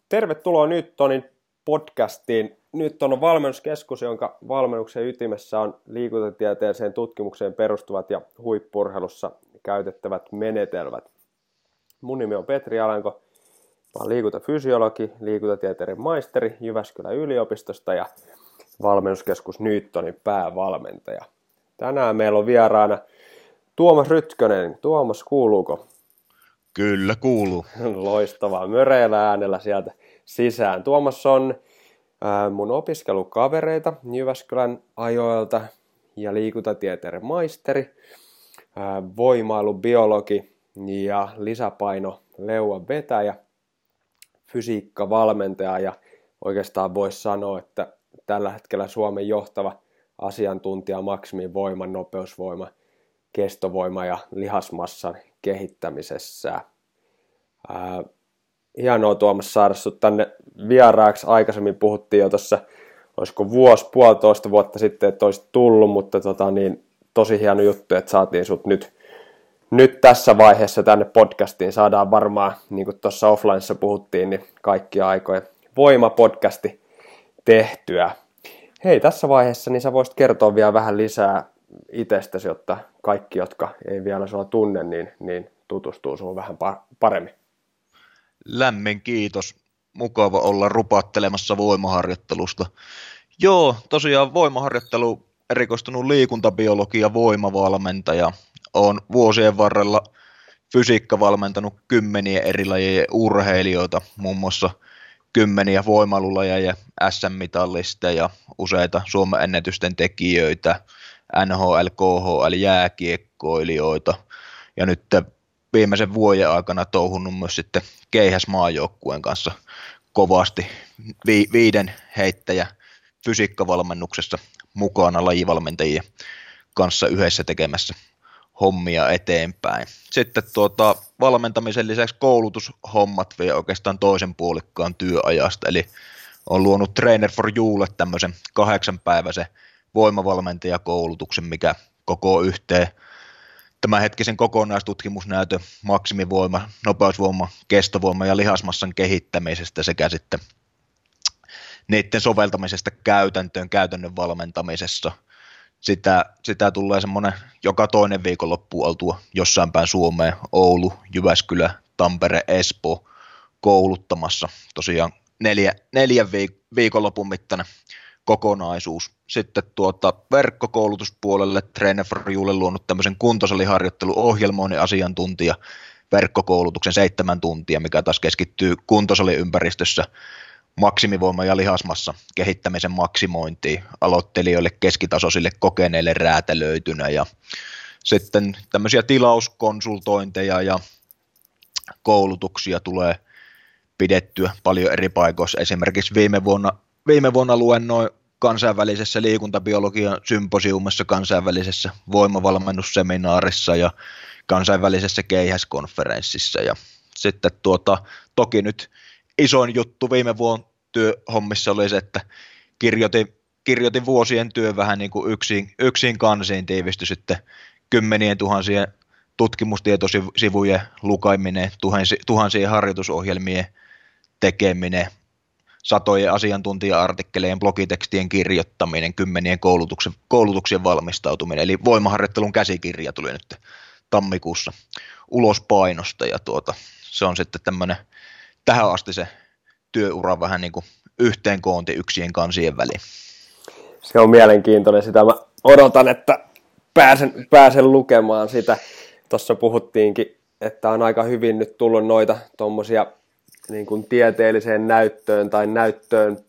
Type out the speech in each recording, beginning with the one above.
Tervetuloa Newtonin podcastiin. Newton on valmennuskeskus, jonka valmennuksen ytimessä on liikuntatieteelliseen tutkimukseen perustuvat ja huippu-urheilussa käytettävät menetelmät. Mun nimi on Petri Alanko. Mä oon liikuntafysiologi, liikuntatieteiden maisteri Jyväskylän yliopistosta ja valmennuskeskus Newtonin päävalmentaja. Tänään meillä on vieraana Tuomas Rytkönen. Tuomas, kuuluuko? Kyllä kuuluu. Loistavaa, möreillä äänellä sieltä sisään. Tuomas on mun opiskelukavereita Jyväskylän ajoilta ja liikuntatieteiden maisteri, voimailubiologi ja lisäpainoleuan vetäjä, fysiikkavalmentaja ja oikeastaan voisi sanoa, että tällä hetkellä Suomen johtava asiantuntija maksimivoiman, nopeusvoima, kestovoima ja lihasmassan kehittämisessä. Hienoa Tuomas saada sut tänne vieraaksi. Aikaisemmin puhuttiin jo tuossa, olisiko puolitoista vuotta sitten, että olisit tullut, mutta tosi hieno juttu, että saatiin sut nyt tässä vaiheessa tänne podcastiin. Saadaan varmaan, niin kuin tuossa offlineissa puhuttiin, niin kaikkia aikoja voimapodcasti tehtyä. Hei, tässä vaiheessa niin sä voisit kertoa vielä vähän lisää itsestäsi, jotta kaikki, jotka ei vielä sua tunne, niin tutustuu sinuun vähän paremmin. Lämmin kiitos. Mukava olla rupattelemassa voimaharjoittelusta. Joo, tosiaan voimaharjoittelu, erikoistunut liikuntabiologi ja voimavalmentaja. Olen vuosien varrella fysiikkavalmentanut kymmeniä eri lajien urheilijoita, muun muassa kymmeniä voimailulajeja, SM-mitallista ja useita Suomen ennätysten tekijöitä, NHL, KHL, jääkiekkoilijoita ja nyt viimeisen vuoden aikana touhunnut myös sitten keihäsmaajoukkueen kanssa kovasti viiden heittäjä fysiikkavalmennuksessa mukana lajivalmentajien kanssa yhdessä tekemässä hommia eteenpäin. Sitten valmentamisen lisäksi koulutushommat vie oikeastaan toisen puolikkaan työajasta, eli on luonut Trainer for Youlle tämmöisen 8-päiväisen voimavalmentajakoulutuksen, mikä koko yhteen tämänhetkisen kokonaistutkimusnäytön maksimivoima, nopeusvoima, kestovoima ja lihasmassan kehittämisestä sekä sitten niiden soveltamisesta käytäntöön, käytännön valmentamisessa. Sitä tulee semmoinen joka toinen viikonloppu oltua jossain päin Suomeen, Oulu, Jyväskylä, Tampere, Espoo kouluttamassa. Tosiaan neljän viikonlopun mittainen kokonaisuus. Sitten verkkokoulutuspuolelle Trainer for Youlle luonut tämmöisen kuntosaliharjoitteluohjelmoinnin asiantuntija verkkokoulutuksen 7 tuntia, mikä taas keskittyy kuntosaliympäristössä maksimivoima ja lihasmassa kehittämisen maksimointiin aloittelijoille, keskitasoisille, kokeneille räätälöitynä ja sitten tämmöisiä tilauskonsultointeja ja koulutuksia tulee pidettyä paljon eri paikoissa. Esimerkiksi viime vuonna luennoin kansainvälisessä liikuntabiologian symposiumissa, kansainvälisessä voimavalmennusseminaarissa ja kansainvälisessä keihäskonferenssissa. Ja sitten toki nyt isoin juttu viime vuonna työhommissa oli se, että kirjoitin vuosien työ vähän niin kuin yksin kansiin, tiivistyi sitten kymmenien tuhansien tutkimustietosivujen lukaiminen, tuhansien harjoitusohjelmien tekeminen, satojen asiantuntija-artikkeleiden, blogitekstien kirjoittaminen, kymmenien koulutuksien valmistautuminen, eli voimaharjoittelun käsikirja tuli nyt tammikuussa ulos painosta, ja se on sitten tämmöinen tähän asti se työura vähän niin kuin yhteenkoonti yksien kansien väliin. Se on mielenkiintoinen, sitä mä odotan, että pääsen lukemaan sitä. Tuossa puhuttiinkin, että on aika hyvin nyt tullut noita tuommoisia niin kuin tieteelliseen näyttöön tai näyttöön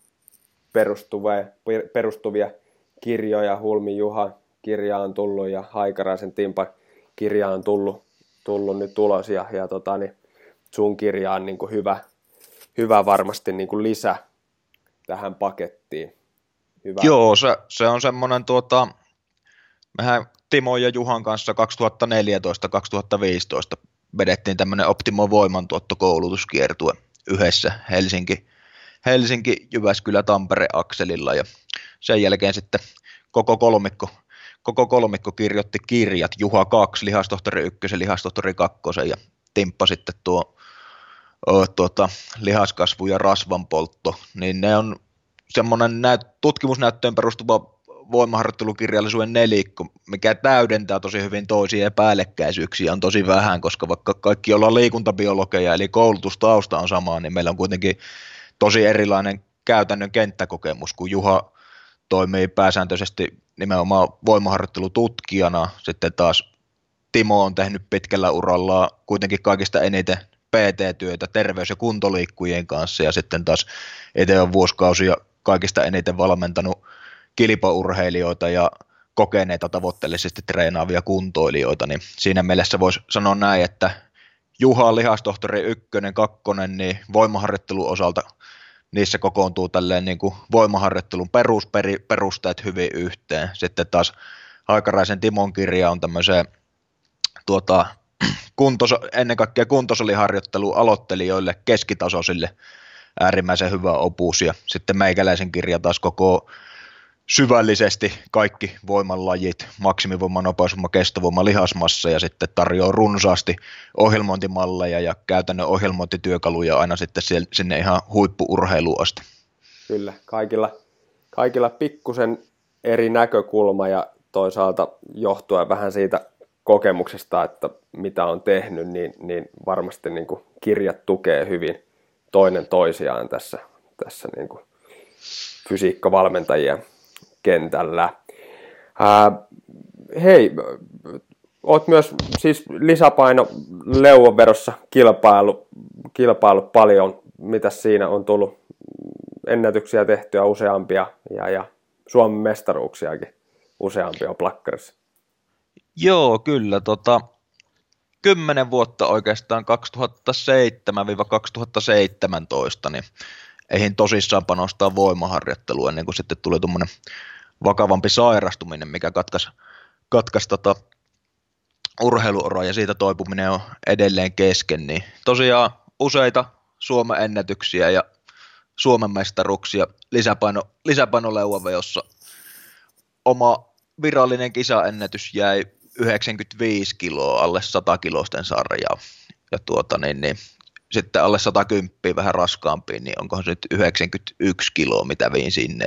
perustuvia kirjoja. Hulmi Juha kirja on tullut ja Haikaraisen Timpan kirja on tullut nyt ulos ja sun kirja on niin kuin hyvä varmasti niin kuin lisä tähän pakettiin. Hyvä. Joo, se on semmoinen mehän Timon ja Juhan kanssa 2014-2015 vedettiin tämmöinen Optimoi voimantuottokoulutuskiertue yhdessä Helsinki, Jyväskylä, Tampere akselilla ja sen jälkeen sitten koko kolmikko kirjoitti kirjat, Juha 2, lihastohtori 1, lihastohtori 2 ja Timppa sitten tuo lihaskasvu ja rasvanpoltto, niin ne on semmoinen tutkimusnäyttöön perustuva voimaharjoittelukirjallisuuden nelikko, mikä täydentää tosi hyvin toisia ja päällekkäisyyksiä on tosi vähän, koska vaikka kaikki ollaan liikuntabiologeja, eli koulutustausta on sama, niin meillä on kuitenkin tosi erilainen käytännön kenttäkokemus, kun Juha toimii pääsääntöisesti nimenomaan voimaharjoittelututkijana, sitten taas Timo on tehnyt pitkällä uralla kuitenkin kaikista eniten PT-työtä terveys- ja kuntoliikkujien kanssa, ja sitten taas itse on vuosikausia kaikista eniten valmentanut kilpaurheilijoita ja kokeneita tavoitteellisesti treenaavia kuntoilijoita, niin siinä mielessä voisi sanoa näin, että Juha lihastohtori 1, 2, niin voimaharjoittelun osalta niissä kokoontuu tälleen niin kuin voimaharjoittelun perusteet hyvin yhteen. Sitten taas Haikaraisen Timon kirja on tämmöiseen ennen kaikkea kuntosaliharjoittelun aloittelijoille, keskitasoisille äärimmäisen hyvä opus, ja sitten meikäläisen kirja taas koko syvällisesti kaikki voimanlajit, maksimivoima, nopeusvoima, kestovoima, lihasmassa, ja sitten tarjoaa runsaasti ohjelmointimalleja ja käytännön ohjelmointityökaluja aina sitten sinne ihan huippu-urheiluun asti. Kyllä, kaikilla pikkusen eri näkökulma ja toisaalta johtuen vähän siitä kokemuksesta, että mitä on tehnyt, niin varmasti niin kuin kirjat tukee hyvin toinen toisiaan tässä niin kuin fysiikkavalmentajien kentällä. Hei, oot myös siis lisäpaino leuanvedossa kilpailu paljon. Mitäs siinä on tullut ennätyksiä tehtyä useampia ja Suomen mestaruuksiakin useampia plakkarissa? Joo, kyllä. 10 vuotta oikeastaan 2007-2017, niin eihin tosissaan panostaa voimaharjoittelua ennen kuin sitten tuli tuommoinen vakavampi sairastuminen, mikä katkaisi urheiluuraa, ja siitä toipuminen on edelleen kesken. Niin tosiaan useita Suomen ennätyksiä ja Suomen mestaruuksia lisäpainoleuanvedossa. Oma virallinen kisaennätys jäi 95 kiloa alle 100 kilosten sarjaa. Ja sitten alle 110 vähän raskaampiin, niin onkohan se nyt 91 kiloa, mitä vein sinne.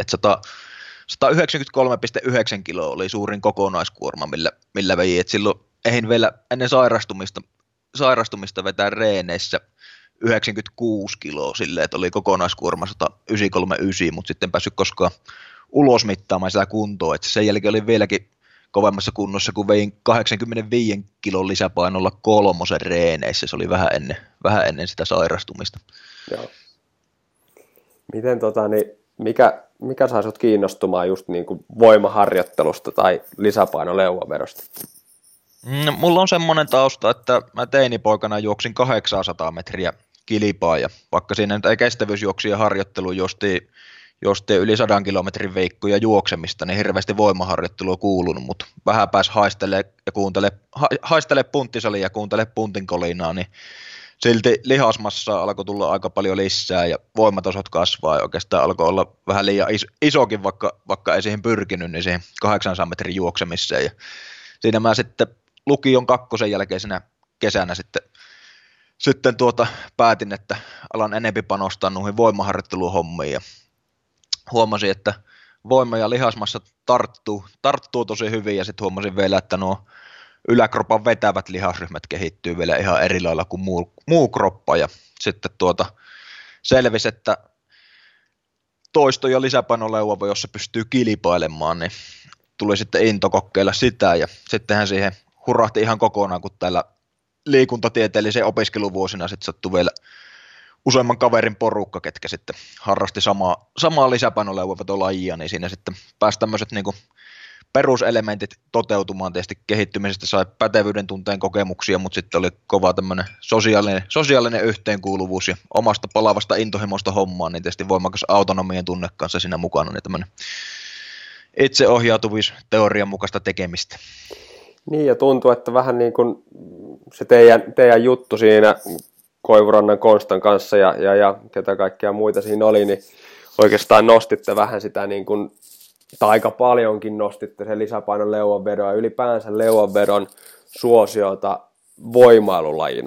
193,9 kiloa oli suurin kokonaiskuorma, millä vein. Et silloin eihin vielä ennen sairastumista vetää reeneissä 96 kiloa silleen, että oli kokonaiskuorma 193,9, mutta sitten en päässyt koskaan ulos mittaamaan sitä kuntoa. Et sen jälkeen oli vieläkin kovemmassa kunnossa, kun vein 85 kilon lisäpainolla 3 reeneissä. Se oli vähän ennen sitä sairastumista. Joo. Miten mikä sai sut kiinnostumaan just niin kuin voimaharjoittelusta tai lisäpainoleuanvedosta? Mulla on semmoinen tausta, että mä teinipoikana juoksin 800 metriä kilpaa, ja vaikka siinä nyt ei kestävyysjuoksien harjoittelu josti yli 100 kilometrin veikkoja juoksemista, niin hirveästi voimaharjoittelua kuulunut, mutta vähän pääsi haistele punttisalia ja kuuntele puntin kolinaa, niin silti lihasmassa alkoi tulla aika paljon lisää ja voimatasot kasvaa, ja oikeastaan alkoi olla vähän liian isokin, vaikka ei siihen pyrkinyt, niin siihen 800 metrin juoksemiseen, ja siinä mä sitten lukion 2. jälkeisenä kesänä sitten päätin, että alan enempi panostaa noihin voimaharjoitteluhommiin, ja huomasin, että voima ja lihasmassa tarttuu tosi hyvin, ja sitten huomasin vielä, että nuo yläkropan vetävät lihasryhmät kehittyy vielä ihan eri lailla kuin muu kroppa, ja sitten selvisi, että toisto- ja lisäpainoleuva, jossa pystyy kilpailemaan, niin tuli sitten into kokeilla sitä, ja sittenhän siihen hurahti ihan kokonaan, kun täällä liikuntatieteellisen opiskeluvuosina sitten sattui vielä useamman kaverin porukka, ketkä sitten harrasti samaa lisäpainoleuvanvetolajia, niin siinä sitten pääsi tämmöiset niin kuin peruselementit toteutumaan. Tietysti kehittymisestä sai pätevyyden tunteen kokemuksia, mutta sitten oli kova tämmöinen sosiaalinen yhteenkuuluvuus ja omasta palavasta intohimosta hommaa, niin tietysti voimakas autonomian tunne kanssa siinä mukana, niin tämmöinen itseohjautuvuus teorian mukaista tekemistä. Niin, ja tuntuu, että vähän niin kuin se teidän juttu siinä Koivurannan Konstan kanssa ja ketä kaikkia muita siinä oli, niin oikeastaan nostitte vähän sitä niin kuin, tai aika paljonkin nostitte sen lisäpainon leuanvedon ja ylipäänsä leuanvedon suosiota voimailulajina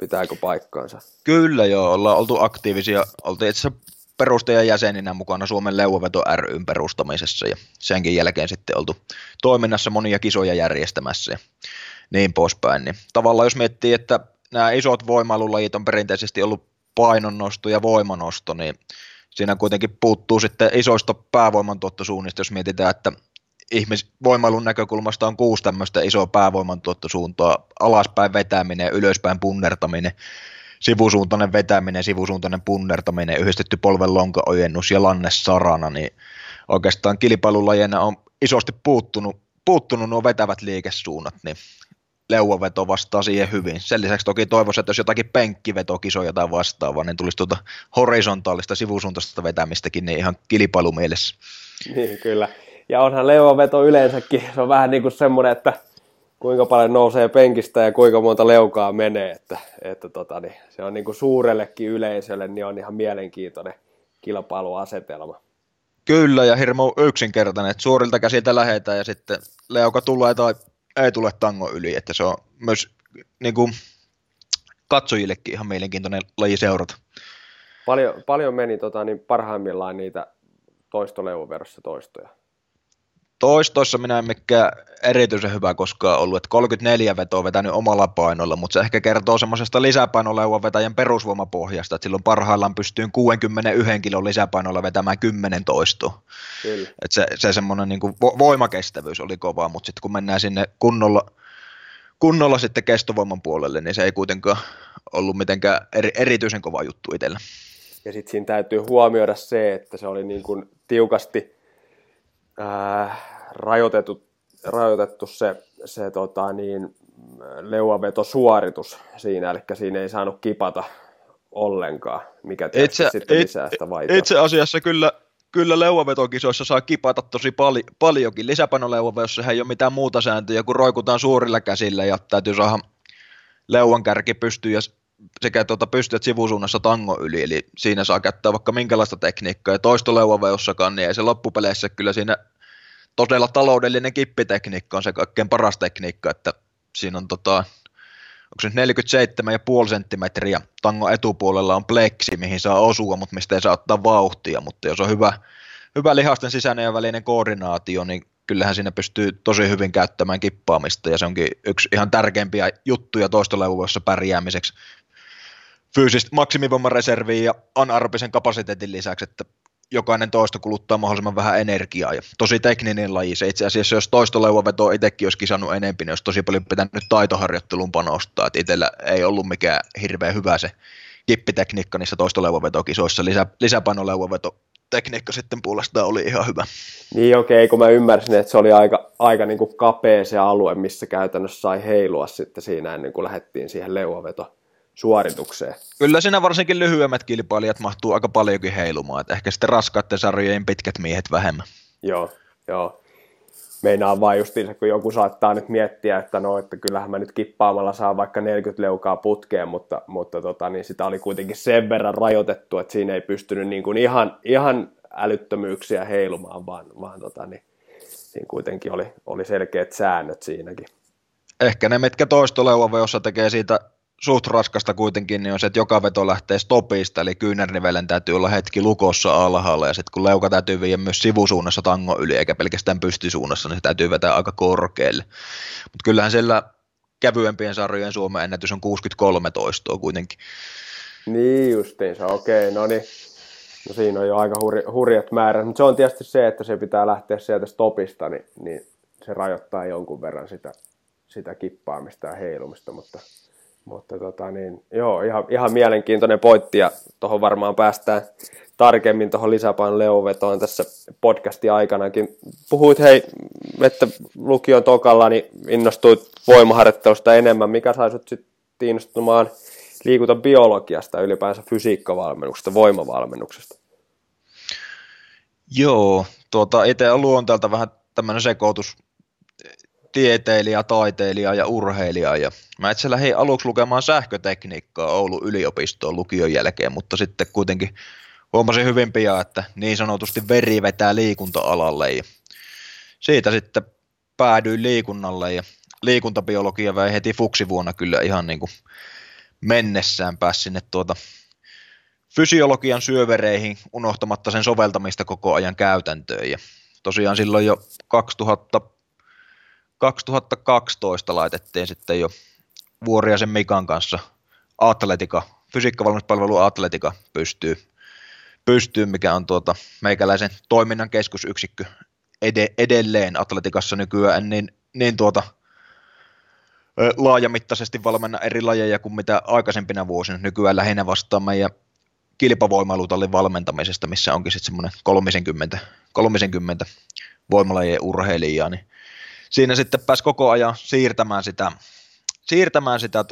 Pitääkö paikkaansa? Kyllä joo, ollaan oltu aktiivisia. Oltiin itse asiassa perustajajäseninä mukana Suomen Leuaveto ry:n perustamisessa ja senkin jälkeen sitten oltu toiminnassa monia kisoja järjestämässä ja niin poispäin. Niin tavallaan jos miettii, että nämä isot voimailulajit on perinteisesti ollut painonnosto ja voimanosto, niin siinä kuitenkin puuttuu sitten isoista päävoimantuottosuunnista, jos mietitään, että voimailun näkökulmasta on 6 tämmöistä isoa päävoimantuottosuuntaa, alaspäin vetäminen, ylöspäin punnertaminen, sivusuuntainen vetäminen, sivusuuntainen punnertaminen, yhdistetty polven lonkaojennus ja lannessarana, niin oikeastaan kilpailulajina on isosti puuttunut nuo vetävät liikesuunnat, niin leuaveto vastaa siihen hyvin. Sen lisäksi toki toivoisin, että jos jotakin penkkivetokisoja tai vastaavaa, niin tulisi tuota horisontaalista sivusuuntaista vetämistäkin niin ihan kilpailumielessä. Niin, kyllä. Ja onhan leuaveto yleensäkin, se on vähän niin kuin semmoinen, että kuinka paljon nousee penkistä ja kuinka monta leukaa menee, että niin se on niin kuin suurellekin yleisölle, niin on ihan mielenkiintoinen kilpailuasetelma. Kyllä, ja hirmu yksinkertainen, että suorilta käsiltä lähdetään ja sitten leuka tulee tai ei tule tangon yli, että se on myös niin kuin katsojillekin ihan mielenkiintoinen laji seurata. Paljon meni niin parhaimmillaan niitä toistoleuavedossa toistoja. Toistoissa minä en mikään erityisen hyvä koskaan ollut, että 34 vetoa vetänyt omalla painolla, mutta se ehkä kertoo semmoisesta lisäpainoleuvan vetäjän perusvoimapohjasta, että silloin parhaillaan pystyy 61 kilon lisäpainolla vetämään 10 toistoa. Kyllä. Että se semmoinen niin kuin voimakestävyys oli kova, mutta sitten kun mennään sinne kunnolla sitten kestovoiman puolelle, niin se ei kuitenkaan ollut mitenkään erityisen kova juttu itsellä. Ja sitten siinä täytyy huomioida se, että se oli niin kuin tiukasti rajoitettu se leuavetosuoritus siinä, eli siinä ei saanut kipata ollenkaan, mikä tietysti sitten lisää sitä vaikeutta. Itse asiassa kyllä leuavetokisoissa saa kipata tosi paljonkin. Lisäpainoleuavedossa ei ole mitään muuta sääntöjä, kun roikutaan suurilla käsillä ja täytyy saada leuan kärki pystyyn ja sekä pystyt sivusuunnassa tangon yli, eli siinä saa käyttää vaikka minkälaista tekniikkaa, ja toistoleuavedossakaan, niin ei se loppupeleissä kyllä siinä todella taloudellinen kippitekniikka on se kaikkein paras tekniikka, että siinä on onko se nyt 47,5 senttimetriä tangon etupuolella on pleksi, mihin saa osua, mutta mistä ei saa ottaa vauhtia, mutta jos on hyvä lihasten sisäinen ja välinen koordinaatio, niin kyllähän siinä pystyy tosi hyvin käyttämään kippaamista, ja se onkin yksi ihan tärkeimpiä juttuja toistoleuavedossa pärjäämiseksi. Fyysistä maksimivoimareserviä ja anaerobisen kapasiteetin lisäksi, että jokainen toisto kuluttaa mahdollisimman vähän energiaa ja tosi tekninen laji. Se itse asiassa, jos toistoleuavetoa itsekin olisi kisannut enemmän, niin olisi tosi paljon pitänyt taitoharjoitteluun panostaa. Että itsellä ei ollut mikään hirveän hyvä se kippitekniikka niissä toistoleuavetokisoissa. Lisäpainoleuavetotekniikka sitten puolestaan oli ihan hyvä. Niin okei, kun mä ymmärsin, että se oli aika niin kuin kapea se alue, missä käytännössä sai heilua sitten siinä ennen kuin lähdettiin siihen leuavetosuoritukseen. Kyllä siinä varsinkin lyhyemmät kilpailijat mahtuu aika paljonkin heilumaan, että ehkä sitten raskaiden sarjojen pitkät miehet vähemmän. Joo. Meinaan vaan justiinsa, kun joku saattaa nyt miettiä, että että kyllähän mä nyt kippaamalla saan vaikka 40 leukaa putkeen, mutta niin sitä oli kuitenkin sen verran rajoitettu, että siinä ei pystynyt niin kuin ihan älyttömyyksiä heilumaan, vaan niin siinä kuitenkin oli selkeät säännöt siinäkin. Ehkä ne, mitkä toistoleuavedossa tekee siitä suht raskasta kuitenkin, niin on se, että joka veto lähtee stopista, eli kyynärnivelen täytyy olla hetki lukossa alhaalla, ja sitten kun leuka täytyy viedä myös sivusuunnassa tangon yli, eikä pelkästään pystysuunnassa, niin se täytyy vetää aika korkealle. Mutta kyllähän siellä kävyempien sarjojen Suomen ennätys on 63 toistoa kuitenkin. Niin justiinsa, okei, no niin. No siinä on jo aika hurjat määrät, mutta se on tietysti se, että se pitää lähteä sieltä stopista, niin se rajoittaa jonkun verran sitä kippaamista ja heilumista, mutta joo, ihan mielenkiintoinen pointti, ja tuohon varmaan päästään tarkemmin tuohon lisäpainoleuavetoon tässä podcastin aikanakin. Puhuit että lukion tokalla niin innostuit voimaharjoittelusta enemmän. Mikä sai sut sitten innostumaan liikuntabiologiasta, ylipäänsä fysiikkavalmennuksesta, voimavalmennuksesta? Joo, itse on luonteelta vähän tämmöinen sekoitus tieteilijä, taiteilija ja urheilija. Ja mä itse lähdin aluksi lukemaan sähkötekniikkaa Oulun yliopistoon lukion jälkeen, mutta sitten kuitenkin huomasin hyvin pian, että niin sanotusti veri vetää liikunta-alalle. Ja siitä sitten päädyin liikunnalle, ja liikuntabiologia vei heti fuksivuonna kyllä ihan niin kuin mennessään pääsi sinne fysiologian syövereihin unohtamatta sen soveltamista koko ajan käytäntöön. Ja tosiaan silloin jo 2012 laitettiin sitten jo Vuoriaisen Mikan kanssa fysiikkavalmennuspalvelu Atletica pystyy, mikä on meikäläisen toiminnan keskusyksikkö edelleen Atleticassa nykyään, niin laajamittaisesti valmenna eri lajeja kuin mitä aikaisempina vuosina. Nykyään lähinnä vastaan meidän kilpavoimailutallin valmentamisesta, missä onkin sitten semmoinen 30 voimalajien urheilijaa, niin siinä sitten pääsi koko ajan siirtämään sitä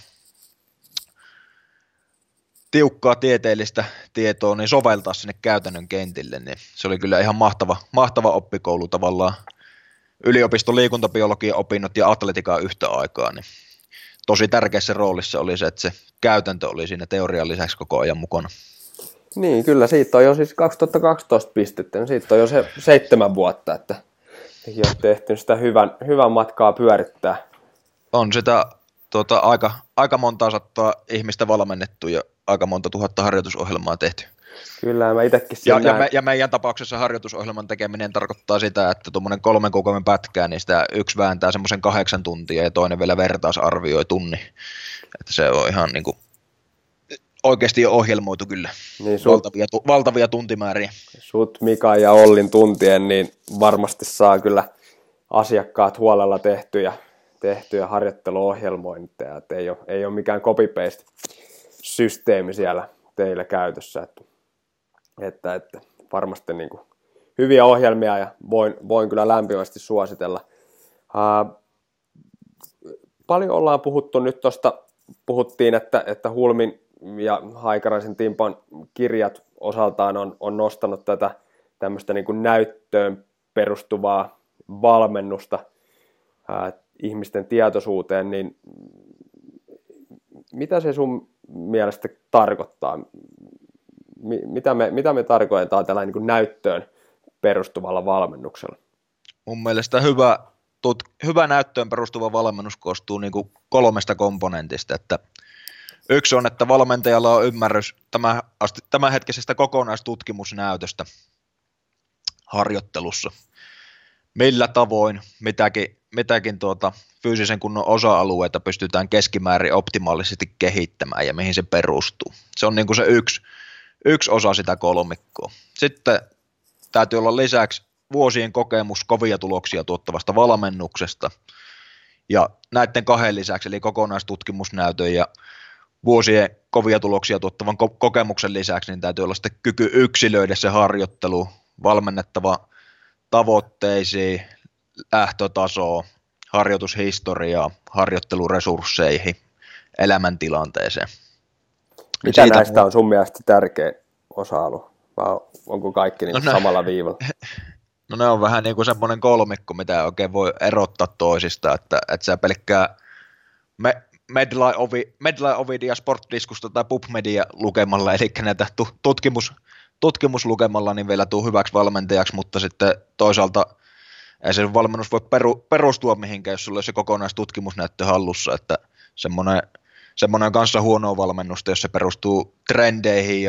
tiukkaa tieteellistä tietoa, niin soveltaa sinne käytännön kentille, niin se oli kyllä ihan mahtava oppikoulu tavallaan. Yliopiston liikuntabiologian opinnot ja atletiikkaa yhtä aikaa, niin tosi tärkeässä roolissa oli se, että se käytäntö oli siinä teorian lisäksi koko ajan mukana. Niin, kyllä siitä on jo siis 2012 pistettä, niin siitä on jo se 7 vuotta, että tekin olette ehtinyt sitä hyvän matkaa pyörittää. On sitä aika montaa sattaa ihmistä valmennettu ja aika monta tuhatta harjoitusohjelmaa tehty. Kyllä, mä itsekin ja meidän tapauksessa harjoitusohjelman tekeminen tarkoittaa sitä, että tuommoinen 3 kuukauden pätkää, niin sitä yksi vääntää semmoisen 8 tuntia ja toinen vielä vertaisarvioi tunnin. Että se on ihan niin kuin oikeasti jo ohjelmoitu kyllä, niin valtavia tuntimääriä. Sut, Mika ja Ollin tuntien, niin varmasti saa kyllä asiakkaat huolella tehtyjä harjoitteluohjelmointeja, että ei ole mikään copy-paste-systeemi siellä teillä käytössä, että varmasti niin kuin hyviä ohjelmia ja voin kyllä lämpimästi suositella. Paljon ollaan puhuttu nyt puhuttiin, että Hulmin ja Haikaraisen Timpan kirjat osaltaan on nostanut tätä tämmöistä niin kuin näyttöön perustuvaa valmennusta ihmisten tietoisuuteen, niin mitä se sun mielestä tarkoittaa? Mitä me tarkoitetaan tällä niin kuin näyttöön perustuvalla valmennuksella? Mun mielestä hyvä näyttöön perustuva valmennus koostuu niin kuin 3 komponentista, että yksi on, että valmentajalla on ymmärrys tämänhetkisestä kokonaistutkimusnäytöstä harjoittelussa. Millä tavoin mitäkin fyysisen kunnon osa-alueita pystytään keskimäärin optimaalisesti kehittämään ja mihin se perustuu. Se on niin kuin se yksi osa sitä kolmikkoa. Sitten täytyy olla lisäksi vuosien kokemus kovia tuloksia tuottavasta valmennuksesta. Ja näiden 2 lisäksi, eli kokonaistutkimusnäytön ja vuosien kovia tuloksia tuottavan kokemuksen lisäksi, niin täytyy olla sitten kyky yksilöidä se harjoittelu, valmennettava tavoitteisiin, lähtötasoon, harjoitushistoriaa, harjoitteluresursseihin, elämäntilanteeseen. Mitä näistä on sun mielestä tärkein osa-alue? Vai onko kaikki niin samalla viivalla? No ne on vähän niin kuin semmoinen kolmikko, mitä ei oikein voi erottaa toisista, että sä pelkkää Medline Ovidia Sportdiskusta tai PubMedia lukemalla, eli näitä tutkimuslukemalla, niin vielä tuu hyväksi valmentajaksi, mutta sitten toisaalta ei se valmennus voi perustua mihinkään, jos sulla olisi se kokonaistutkimusnäyttö hallussa, että semmoinen on kanssa huonoa valmennusta, jos se perustuu trendeihin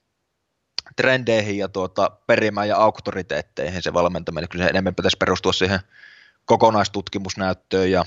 ja perimään ja auktoriteetteihin se valmentaminen, kyllä se enemmän pitäisi perustua siihen kokonaistutkimusnäyttöön ja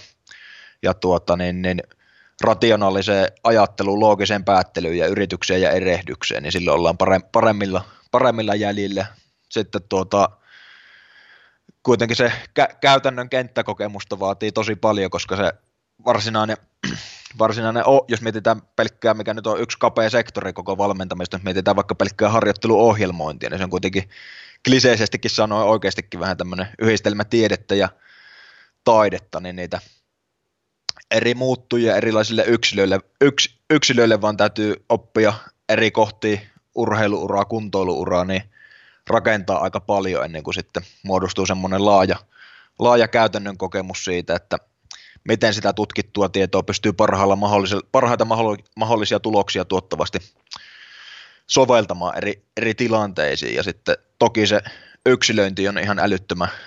rationaaliseen ajatteluun, loogiseen päättelyyn ja yritykseen ja erehdykseen, niin silloin ollaan paremmilla jäljillä. Sitten kuitenkin se käytännön kenttäkokemusta vaatii tosi paljon, koska se varsinainen jos mietitään pelkkää, mikä nyt on yksi kapea sektori koko valmentamista, jos mietitään vaikka pelkkää harjoitteluohjelmointia, niin se on kuitenkin kliseisestikin sanoen oikeastikin vähän tämmöinen yhdistelmä tiedettä ja taidetta, niin niitä eri muuttujia erilaisille yksilöille vaan täytyy oppia eri kohtia urheiluuraa, kuntoiluuraa, niin rakentaa aika paljon ennen kuin sitten muodostuu semmoinen laaja käytännön kokemus siitä, että miten sitä tutkittua tietoa pystyy parhaita mahdollisia tuloksia tuottavasti soveltamaan eri tilanteisiin. Ja sitten toki se yksilöinti on ihan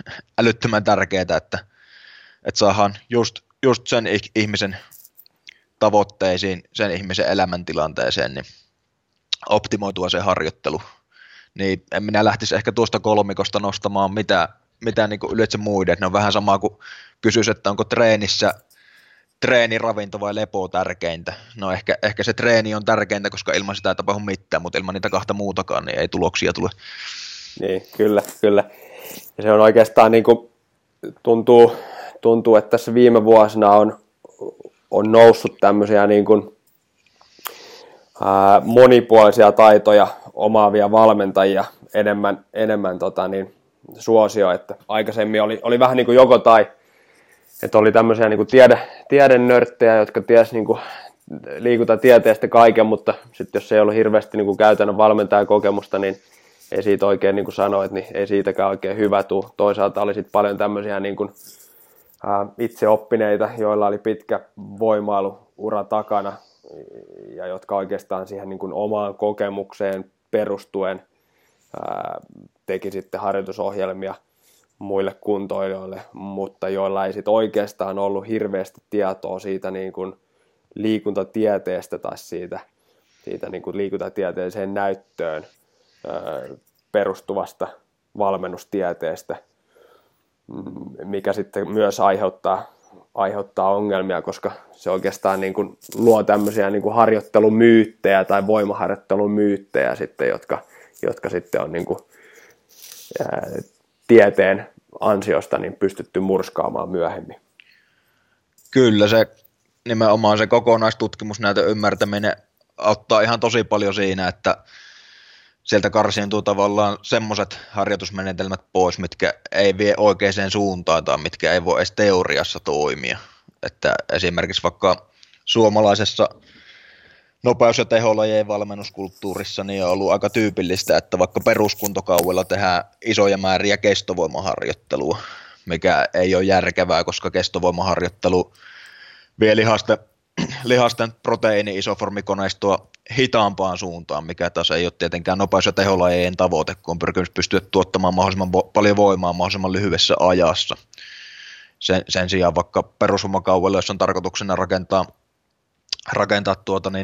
älyttömän tärkeää, että saadaan just sen ihmisen tavoitteisiin, sen ihmisen elämäntilanteeseen, niin optimoitua se harjoittelu. Niin en minä lähtisi ehkä tuosta kolmikosta nostamaan mitä niin kuin yleensä muiden. Ne on vähän sama kuin kysyisi, että onko treenissä treeni, ravinto vai lepo tärkeintä. No ehkä se treeni on tärkeintä, koska ilman sitä ei tapahdu mitään, mutta ilman niitä kahta muutakaan niin ei tuloksia tule. Niin, kyllä. Ja se on oikeastaan niin kuin, tuntuu, että tässä viime vuosina on noussut tämmöisiä niin kuin, monipuolisia taitoja omaavia valmentajia enemmän suosio, että aikaisemmin oli vähän niin kuin joko tai, että oli tämmöisiä niin kuin tiedenörttejä, jotka tiesi niin kuin liikuntatieteestä kaiken, mutta sitten jos ei ollut hirveästi niin kuin käytännön valmentajakokemusta, niin ei siitä oikein, niin kuin sanoit, niin ei siitäkään oikein hyvä tule. Toisaalta oli sitten paljon tämmöisiä niin kuin, itseoppineita, joilla oli pitkä voimailuura takana ja jotka oikeastaan siihen niin kuin omaan kokemukseen perustuen teki sitten harjoitusohjelmia muille kuntoilijoille, mutta joilla ei sitten oikeastaan ollut hirveästi tietoa siitä niin kuin liikuntatieteestä tai siitä niin kuin liikuntatieteelliseen näyttöön perustuvasta valmennustieteestä, mikä sitten myös aiheuttaa ongelmia, koska se oikeastaan niin kuin luo tämmöisiä niin kuin harjoittelumyyttejä tai voimaharjoittelumyyttejä sitten, jotka sitten on niin kuin, tieteen ansiosta niin pystytty murskaamaan myöhemmin. Kyllä, se nimenomaan se kokonaistutkimusnäytön ymmärtäminen auttaa ihan tosi paljon siinä, että sieltä karsiintuu tavallaan semmoiset harjoitusmenetelmät pois, mitkä ei vie oikeaan suuntaan tai mitkä ei voi edes teoriassa toimia. Että esimerkiksi vaikka suomalaisessa nopeus- ja teholajien valmennuskulttuurissa niin on ollut aika tyypillistä, että vaikka peruskuntokaudella tehdään isoja määriä kestovoimaharjoittelua, mikä ei ole järkevää, koska kestovoimaharjoittelu vie lihasten proteiini-isoformikoneistoa hitaampaan suuntaan, mikä taas ei ole tietenkään nopeus- ja teholajien tavoite, kun on pyrkimys pystyä tuottamaan mahdollisimman paljon voimaa mahdollisimman lyhyessä ajassa. Sen sijaan vaikka perusvoimakaudella, jos on tarkoituksena rakentaa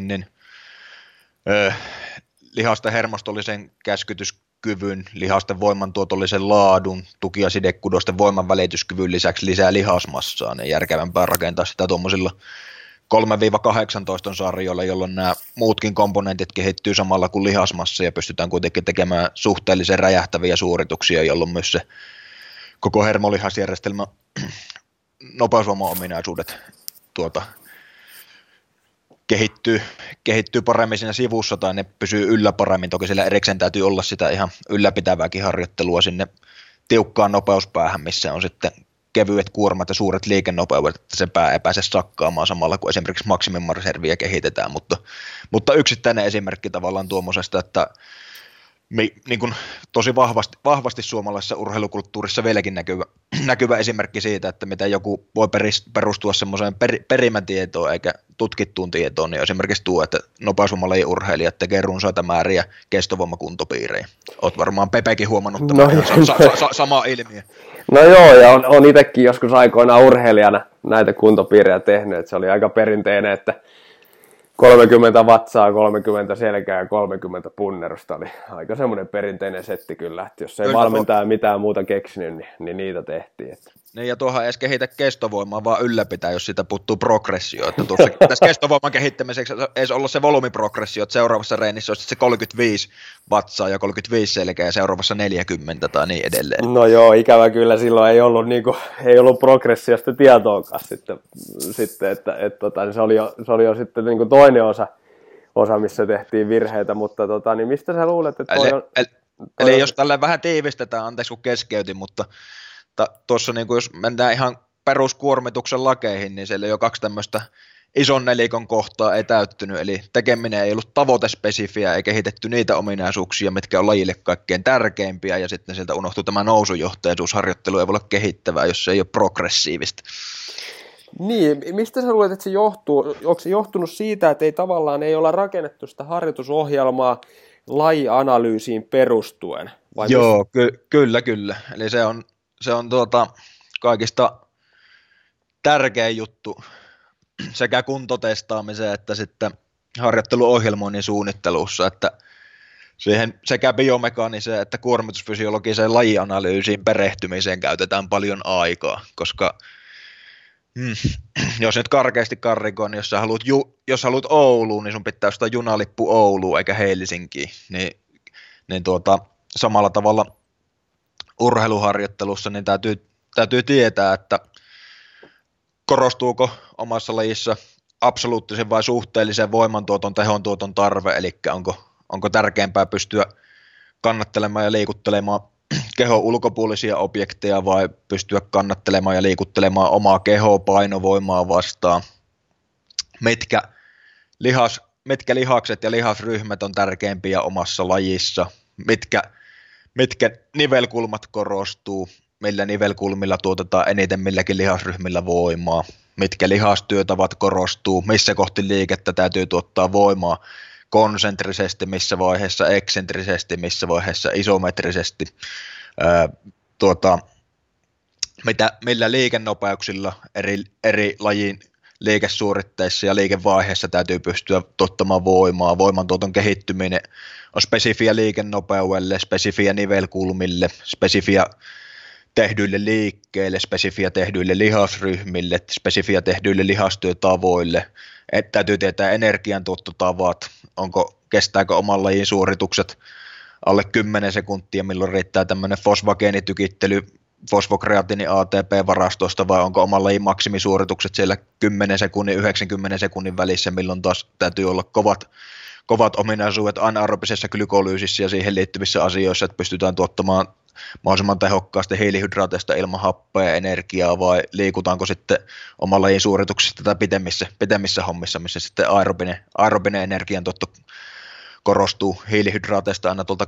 lihasten hermostollisen käskytyskyvyn, lihasten voimantuotollisen laadun, tuki- ja sidekudosten voiman välityskyvyn lisäksi lisää lihasmassaa, niin järkevämpää rakentaa sitä tuommoisilla 3-18 sarjoilla, jolloin nämä muutkin komponentit kehittyy samalla kuin lihasmassa ja pystytään kuitenkin tekemään suhteellisen räjähtäviä suorituksia, jolloin myös se koko hermolihasjärjestelmä nopeusvoima-ominaisuudet kehittyy paremmin siinä sivussa tai ne pysyy yllä paremmin. Toki siellä erikseen täytyy olla sitä ihan ylläpitävääkin harjoittelua sinne tiukkaan nopeuspäähän, missä on sitten kevyet kuormat ja suuret liikennopeudet, että se pää ei pääse sakkaamaan samalla kuin esimerkiksi maksimimareserviä kehitetään, mutta yksittäinen esimerkki tavallaan tuommoisesta, että niin kuin tosi vahvasti suomalaisessa urheilukulttuurissa vieläkin näkyvä esimerkki siitä, että miten joku voi perustua semmoiseen perimätietoon eikä tutkittuun tietoon, niin esimerkiksi tuo, että nopeusvoimalajien urheilijat tekee runsaita määriä kestovoimakuntopiirejä. Olet varmaan Pepekin huomannut sama ilmiö. No joo, ja on itsekin joskus aikoinaan urheilijana näitä kuntopiirejä tehnyt, että se oli aika perinteinen, että 30 vatsaa, 30 selkää ja 30 punnerusta oli aika semmoinen perinteinen setti kyllä, että jos ei valmentaja mitään muuta keksinyt, niin niitä tehtiin. Että. Niin ja tuohan edes kehitä kestovoimaa, vaan ylläpitää, jos siitä puuttuu progressio. Että tässä kestovoiman kehittämiseksi ei olla se volyymiprogressio, että seuraavassa reenissä olisi se 35 vatsaa ja 35 selkää ja seuraavassa 40 tai niin edelleen. No joo, ikävä kyllä silloin ei ollut progressiosta tietoakaan sitten että niin se oli jo sitten niin kuin toinen osa, missä tehtiin virheitä, mutta niin mistä sä luulet, että Eli jos tälleen vähän tiivistetään, anteeksi kun keskeytin, mutta tuossa niin jos mennään ihan peruskuormituksen lakeihin, niin siellä jo 2 tämmöistä ison nelikon kohtaa ei täyttynyt, eli tekeminen ei ollut tavoitespesifiä, ei kehitetty niitä ominaisuuksia, mitkä on lajille kaikkein tärkeimpiä, ja sitten sieltä unohtuu tämä nousujohteisuus, harjoittelu ei voi olla kehittävää, jos se ei ole progressiivista. Niin, mistä sä luulet, että se johtuu? Onko se johtunut siitä, että ei olla rakennettu sitä harjoitusohjelmaa lajianalyysiin perustuen? Vai joo, kyllä. Eli se on kaikista tärkein juttu sekä kuntotestaamiseen että sitten harjoitteluohjelmoinnin suunnittelussa, että siihen sekä biomekaaniseen että kuormitusfysiologiseen lajianalyysiin perehtymiseen käytetään paljon aikaa, koska jos nyt karkeasti karrikoin, niin jos haluat Ouluun, niin sun pitää ostaa junalippu Ouluun eikä Helsinkiin, niin samalla tavalla urheiluharjoittelussa niin täytyy tietää, että korostuuko omassa lajissa absoluuttisen vai suhteellisen voimantuoton tehontuoton tarve, eli onko tärkeämpää pystyä kannattelemaan ja liikuttelemaan kehon ulkopuolisia objekteja vai pystyä kannattelemaan ja liikuttelemaan omaa kehoa painovoimaa vastaan, mitkä lihakset ja lihasryhmät on tärkeimpiä omassa lajissa, mitkä nivelkulmat korostuu, millä nivelkulmilla tuotetaan eniten milläkin lihasryhmillä voimaa, mitkä lihastyötavat korostuu, missä kohti liikettä täytyy tuottaa voimaa konsentrisesti, missä vaiheessa eksentrisesti, missä vaiheessa isometrisesti, millä liikennopeuksilla eri lajin liikesuoritteissa ja liikevaiheessa täytyy pystyä tuottamaan voimaa. Voimantuoton kehittyminen on spesifiä liikennopeudelle, spesifiä nivelkulmille, spesifiä tehdyille liikkeille, spesifiä tehdyille lihasryhmille, spesifiä tehdyille lihastyötavoille. Täytyy tietää energiantuottotavat, kestääkö oman lajin suoritukset alle 10 sekuntia, milloin riittää tämmöinen fosfageenitykittely fosfokreatiini ATP-varastosta, vai onko oman lajin maksimisuoritukset siellä 10 sekunnin, 90 sekunnin välissä, milloin taas täytyy olla kovat ominaisuudet anaerobisessa glykolyysissä ja siihen liittyvissä asioissa, että pystytään tuottamaan mahdollisimman tehokkaasti hiilihydraateista ilman happea ja energiaa, vai liikutaanko sitten oman lajin suorituksista tai pitemmissä hommissa, missä sitten aerobinen energiantuotto korostuu hiilihydraateista aina tuolta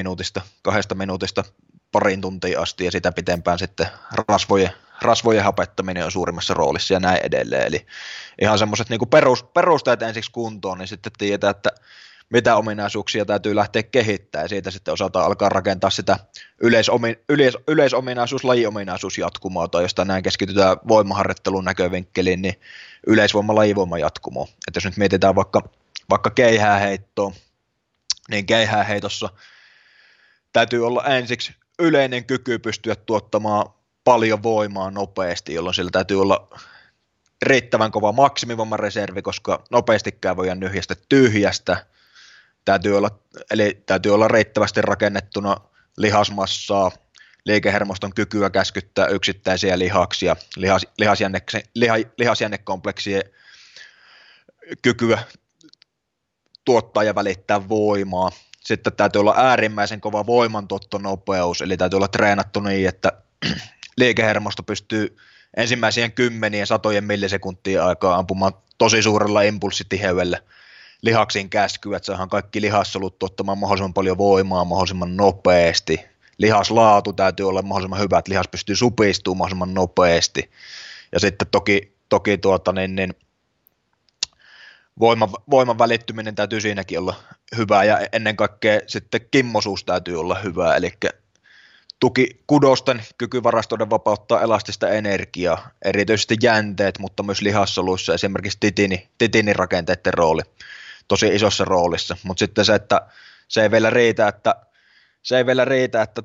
2 minuutista pariin tuntiin asti, ja sitä pitempään sitten rasvojen hapettaminen on suurimmassa roolissa ja näin edelleen. Eli ihan semmoiset niin kuin perusteet ensiksi kuntoon, niin sitten tietää, että mitä ominaisuuksia täytyy lähteä kehittämään, ja siitä sitten osataan alkaa rakentaa sitä yleisominaisuus, lajiominaisuus jatkumoa, tai jos tänään keskitytään voimaharjoittelun näkövinkkeliin, niin yleisvoima, lajivoima jatkumoa. Että jos nyt mietitään vaikka keihääheittoa, niin keihääheitossa täytyy olla ensiksi yleinen kyky pystyä tuottamaan paljon voimaa nopeasti, jolloin sillä täytyy olla riittävän kova maksimivoimareservi, koska nopeastikään voidaan nyhjästä tyhjästä. Täytyy olla riittävästi rakennettuna lihasmassaa, liikehermoston kykyä käskyttää yksittäisiä lihaksia, lihasjännekompleksien kykyä tuottaa ja välittää voimaa. Sitten täytyy olla äärimmäisen kova voimantuottonopeus, eli täytyy olla treenattu niin, että liikehermosto pystyy ensimmäisien 10 satojen millisekuntien aikaa ampumaan tosi suurella impulssitiheydellä lihaksiin käskyä, että saadaan kaikki lihassolut tuottamaan mahdollisimman paljon voimaa mahdollisimman nopeasti. Lihaslaatu täytyy olla mahdollisimman hyvä, että lihas pystyy supistumaan mahdollisimman nopeasti. Ja sitten toki voiman välittyminen täytyy siinäkin olla hyvä, ja ennen kaikkea sitten kimmosuus täytyy olla hyvä, eli kudosten kyky varastoida vapauttaa elastista energiaa, erityisesti jänteet, mutta myös lihassoluissa, esimerkiksi titiniirakenteiden rooli tosi isossa roolissa, mutta sitten se, että se ei vielä riitä, että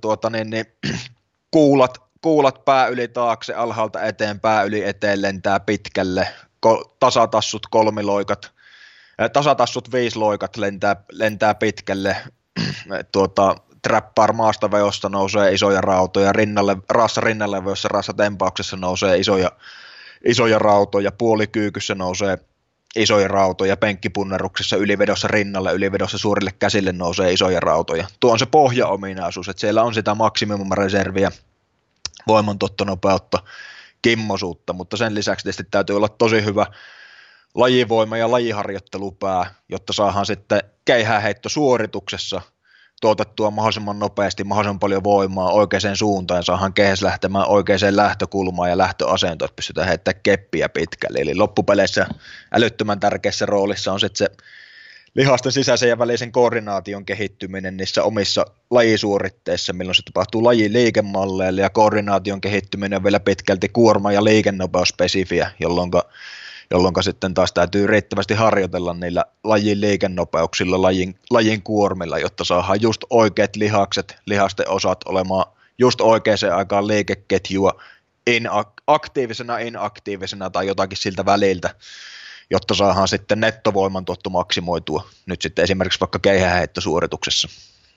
kuulat pää yli taakse, alhaalta eteen, pää yli eteen lentää pitkälle, tasatassut kolmiloikat, tasatassut 5 loikat lentää pitkälle, trappar maastaveosta nousee isoja rautoja, rinnalleveossa rassatempauksessa nousee isoja rautoja, puolikyykyssä nousee isoja rautoja, penkkipunneruksessa ylivedossa rinnalle, ylivedossa suurille käsille nousee isoja rautoja. Tuo on se pohjaominaisuus, että siellä on sitä maksimireserviä, voimantuottonopeutta, kimmosuutta, mutta sen lisäksi tietysti täytyy olla tosi hyvä lajivoima ja lajiharjoittelupää, jotta saadaan sitten keihääheittosuorituksessa tuotettua mahdollisimman nopeasti, mahdollisimman paljon voimaa oikeaan suuntaan ja saadaan kehäs lähtemään oikeaan lähtökulmaan ja lähtöasentoon, että pystytään heittämään keppiä pitkälle. Eli loppupeleissä älyttömän tärkeässä roolissa on sitten se lihasten sisäisen ja välisen koordinaation kehittyminen niissä omissa lajisuoritteissa, milloin se tapahtuu lajin liikemalleille, ja koordinaation kehittyminen on vielä pitkälti kuorma- ja liikennopeusspesifiä, jolloin sitten taas täytyy riittävästi harjoitella niillä lajin liikennopeuksilla, lajin kuormilla, jotta saadaan just oikeat lihasten osat olemaan just oikeaan aikaan liikeketjua inaktiivisena tai jotakin siltä väliltä, jotta saadaan sitten nettovoimantuotto maksimoitua nyt sitten esimerkiksi vaikka keihäänheittosuorituksessa.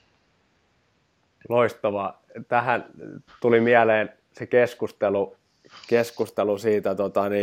Loistavaa. Tähän tuli mieleen se keskustelu siitä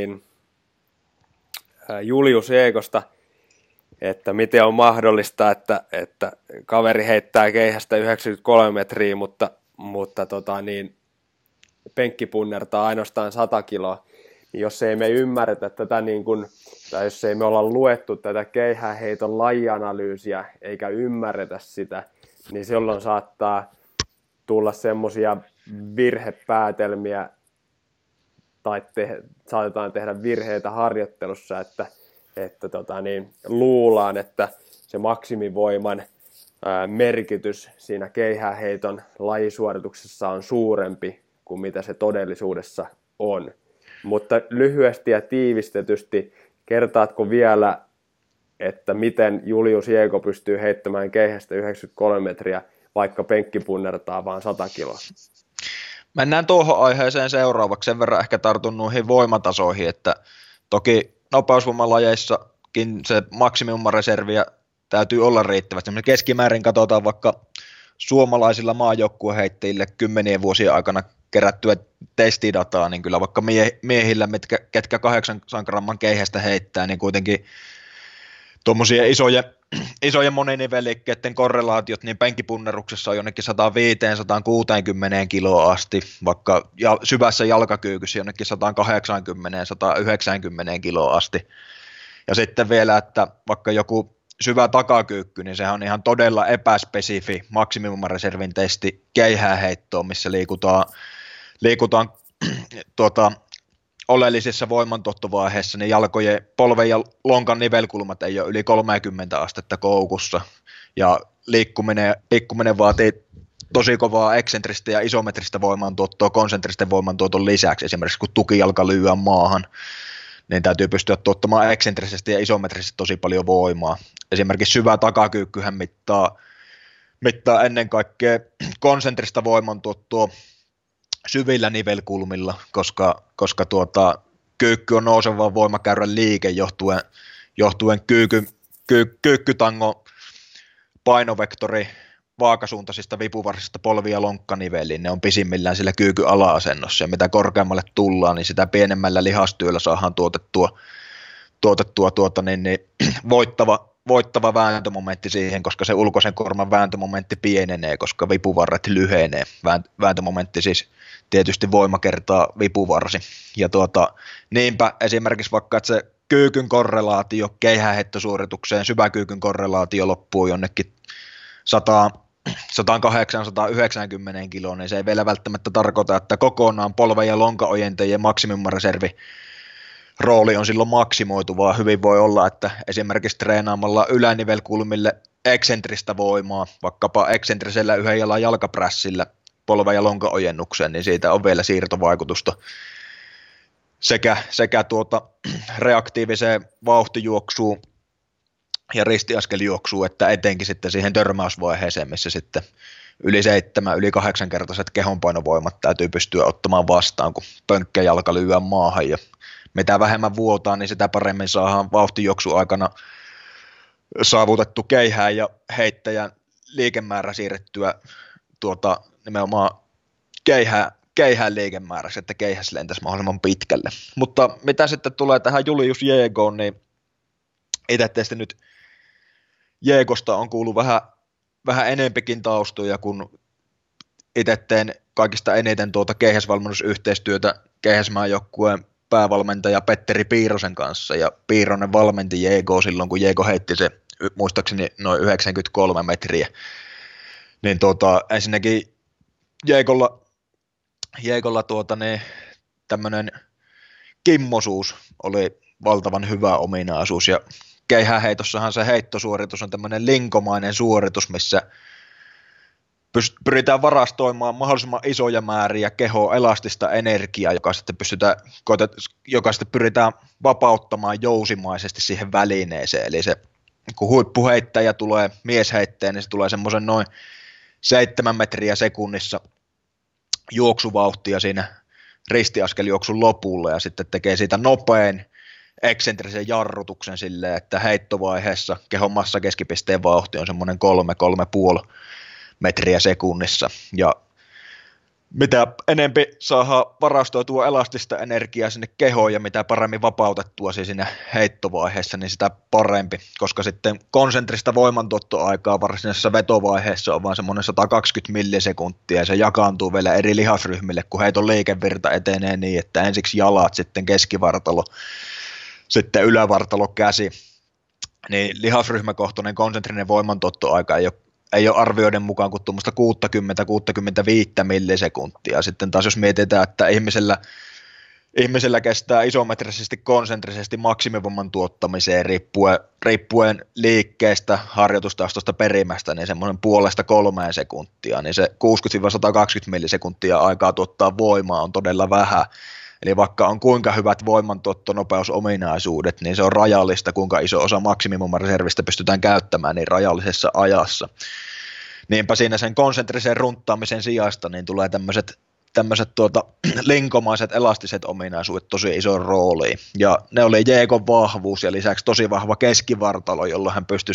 Julius Jeegosta, että miten on mahdollista, että kaveri heittää keihästä 93 metriä, mutta penkki punnertaa ainoastaan 100 kiloa. Niin jos ei me ymmärretä tätä, tai jos ei me olla luettu tätä keihäänheiton lajianalyysiä eikä ymmärretä sitä, niin silloin saattaa tulla semmoisia virhepäätelmiä tai saatetaan tehdä virheitä harjoittelussa, että luullaan, että se maksimivoiman merkitys siinä keihäänheiton lajisuorituksessa on suurempi kuin mitä se todellisuudessa on. Mutta lyhyesti ja tiivistetysti, kertaatko vielä, että miten Julius Jeego pystyy heittämään keihästä 93 metriä, vaikka penkki punnertaa vaan 100 kiloa? Mennään tuohon aiheeseen seuraavaksi. Sen verran ehkä tartun noihin voimatasoihin, että toki nopeusvoimalajeissakin se maksimumreserviä täytyy olla riittävästi. Me keskimäärin katsotaan vaikka suomalaisilla maajoukkueheittäjillä 10 vuosien aikana kerättyä testidataa, niin kyllä vaikka miehillä, ketkä 800 gramman keihästä heittää, niin kuitenkin tuommoisia isojen moninivelikkeiden korrelaatiot, niin penkipunneruksessa on jonnekin 105-160 kiloa asti, vaikka syvässä jalkakyykyssä jonnekin 180-190 kiloa asti. Ja sitten vielä, että vaikka joku syvä takakyykky, niin sehän on ihan todella epäspesifi maksimumreservin testi keihäänheittoon, missä liikutaan oleellisissa voimantuottovaiheissa, niin polven ja lonkan nivelkulmat ei ole yli 30 astetta koukussa, ja liikkuminen vaatii tosi kovaa eksentristä ja isometristä voimantuottoa konsentristen voimantuoton lisäksi, esimerkiksi kun tukijalka lyödään maahan, niin täytyy pystyä tuottamaan eksentrisesti ja isometrisesti tosi paljon voimaa. Esimerkiksi syvä takakyykkyhän mittaa ennen kaikkea konsentrista voimantuottoa syvillä nivelkulmilla, koska kyykky on nousevan voimakäyrän liike johtuen kyykkytangon painovektori vaakasuuntaisista vipuvarsista polvi- ja lonkkaniveliin. Ne on pisimmillään sillä kyykyn ala-asennossa, ja mitä korkeammalle tullaan, niin sitä pienemmällä lihastyöllä saadaan tuotettua voittava vääntömomentti siihen, koska se ulkoisen korman vääntömomentti pienenee, koska vipuvarret lyhenee. Vääntömomentti siis tietysti voima kertaa vipuvarsi. Ja niinpä esimerkiksi vaikka, että se kyykyn korrelaatio keihäänheittosuoritukseen, syväkyykyn korrelaatio loppuu jonnekin 108-190 kiloon, niin se ei vielä välttämättä tarkoita, että kokonaan polven ja lonkaojentajien maksimumreservi rooli on silloin maksimoitu, vaan hyvin voi olla, että esimerkiksi treenaamalla ylänivelkulmille eksentristä voimaa, vaikkapa eksentrisellä yhden jalan jalkaprässillä polven ja lonkaojennukseen, niin siitä on vielä siirtovaikutusta sekä reaktiiviseen vauhtijuoksuun ja ristiaskelijuoksuun, että etenkin sitten siihen törmäysvaiheeseen, missä sitten yli 7-8-kertaiset kehonpainovoimat täytyy pystyä ottamaan vastaan, kun pönkkä jalka lyödään maahan, ja mitä vähemmän vuotaa, niin sitä paremmin saadaan vauhtijuoksun aikana saavutettu keihään ja heittäjän liikemäärä siirrettyä nimenomaan keihään liikemääräksi, että keihäs lentäisi mahdollisimman pitkälle. Mutta mitä sitten tulee tähän Julius Jeegoon, niin itse teistä nyt Jeegosta on kuullut vähän enempikin taustoja, kun itse teen kaikista eniten keihäsvalmennusyhteistyötä Keihäsmaajoukkueen päävalmentaja Petteri Piirosen kanssa, ja Piironen valmenti Jeegoa silloin, kun Jeego heitti se muistaakseni noin 93 metriä. Niin ensinnäkin Jeegolla tämmöinen kimmosuus oli valtavan hyvä ominaisuus, ja keihäänheitossahan se heittosuoritus on tämmöinen linkomainen suoritus, missä pyritään varastoimaan mahdollisimman isoja määriä kehoa elastista energiaa, joka sitten pyritään vapauttamaan jousimaisesti siihen välineeseen. Eli se, kun huippuheittäjä tulee miesheittäjä, niin se tulee semmoisen noin 7 metriä sekunnissa juoksuvauhtia siinä ristiaskelijuoksun lopulle ja sitten tekee siitä nopein eksentrisen jarrutuksen silleen, että heittovaiheessa kehon massakeskipisteen vauhti on semmoinen 3-3,5 metriä sekunnissa ja mitä enempi saadaan varastoitua elastista energiaa sinne kehoon ja mitä paremmin vapautettua siinä heittovaiheessa, niin sitä parempi, koska sitten konsentrista voimantuottoaikaa varsinaisessa vetovaiheessa on vain semmoinen 120 millisekuntia ja se jakaantuu vielä eri lihasryhmille, kun heiton liikevirta etenee niin, että ensiksi jalat, sitten keskivartalo, sitten ylävartalo, käsi, niin lihasryhmäkohtainen konsentrinen voimantuottoaika ei ole arvioiden mukaan kuin tuommoista 60-65 millisekuntia. Sitten taas jos mietitään, että ihmisellä kestää isometrisesti konsentrisesti maksimivoiman tuottamiseen riippuen liikkeestä, harjoitustaustosta, perimästä, niin semmoinen 0,5-3 sekuntia, niin se 60-120 millisekuntia aikaa tuottaa voimaa on todella vähän. Eli vaikka on kuinka hyvät voimantuottonopeusominaisuudet, niin se on rajallista, kuinka iso osa maksimimomareservistä pystytään käyttämään niin rajallisessa ajassa. Niinpä siinä sen konsentrisen runttaamisen sijasta niin tulee tämmöiset linkomaiset elastiset ominaisuudet tosi iso rooliin. Ja ne oli Jeekon vahvuus ja lisäksi tosi vahva keskivartalo, jolloin hän pystyi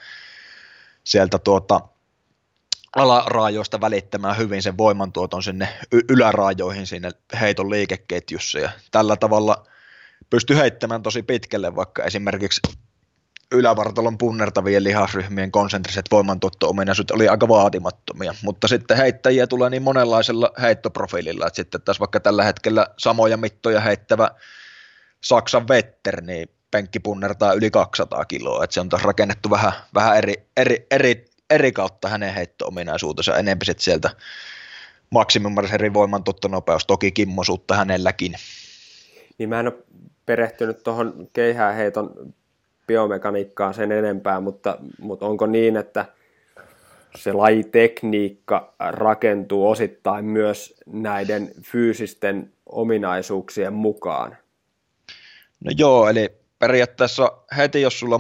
sieltä alaraajoista välittämään hyvin sen voimantuoton sinne yläraajoihin siinä heiton liikeketjussa ja tällä tavalla pystyi heittämään tosi pitkälle, vaikka esimerkiksi ylävartalon punnertavien lihasryhmien konsentriset voimantuotto-ominaisuudet oli aika vaatimattomia, mutta sitten heittäjiä tulee niin monenlaisella heittoprofiililla, että sitten taas vaikka tällä hetkellä samoja mittoja heittävä Saksan Vetter, niin penkki punnertaa yli 200 kiloa, että se on taas rakennettu vähän eri kautta hänen heitto-ominaisuutensa, enemmän sieltä maksimimarserin voimantuottonopeus, toki kimmosuutta hänelläkin. Niin mä en ole perehtynyt tuohon keihääheiton biomekaniikkaan sen enempää, mutta onko niin, että se lajitekniikka rakentuu osittain myös näiden fyysisten ominaisuuksien mukaan? No joo, eli periaatteessa heti jos sulla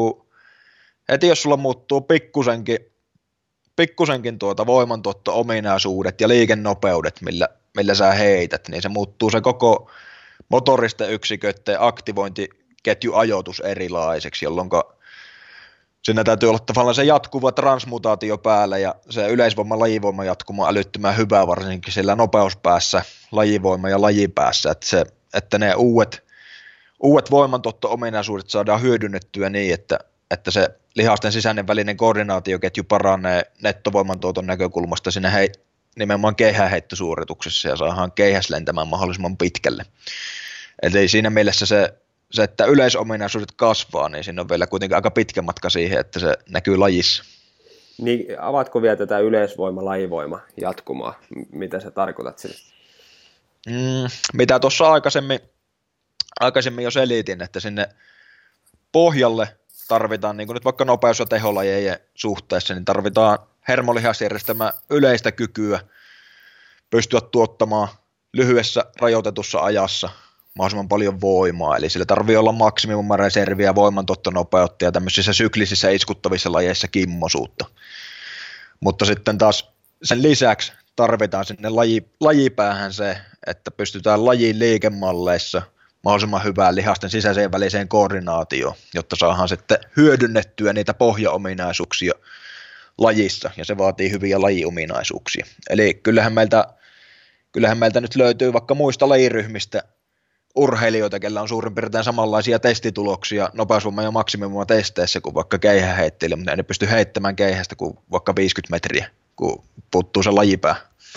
muuttuu pikkusenkin voimantuotto-ominaisuudet ja liikennopeudet, millä sä heität, niin se muuttuu se koko motoristen yksiköiden aktivointiketjuajoitus erilaiseksi, jolloin siinä täytyy olla tavallaan se jatkuva transmutaatio päällä ja se yleisvoima-lajivoima jatkumo älyttömän hyvä varsinkin sillä nopeuspäässä, lajivoima ja lajipäässä, että ne uudet voimantuotto-ominaisuudet saadaan hyödynnettyä niin, että se lihasten sisäinen välinen koordinaatioketju paranee nettovoimantuoton näkökulmasta siinä nimenomaan keihäheittosuorituksessa ja saadaan keihäs lentämään mahdollisimman pitkälle. Eli siinä mielessä se, että yleisominaisuudet kasvaa, niin siinä on vielä kuitenkin aika pitkä matka siihen, että se näkyy lajissa. Niin, avaatko vielä tätä yleisvoima-lajivoima jatkumaa? Mitä sä tarkoitat sillä? Mitä tuossa aikaisemmin jo selitin, että sinne pohjalle tarvitaan, niin kuin nyt vaikka nopeus- ja teholajien suhteessa, niin tarvitaan hermolihasjärjestelmän yleistä kykyä pystyä tuottamaan lyhyessä rajoitetussa ajassa mahdollisimman paljon voimaa, eli sillä tarvii olla maksimimumareserviä, voimantuottonopeutta ja tämmöisissä syklisissä iskuttavissa lajeissa kimmosuutta. Mutta sitten taas sen lisäksi tarvitaan sinne lajipäähän se, että pystytään lajin liikemalleissa mahdollisimman hyvään lihasten sisäiseen väliseen koordinaatioon, jotta saadaan sitten hyödynnettyä niitä pohjaominaisuuksia lajissa, ja se vaatii hyviä lajiominaisuuksia. Eli kyllähän meiltä nyt löytyy vaikka muista lajiryhmistä urheilijoita, kellä on suurin piirtein samanlaisia testituloksia nopeusvoima- ja maksimivoima testeissä kuin vaikka keihäheittäjillä, mutta ne pysty heittämään keihästä kuin vaikka 50 metriä, kun puuttuu se lajipää.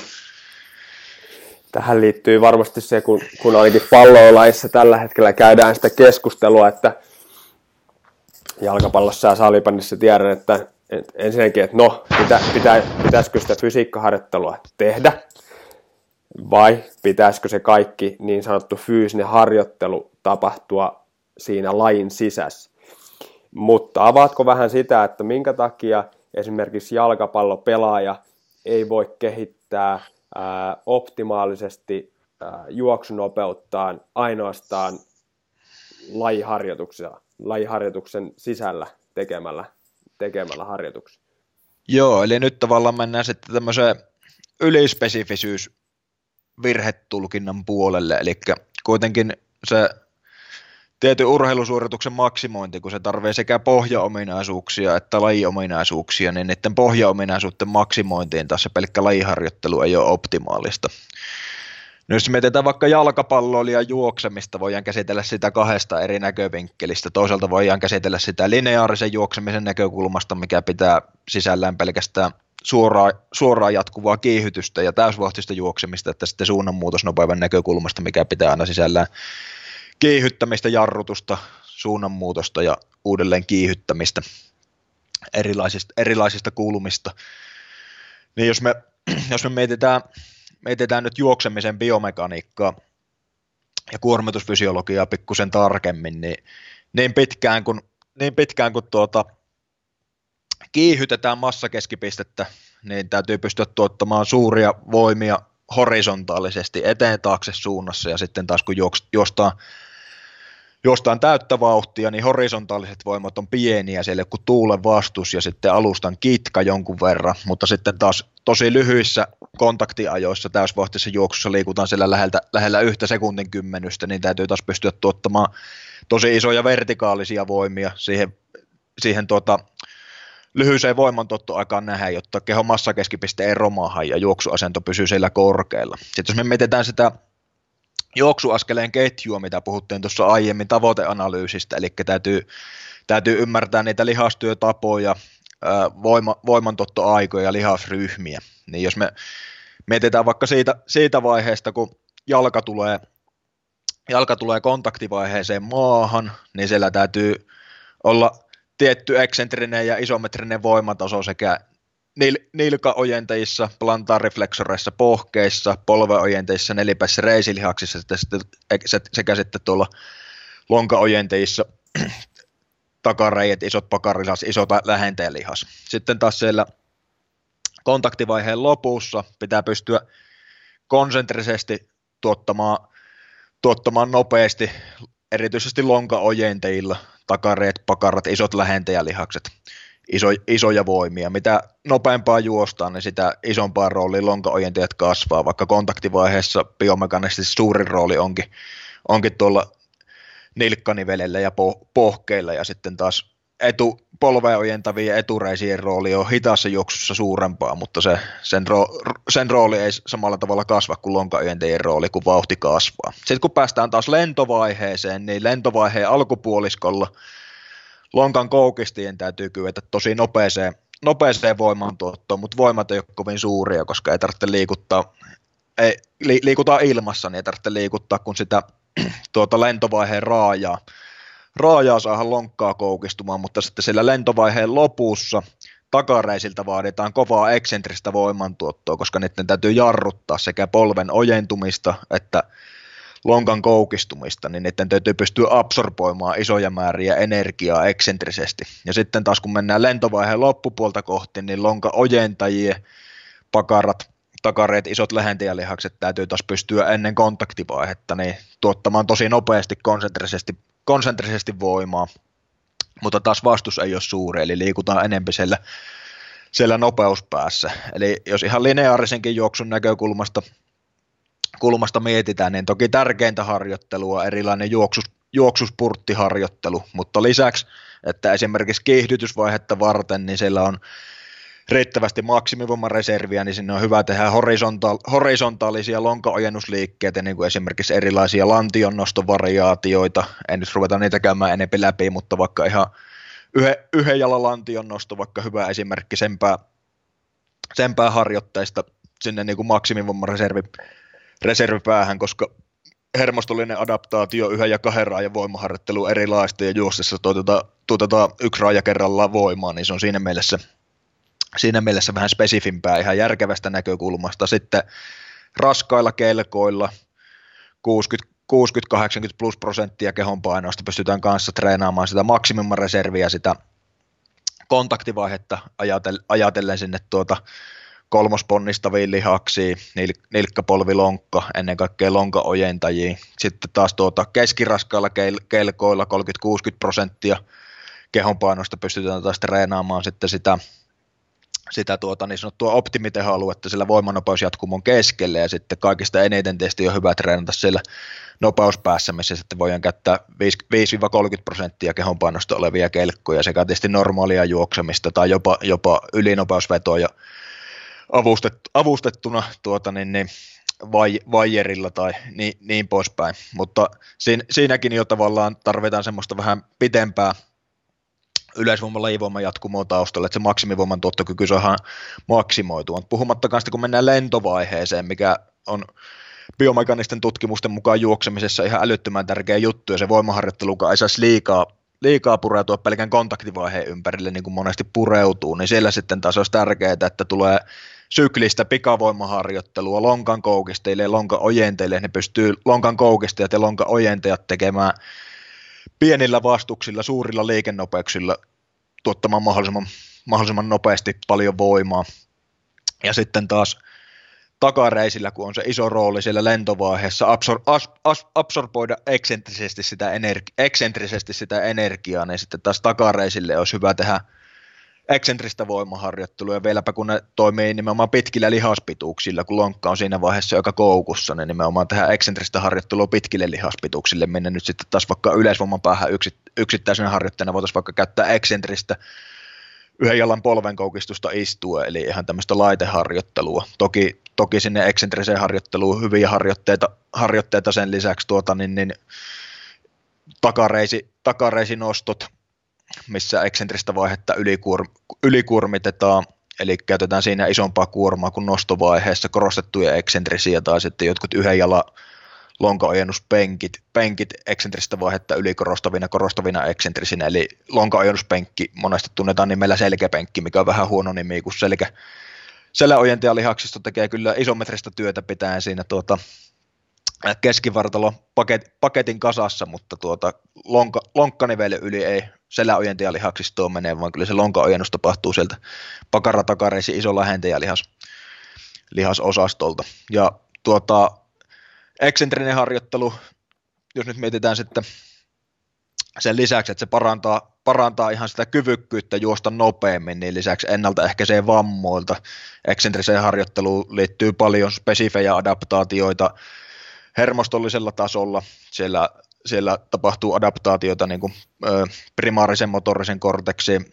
Tähän liittyy varmasti se, kun ainakin pallolajissa tällä hetkellä käydään sitä keskustelua, että jalkapallossa ja salibändissä tiedän, että ensinnäkin, että pitäisikö sitä fysiikkaharjoittelua tehdä, vai pitäisikö se kaikki niin sanottu fyysinen harjoittelu tapahtua siinä lajin sisässä. Mutta avaatko vähän sitä, että minkä takia esimerkiksi jalkapallopelaaja ei voi kehittää optimaalisesti juoksunopeuttaan ainoastaan lajiharjoituksen sisällä tekemällä harjoituksia. Joo, eli nyt tavallaan mennään sitten tämmöiseen ylispesifisyys virhetulkinnan puolelle, eli kuitenkin se tietyn urheilusuorituksen maksimointi, kun se tarvitsee sekä pohjaominaisuuksia että lajiominaisuuksia, niin niiden pohjaominaisuuden maksimointiin taas se pelkkä lajiharjoittelu ei ole optimaalista. No jos mietitään vaikka jalkapalloilijan juoksemista, voidaan käsitellä sitä kahdesta eri näkövinkkelistä. Toisaalta voidaan käsitellä sitä lineaarisen juoksemisen näkökulmasta, mikä pitää sisällään pelkästään suoraan jatkuvaa kiihytystä ja täysvauhtista juoksemista, että sitten suunnanmuutosnopeuden näkökulmasta, mikä pitää aina sisällään kiihyttämistä, jarrutusta, suunnanmuutosta ja uudelleen kiihyttämistä erilaisista kulmista. Niin jos me mietitään nyt juoksemisen biomekaniikkaa ja kuormitusfysiologiaa pikkusen tarkemmin, niin pitkään kun kiihytetään massakeskipistettä, niin täytyy pystyä tuottamaan suuria voimia horisontaalisesti eteen taakse suunnassa, ja sitten taas kun juostaan täyttä vauhtia, niin horisontaaliset voimat on pieniä, siellä kun tuulen vastus ja sitten alustan kitka jonkun verran, mutta sitten taas tosi lyhyissä kontaktiajoissa täysvauhtisessa juoksussa liikutaan siellä lähellä 1 sekuntin kymmenystä, niin täytyy taas pystyä tuottamaan tosi isoja vertikaalisia voimia siihen lyhyiseen voimantuottoaikaan nähdään, jotta kehon massakeskipiste ei romaha ja juoksuasento pysyy siellä korkealla. Sitten jos me mietitään sitä juoksuaskeleen ketjua, mitä puhuttiin tuossa aiemmin tavoiteanalyysistä, eli täytyy ymmärtää niitä lihastyötapoja, voimantuottoaikoja ja lihasryhmiä. Niin jos me mietitään vaikka siitä vaiheesta, kun jalka tulee kontaktivaiheeseen maahan, niin siellä täytyy olla tietty eksentrinen ja isometrinen voimataso sekä nilkaojentajissa, plantaarifleksoreissa, pohkeissa, polveojentajissa, nelipäissä reisilihaksissa sekä sitten tuolla lonkaojentajissa, takareijät, isot pakarilihas, isot lähenteelihas. Sitten taas siellä kontaktivaiheen lopussa pitää pystyä konsentrisesti tuottamaan nopeasti, erityisesti lonkaojentajilla, takareet, pakarat, isot lähentäjälihakset, isoja voimia. Mitä nopeampaa juostaan, niin sitä isompaa roolia lonkaojentajat kasvaa, vaikka kontaktivaiheessa biomekanisesti suurin rooli onkin tuolla nilkkanivelellä ja pohkeilla, ja sitten taas polvea ojentavien etureisien rooli on hitaassa juoksussa suurempaa, mutta sen rooli ei samalla tavalla kasva kuin lonkaojentajien rooli, kun vauhti kasvaa. Sitten kun päästään taas lentovaiheeseen, niin lentovaiheen alkupuoliskolla lonkan koukistien täytyy kyetä tosi nopeeseen voimantuottoon, mutta voimat ei ole kovin suuria, koska ei tarvitse liikutaan ilmassa, niin ei tarvitse liikuttaa kun sitä lentovaiheen raajaa saadaan lonkkaa koukistumaan, mutta sitten siellä lentovaiheen lopussa takareisiltä vaaditaan kovaa eksentristä voimantuottoa, koska niiden täytyy jarruttaa sekä polven ojentumista että lonkan koukistumista, niin niiden täytyy pystyä absorboimaan isoja määriä energiaa eksentrisesti. Ja sitten taas kun mennään lentovaiheen loppupuolta kohti, niin lonka ojentajien pakarat, takareet, isot lähentäjälihakset täytyy taas pystyä ennen kontaktivaihetta niin tuottamaan tosi nopeasti konsentrisesti voimaa, mutta taas vastus ei ole suuri, eli liikutaan enemmän siellä nopeuspäässä. Eli jos ihan lineaarisenkin juoksun näkökulmasta mietitään, niin toki tärkeintä harjoittelua erilainen juoksuspurttiharjoittelu, mutta lisäksi, että esimerkiksi kiihdytysvaihetta varten, niin siellä on riittävästi maksimivoimareserviä, niin sinne on hyvä tehdä horisontaalisia lonkaojennusliikkeitä, niin kuin esimerkiksi erilaisia lantionnustovariaatioita. En nyt ruveta niitä käymään enemmän läpi, mutta vaikka ihan yhden jalan lantionnosto, vaikka hyvä esimerkki senpää harjoitteista sinne niin kuin maksimivoimareservipäähän, koska hermostollinen adaptaatio yhden ja kahden raajan voimaharjoittelu erilaista ja juostessa tuotetaan yksi raaja kerrallaan voimaa, niin se on siinä mielessä vähän spesifimpää ihan järkevästä näkökulmasta. Sitten raskailla kelkoilla 60-80% kehon painosta pystytään kanssa treenaamaan sitä maksimimareserviä, sitä kontaktivaihetta ajatellen sinne kolmosponnistaviin lihaksiin, nilkkapolvi, lonkka, ennen kaikkea lonkaojentajiin. Sitten taas keskiraskailla kelkoilla 30-60% kehonpainosta pystytään taas treenaamaan sitten sitä niin sanottua optimitehoaluetta sillä voimanopeusjatkumon keskelle, ja sitten kaikista eniten tietysti on hyvä treenata siellä nopeuspäässä, missä sitten voidaan käyttää 5-30% kehonpainosta olevia kelkkoja sekä tietysti normaalia juoksemista tai jopa ylinopeusvetoja avustettuna vaijerilla tai niin poispäin, mutta siinäkin jo tavallaan tarvitaan semmoista vähän pitempää yleisvoiman lajivoiman jatkumoa taustalla, että se maksimivoiman tuottokyky saadaan maksimoitua. Puhumattakaan sitten, kun mennään lentovaiheeseen, mikä on biomekanisten tutkimusten mukaan juoksemisessa ihan älyttömän tärkeä juttu, ja se voimaharjoittelukaan ei saisi liikaa pureutua pelkän kontaktivaiheen ympärille, niin kuin monesti pureutuu, niin siellä sitten taas olisi tärkeää, että tulee syklistä pikavoimaharjoittelua lonkan koukistajille ja lonkan ojentajille, ne pystyy lonkan koukistajat ja lonkan ojentajat tekemään pienillä vastuksilla, suurilla liikennopeuksilla tuottamaan mahdollisimman nopeasti paljon voimaa. Ja sitten taas takareisillä, kun on se iso rooli siellä lentovaiheessa, absorboida eksentrisesti sitä energiaa, niin sitten taas takareisille olisi hyvä tehdä eksentristä voimaharjoittelua, ja vieläpä kun ne toimii nimenomaan pitkillä lihaspituuksilla, kun lonkka on siinä vaiheessa joka koukussa, niin nimenomaan tehdä eksentristä harjoittelua pitkille lihaspituuksille, minne nyt sitten taas vaikka yleisvoiman päähän yksittäisenä harjoittajana voitaisiin vaikka käyttää eksentristä yhden jalan polvenkoukistusta istuen, eli ihan tämmöistä laiteharjoittelua. Toki sinne eksentriseen harjoitteluun hyviä harjoitteita sen lisäksi takareisinostot, missä eksentristä vaihetta ylikuormitetaan, eli käytetään siinä isompaa kuormaa kuin nostovaiheessa, korostettuja eksentrisiä tai sitten jotkut yhden jalan lonkaojennuspenkit eksentristä vaihetta korostavina eksentrisinä, eli lonkaojennuspenkki monesti tunnetaan nimellä selkäpenkki, mikä on vähän huono nimi, kun selkäojentajalihaksisto tekee kyllä isometristä työtä pitäen siinä keskivartalo paketin kasassa, mutta lonkkanivelin yli ei seläojentajalihaksis menee, vaan kyllä se lonkaojennus tapahtuu sieltä pakara-takareisi iso lähentäjälihasosastolta. Ja eksentrinen harjoittelu, jos nyt mietitään sitten sen lisäksi, että se parantaa ihan sitä kyvykkyyttä juosta nopeammin, niin lisäksi ennaltaehkäisee vammoilta. Eksentriseen harjoitteluun liittyy paljon spesifejä adaptaatioita hermostollisella tasolla. Siellä tapahtuu adaptaatioita niin kuin primaarisen motorisen korteksin,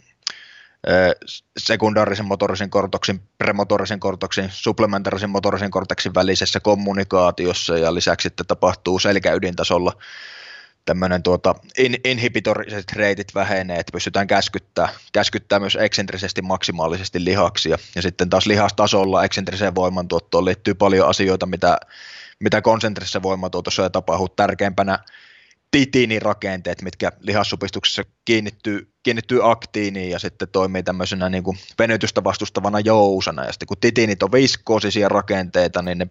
sekundaarisen motorisen korteksin, premotorisen korteksin, supplementaarisen motorisen korteksin välisessä kommunikaatiossa, ja lisäksi sitten tapahtuu selkäydintasolla tämmöinen inhibitoriset reitit vähenee, että pystytään käskyttää myös eksentrisesti maksimaalisesti lihaksia, ja sitten taas lihastasolla eksentriseen voimantuottoon liittyy paljon asioita, mitä konsentrisessa voimantuotossa ei tapahdu, tärkeimpänä titiinirakenteet, mitkä lihassupistuksessa kiinnittyy aktiiniin ja sitten toimii tämmöisenä niin kuin venytystä vastustavana jousana, ja sitten kun titiinit on viskoosisia rakenteita, niin ne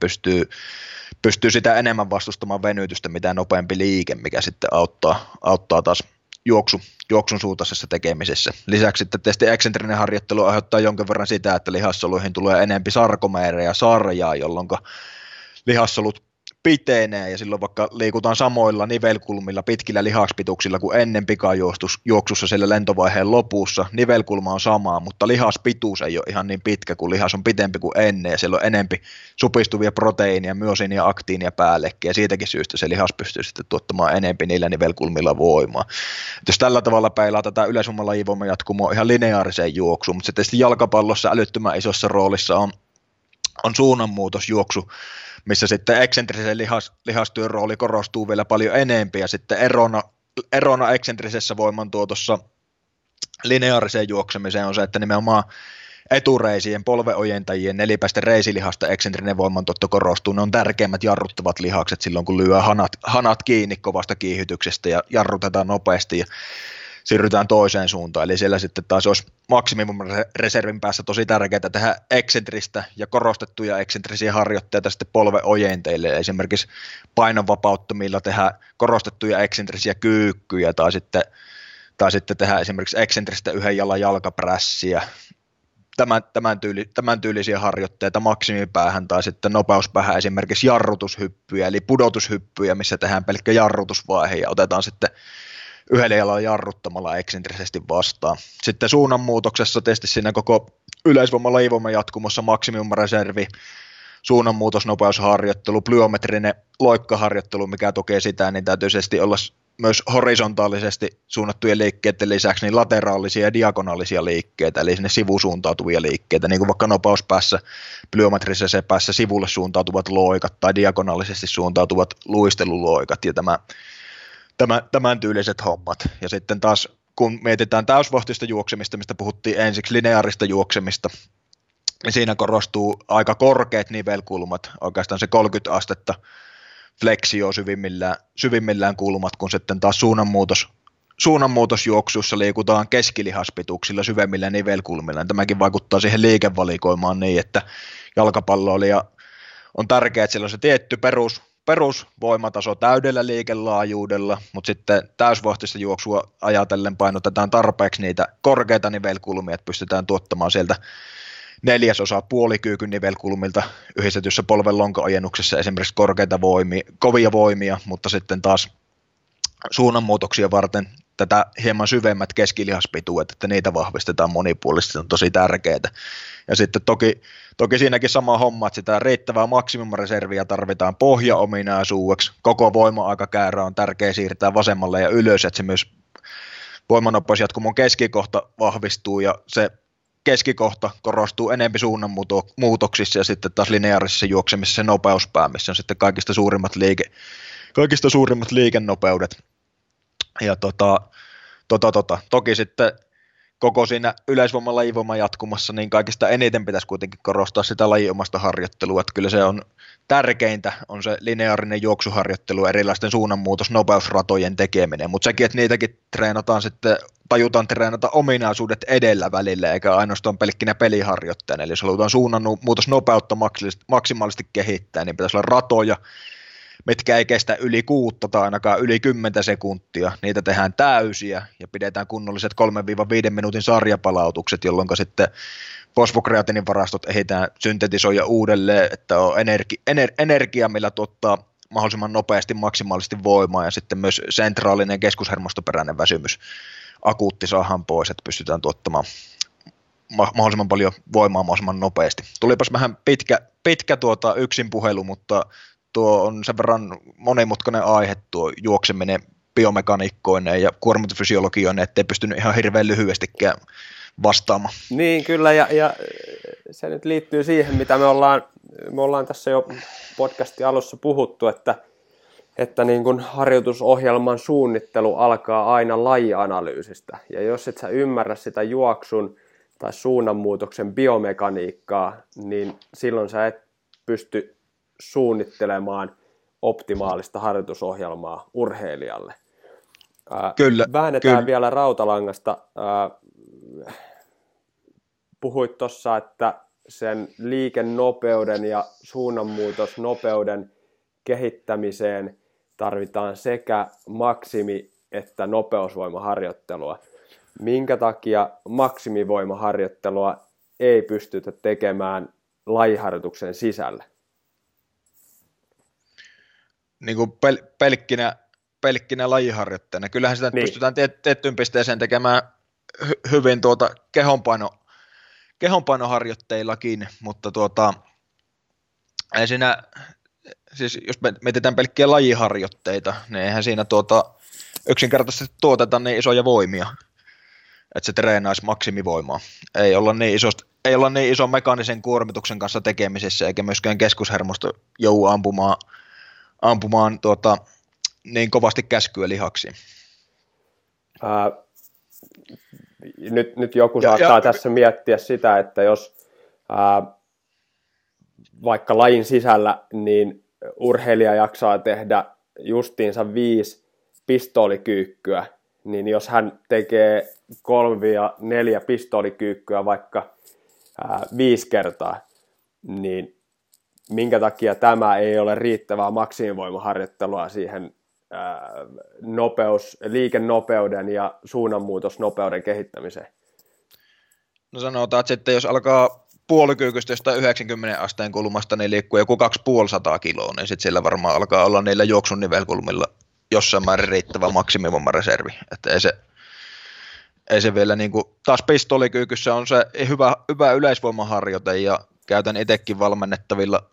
pystyy sitä enemmän vastustamaan venytystä, mitä nopeampi liike, mikä sitten auttaa taas juoksun suuntaisessa tekemisessä. Lisäksi sitten tietysti eksentrinen harjoittelu aiheuttaa jonkin verran sitä, että lihassoluihin tulee enempi sarkomeereja sarjaa, jolloin lihassolut pitenee, ja silloin vaikka liikutaan samoilla nivelkulmilla pitkillä lihakspituuksilla kuin ennen pikajuoksussa siellä lentovaiheen lopussa, nivelkulma on sama, mutta lihaspituus ei ole ihan niin pitkä, kun lihas on pitempi kuin ennen, ja siellä on enempi supistuvia proteiinia, myosiinia ja aktiinia päällekin, ja siitäkin syystä se lihas pystyy sitten tuottamaan enempi niillä nivelkulmilla voimaa. Et jos tällä tavalla peilaa tätä yleisvoiman lajivoiman jatkumoa ihan lineaariseen juoksuun, mutta sitten tietysti jalkapallossa älyttömän isossa roolissa on suunnanmuutosjuoksu, missä sitten eksentrisen lihastyön rooli korostuu vielä paljon enemmän, ja sitten erona eksentrisessä voimantuotossa lineaariseen juoksemiseen on se, että nimenomaan etureisien, polveojentajien, nelipäisten reisilihasta eksentrinen voimantuotto korostuu. Ne on tärkeimmät jarruttavat lihakset silloin, kun lyö hanat kiinni kovasta kiihytyksestä ja jarrutetaan nopeasti ja siirrytään toiseen suuntaan. Eli siellä sitten taas olisi maksimum-reservin päässä tosi tärkeää tehdä eksentristä ja korostettuja eksentrisiä harjoitteita sitten polveojenteille. Esimerkiksi painonvapauttamilla tehdä korostettuja eksentrisiä kyykkyjä tai sitten tehdä esimerkiksi eksentristä yhden jalan jalkaprässiä tämän tyylisiä harjoitteita maksimipäähän tai sitten nopeuspäähän esimerkiksi jarrutushyppyjä eli pudotushyppyjä, missä tehdään pelkkä jarrutusvaihe ja otetaan sitten yhdellä jalalla jarruttamalla eksentrisesti vastaan. Sitten suunnanmuutoksessa tietysti siinä koko yleisvoima-lajivoima jatkumossa maksimumreservi, suunnanmuutosnopeusharjoittelu, plyometrinen loikkaharjoittelu, mikä tukee sitä, niin täytyy olla myös horisontaalisesti suunnattujen liikkeiden lisäksi niin lateraalisia ja diagonaalisia liikkeitä, eli sinne sivusuuntautuvia liikkeitä, niin kuin vaikka nopeuspäässä, plyometrisessä päässä sivulle suuntautuvat loikat tai diagonaalisesti suuntautuvat luisteluloikat ja tämän tyyliset hommat. Ja sitten taas, kun mietitään täysvauhtista juoksemista, mistä puhuttiin ensiksi lineaarista juoksemista, niin siinä korostuu aika korkeat nivelkulmat, oikeastaan se 30 astetta fleksio syvimmillään kulmat, kun sitten taas suunnanmuutosjuoksussa liikutaan keskilihaspituuksilla syvemmillä nivelkulmilla. Tämäkin vaikuttaa siihen liikevalikoimaan niin, että jalkapalloilija on tärkeää, että sillä on se tietty perusvoimataso täydellä liikelaajuudella, mutta sitten täysvauhtista juoksua ajatellen painotetaan tarpeeksi niitä korkeita nivelkulmia, että pystytään tuottamaan sieltä 1/4 puolikyykyn nivelkulmilta yhdistetyssä polven lonka-ojennuksessa esimerkiksi kovia voimia, mutta sitten taas suunnanmuutoksia varten tätä hieman syvemmät keskilihaspituudet, että niitä vahvistetaan monipuolisesti, on tosi tärkeää. Ja sitten toki siinäkin sama homma, että sitä riittävää maksimumreserviä tarvitaan pohjaominaisuudeksi. Koko voima-aikakäyrä on tärkeä siirtää vasemmalle ja ylös, että se myös voimanopeusjatkumon keskikohta vahvistuu ja se keskikohta korostuu enemmän suunnanmuutoksissa ja sitten taas lineaarisessa juoksemisessa se nopeuspää, missä on sitten kaikista suurimmat liikennopeudet. Ja toki sitten koko siinä yleisvoiman lajivoiman jatkumassa, niin kaikista eniten pitäisi kuitenkin korostaa sitä lajiomasta harjoittelua, että kyllä se on tärkeintä, on se lineaarinen juoksuharjoittelu, erilaisten suunnanmuutosnopeusratojen tekeminen, mutta sekin, että niitäkin tajutaan treenata ominaisuudet edellä välillä, eikä ainoastaan pelkkinä peliharjoittajana, eli jos halutaan suunnanmuutosnopeutta maksimaalisesti kehittää, niin pitäisi olla ratoja, mitkä ei kestä yli 6 tai ainakaan yli 10 sekuntia. Niitä tehdään täysiä ja pidetään kunnolliset 3-5 minuutin sarjapalautukset, jolloin sitten fosfokreatiinin varastot ehditään syntetisoida uudelleen, että on energia, millä tuottaa mahdollisimman nopeasti maksimaalisesti voimaa ja sitten myös sentraalinen keskushermostoperäinen väsymys akuutti saadaan pois, että pystytään tuottamaan mahdollisimman paljon voimaa mahdollisimman nopeasti. Tulipas vähän pitkä yksin puhelu, mutta tuo on sen verran monimutkainen aihe tuo juokseminen biomekaniikkoineen ja kuormitusfysiologioineen, ettei pystynyt ihan hirveän lyhyestikään vastaamaan. Niin kyllä, ja se nyt liittyy siihen, mitä me ollaan tässä jo podcastin alussa puhuttu, että niin kun harjoitusohjelman suunnittelu alkaa aina lajianalyysistä. Ja jos et sä ymmärrä sitä juoksun tai suunnanmuutoksen biomekaniikkaa, niin silloin sä et pysty suunnittelemaan optimaalista harjoitusohjelmaa urheilijalle. Väännetään vielä rautalangasta. Puhuit tuossa, että sen liikennopeuden ja suunnanmuutosnopeuden kehittämiseen tarvitaan sekä maksimi- että nopeusvoimaharjoittelua. Minkä takia maksimivoimaharjoittelua ei pystytä tekemään lajiharjoituksen sisällä? Niin kuin pelkkinä lajiharjoittajana. Kyllähän sitä pystytään tiettyyn pisteeseen tekemään hyvin kehonpainoharjoitteillakin, mutta ei siinä, siis jos mietitään pelkkiä lajiharjoitteita, niin eihän siinä yksinkertaisesti tuoteta niin isoja voimia, että se treenaisi maksimivoimaa. Ei olla niin ison mekaanisen kuormituksen kanssa tekemisissä, eikä myöskään keskushermosto joudu ampumaan niin kovasti käskyä lihaksiin. Nyt joku saattaa tässä miettiä sitä, että jos vaikka lajin sisällä niin urheilija jaksaa tehdä justiinsa 5 pistoolikyykkyä, niin jos hän tekee 3-4 pistoolikyykkyä vaikka 5 kertaa, niin minkä takia tämä ei ole riittävää maksimivoimaharjoittelua siihen liikennopeuden ja suunnanmuutosnopeuden kehittämiseen? No sanotaan, että sitten jos alkaa puolikyykystä jostain 90 asteen kulmasta, niin liikkuu joku 250 kiloa, niin sitten siellä varmaan alkaa olla niillä juoksun nivelkulmilla jossain määrin riittävä maksimivoimareservi. Että ei se vielä niin kuin, taas pistolikyykyssä on se hyvä yleisvoimaharjoite ja käytän itsekin valmennettavilla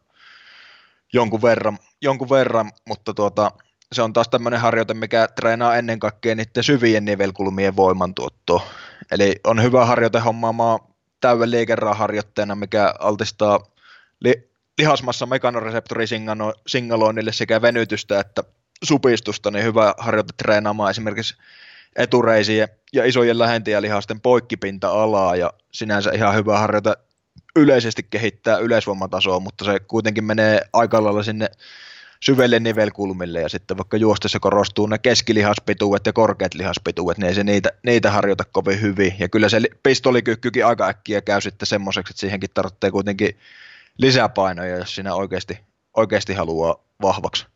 jonkun verran, mutta se on taas tämmöinen harjoite, mikä treenaa ennen kaikkea niiden syvien nivelkulmien voimantuottoa. Eli on hyvä harjoite hommaamaan täyden liikeraharjoitteena, mikä altistaa lihasmassa mekanoreseptorisignaloinnille sekä venytystä että supistusta, niin hyvä harjoite treenaamaan esimerkiksi etureisien ja isojen lähentijälihasten poikkipinta-alaa, ja sinänsä ihan hyvä harjoite yleisesti kehittää yleisvoimatasoa, mutta se kuitenkin menee aika lailla sinne syvelle nivelkulmille, ja sitten vaikka juostessa korostuu ne keskilihaspituudet ja korkeat lihaspituudet, niin ei se niitä harjoita kovin hyvin, ja kyllä se pistolikyykkykin aika äkkiä käy sitten semmoiseksi, että siihenkin tarvitsee kuitenkin lisäpainoja, jos siinä oikeasti haluaa vahvaksi.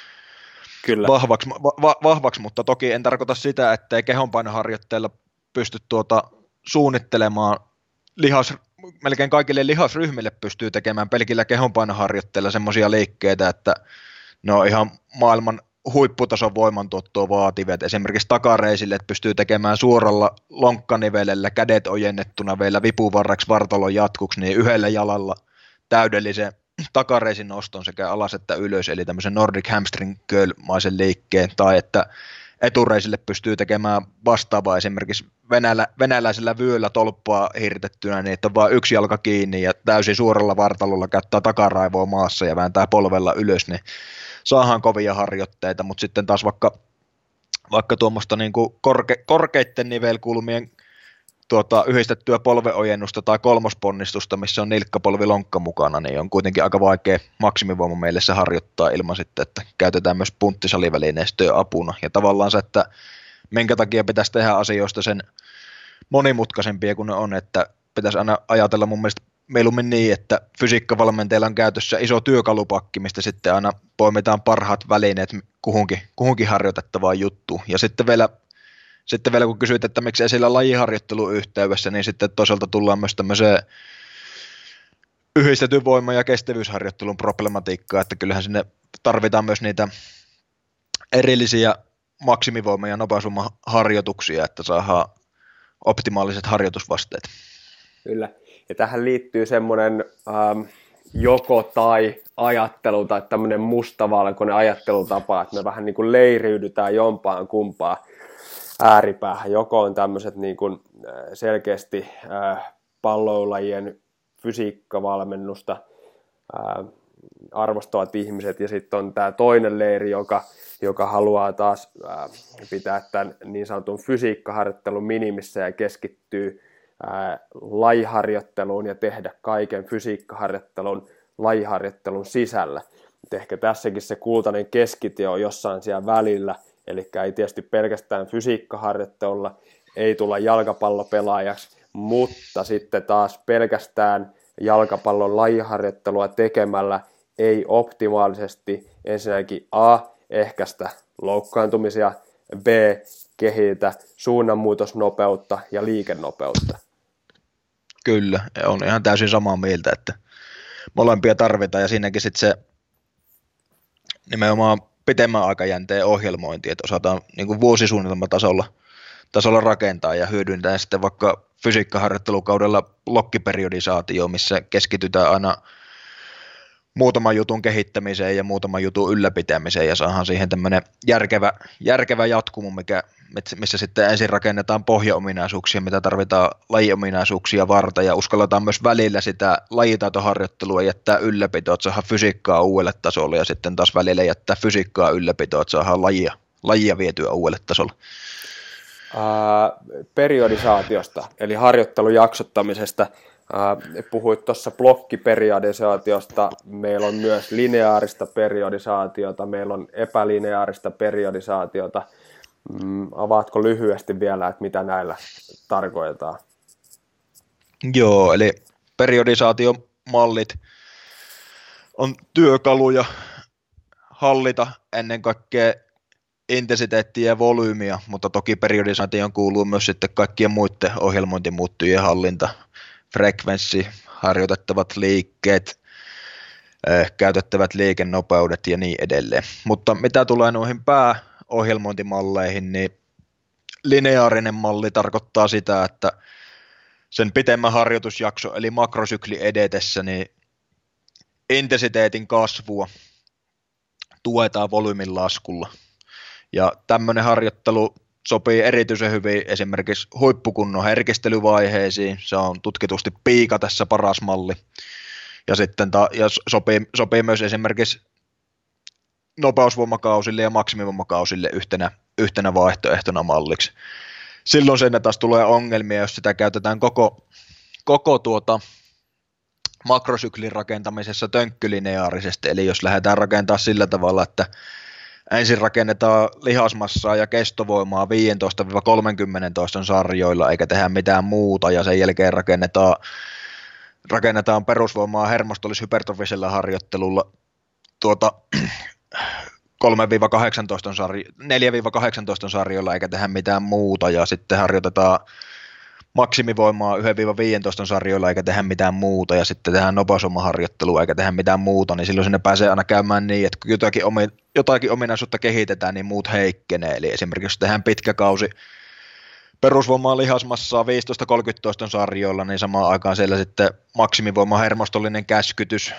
Kyllä. Vahvaksi, mutta toki en tarkoita sitä, ettei kehonpainoharjoitteella pysty suunnittelemaan melkein kaikille lihasryhmille pystyy tekemään pelkillä kehonpainoharjoitteilla semmoisia liikkeitä, että ne on ihan maailman huipputason voimantuottoa vaativat. Esimerkiksi takareisille, että pystyy tekemään suoralla lonkkanivelellä kädet ojennettuna vielä vipuvarreksi vartalon jatkuksi, niin yhdellä jalalla täydellisen takareisin noston sekä alas että ylös, eli tämmöisen Nordic hamstring curl-maisen liikkeen, tai että etureisille pystyy tekemään vastaavaa esimerkiksi venäläisellä vyöllä tolppaa hirtettynä, niin että on vain yksi jalka kiinni ja täysin suoralla vartalolla käyttää takaraivoa maassa ja vääntää polvella ylös, niin saadaan kovia harjoitteita, mutta sitten taas vaikka tuommoista niin kuin korkeitten nivelkulmien yhdistettyä polveojennusta tai kolmosponnistusta, missä on nilkkapolvilonkka mukana, niin on kuitenkin aika vaikea maksimivoima meille se harjoittaa ilman sitten, että käytetään myös punttisalivälineistöä apuna. Ja tavallaan se, että minkä takia pitäisi tehdä asioista sen monimutkaisempia kuin ne on, että pitäisi aina ajatella mun mielestä mieluummin niin, että fysiikkavalmenteilla on käytössä iso työkalupakki, mistä sitten aina poimitaan parhaat välineet kuhunkin harjoitettavaan juttuun. Ja sitten vielä kun kysyit, että miksi ei sillä lajiharjoittelun yhteydessä, niin sitten toisaalta tullaan myös tämmöiseen yhdistetyn voima- ja kestävyysharjoittelun problematiikkaa, että kyllähän sinne tarvitaan myös niitä erillisiä maksimivoima- ja nopeusvoimaharjoituksia, että saadaan optimaaliset harjoitusvasteet. Kyllä, ja tähän liittyy semmoinen joko tai ajattelu tai tämmöinen mustavalkoinen ajattelutapa, että me vähän niin kuin leiriydytään jompaan kumpaan ääripäähän. Joko on tämmöiset niin kuin selkeästi palloilajien fysiikkavalmennusta arvostavat ihmiset, ja sitten on tämä toinen leiri, joka haluaa taas pitää tämän niin sanotun fysiikkaharjoittelun minimissä ja keskittyy lajiharjoitteluun ja tehdä kaiken fysiikkaharjoittelun lajiharjoittelun sisällä. Et ehkä tässäkin se kultainen keskitie on jossain siellä välillä, eli ei tietysti pelkästään fysiikkaharjoittelulla, ei tulla jalkapallopelaajaksi, mutta sitten taas pelkästään jalkapallon lajiharjoittelua tekemällä ei optimaalisesti ensinnäkin A, ehkäistä loukkaantumisia, B, kehitä suunnanmuutosnopeutta ja liikennopeutta. Kyllä, on ihan täysin samaa mieltä, että molempia tarvitaan, ja siinäkin sitten se nimenomaan pitemmän aikajänteen ohjelmointi, että osataan niin kuin vuosisuunnitelmatasolla rakentaa ja hyödyntää sitten vaikka fysiikkaharjoittelukaudella blokkiperiodisaatio, missä keskitytään aina muutaman jutun kehittämiseen ja muutaman jutun ylläpitämiseen ja saadaan siihen tämmöinen järkevä jatkumo, missä sitten ensin rakennetaan pohjaominaisuuksia, mitä tarvitaan lajiominaisuuksia varten, ja uskalletaan myös välillä sitä lajitaitoharjoittelua jättää ylläpitoa, että saadaan fysiikkaa uudelle tasolle, ja sitten taas välillä jättää fysiikkaa ylläpitoa, että saadaan lajia vietyä uudelle tasolle. Periodisaatiosta, eli harjoittelun jaksottamisesta. Puhuit tuossa blokkiperiodisaatiosta, meillä on myös lineaarista periodisaatiota, meillä on epälineaarista periodisaatiota. Avaatko lyhyesti vielä, että mitä näillä tarkoitetaan? Joo, eli periodisaatiomallit on työkaluja hallita ennen kaikkea intensiteettiä ja volyymiä, mutta toki periodisaatioon kuuluu myös sitten kaikkien muiden ohjelmointimuuttujien hallinta. frekvenssi, harjoitettavat liikkeet, käytettävät liikennopeudet ja niin edelleen. Mutta mitä tulee noihin pääohjelmointimalleihin, niin lineaarinen malli tarkoittaa sitä, että sen pitemmän harjoitusjakso eli makrosykli edetessä, niin intensiteetin kasvua tuetaan volyymin laskulla. Ja tämmöinen harjoittelu sopii erityisen hyvin esimerkiksi huippukunnon herkistelyvaiheisiin. Se on tutkitusti piika tässä paras malli. Ja sitten sopii myös esimerkiksi nopeusvoimakausille ja maksimivoimakausille yhtenä vaihtoehtona malliksi. Silloin sen taas tulee ongelmia, jos sitä käytetään koko makrosyklin rakentamisessa tönkkylineaarisesti. Eli jos lähdetään rakentamaan sillä tavalla, että ensin rakennetaan lihasmassaa ja kestovoimaa 15-30 toiston sarjoilla eikä tehdä mitään muuta ja sen jälkeen rakennetaan perusvoimaa hermostollis-hypertrofisella harjoittelulla 4-18 sarjoilla eikä tehdä mitään muuta ja sitten harjoitetaan maksimivoimaa 1-15 sarjoilla eikä tehdä mitään muuta ja sitten tehdään nopeusvoimaharjoittelua eikä tehdä mitään muuta, niin silloin sinne pääsee aina käymään niin, että kun jotakin ominaisuutta kehitetään, niin muut heikkenee. Eli esimerkiksi jos tehdään pitkä kausi perusvoimaa lihasmassaa 15-30 toiston sarjoilla, niin samaan aikaan siellä sitten maksimivoima hermostollinen käskytys,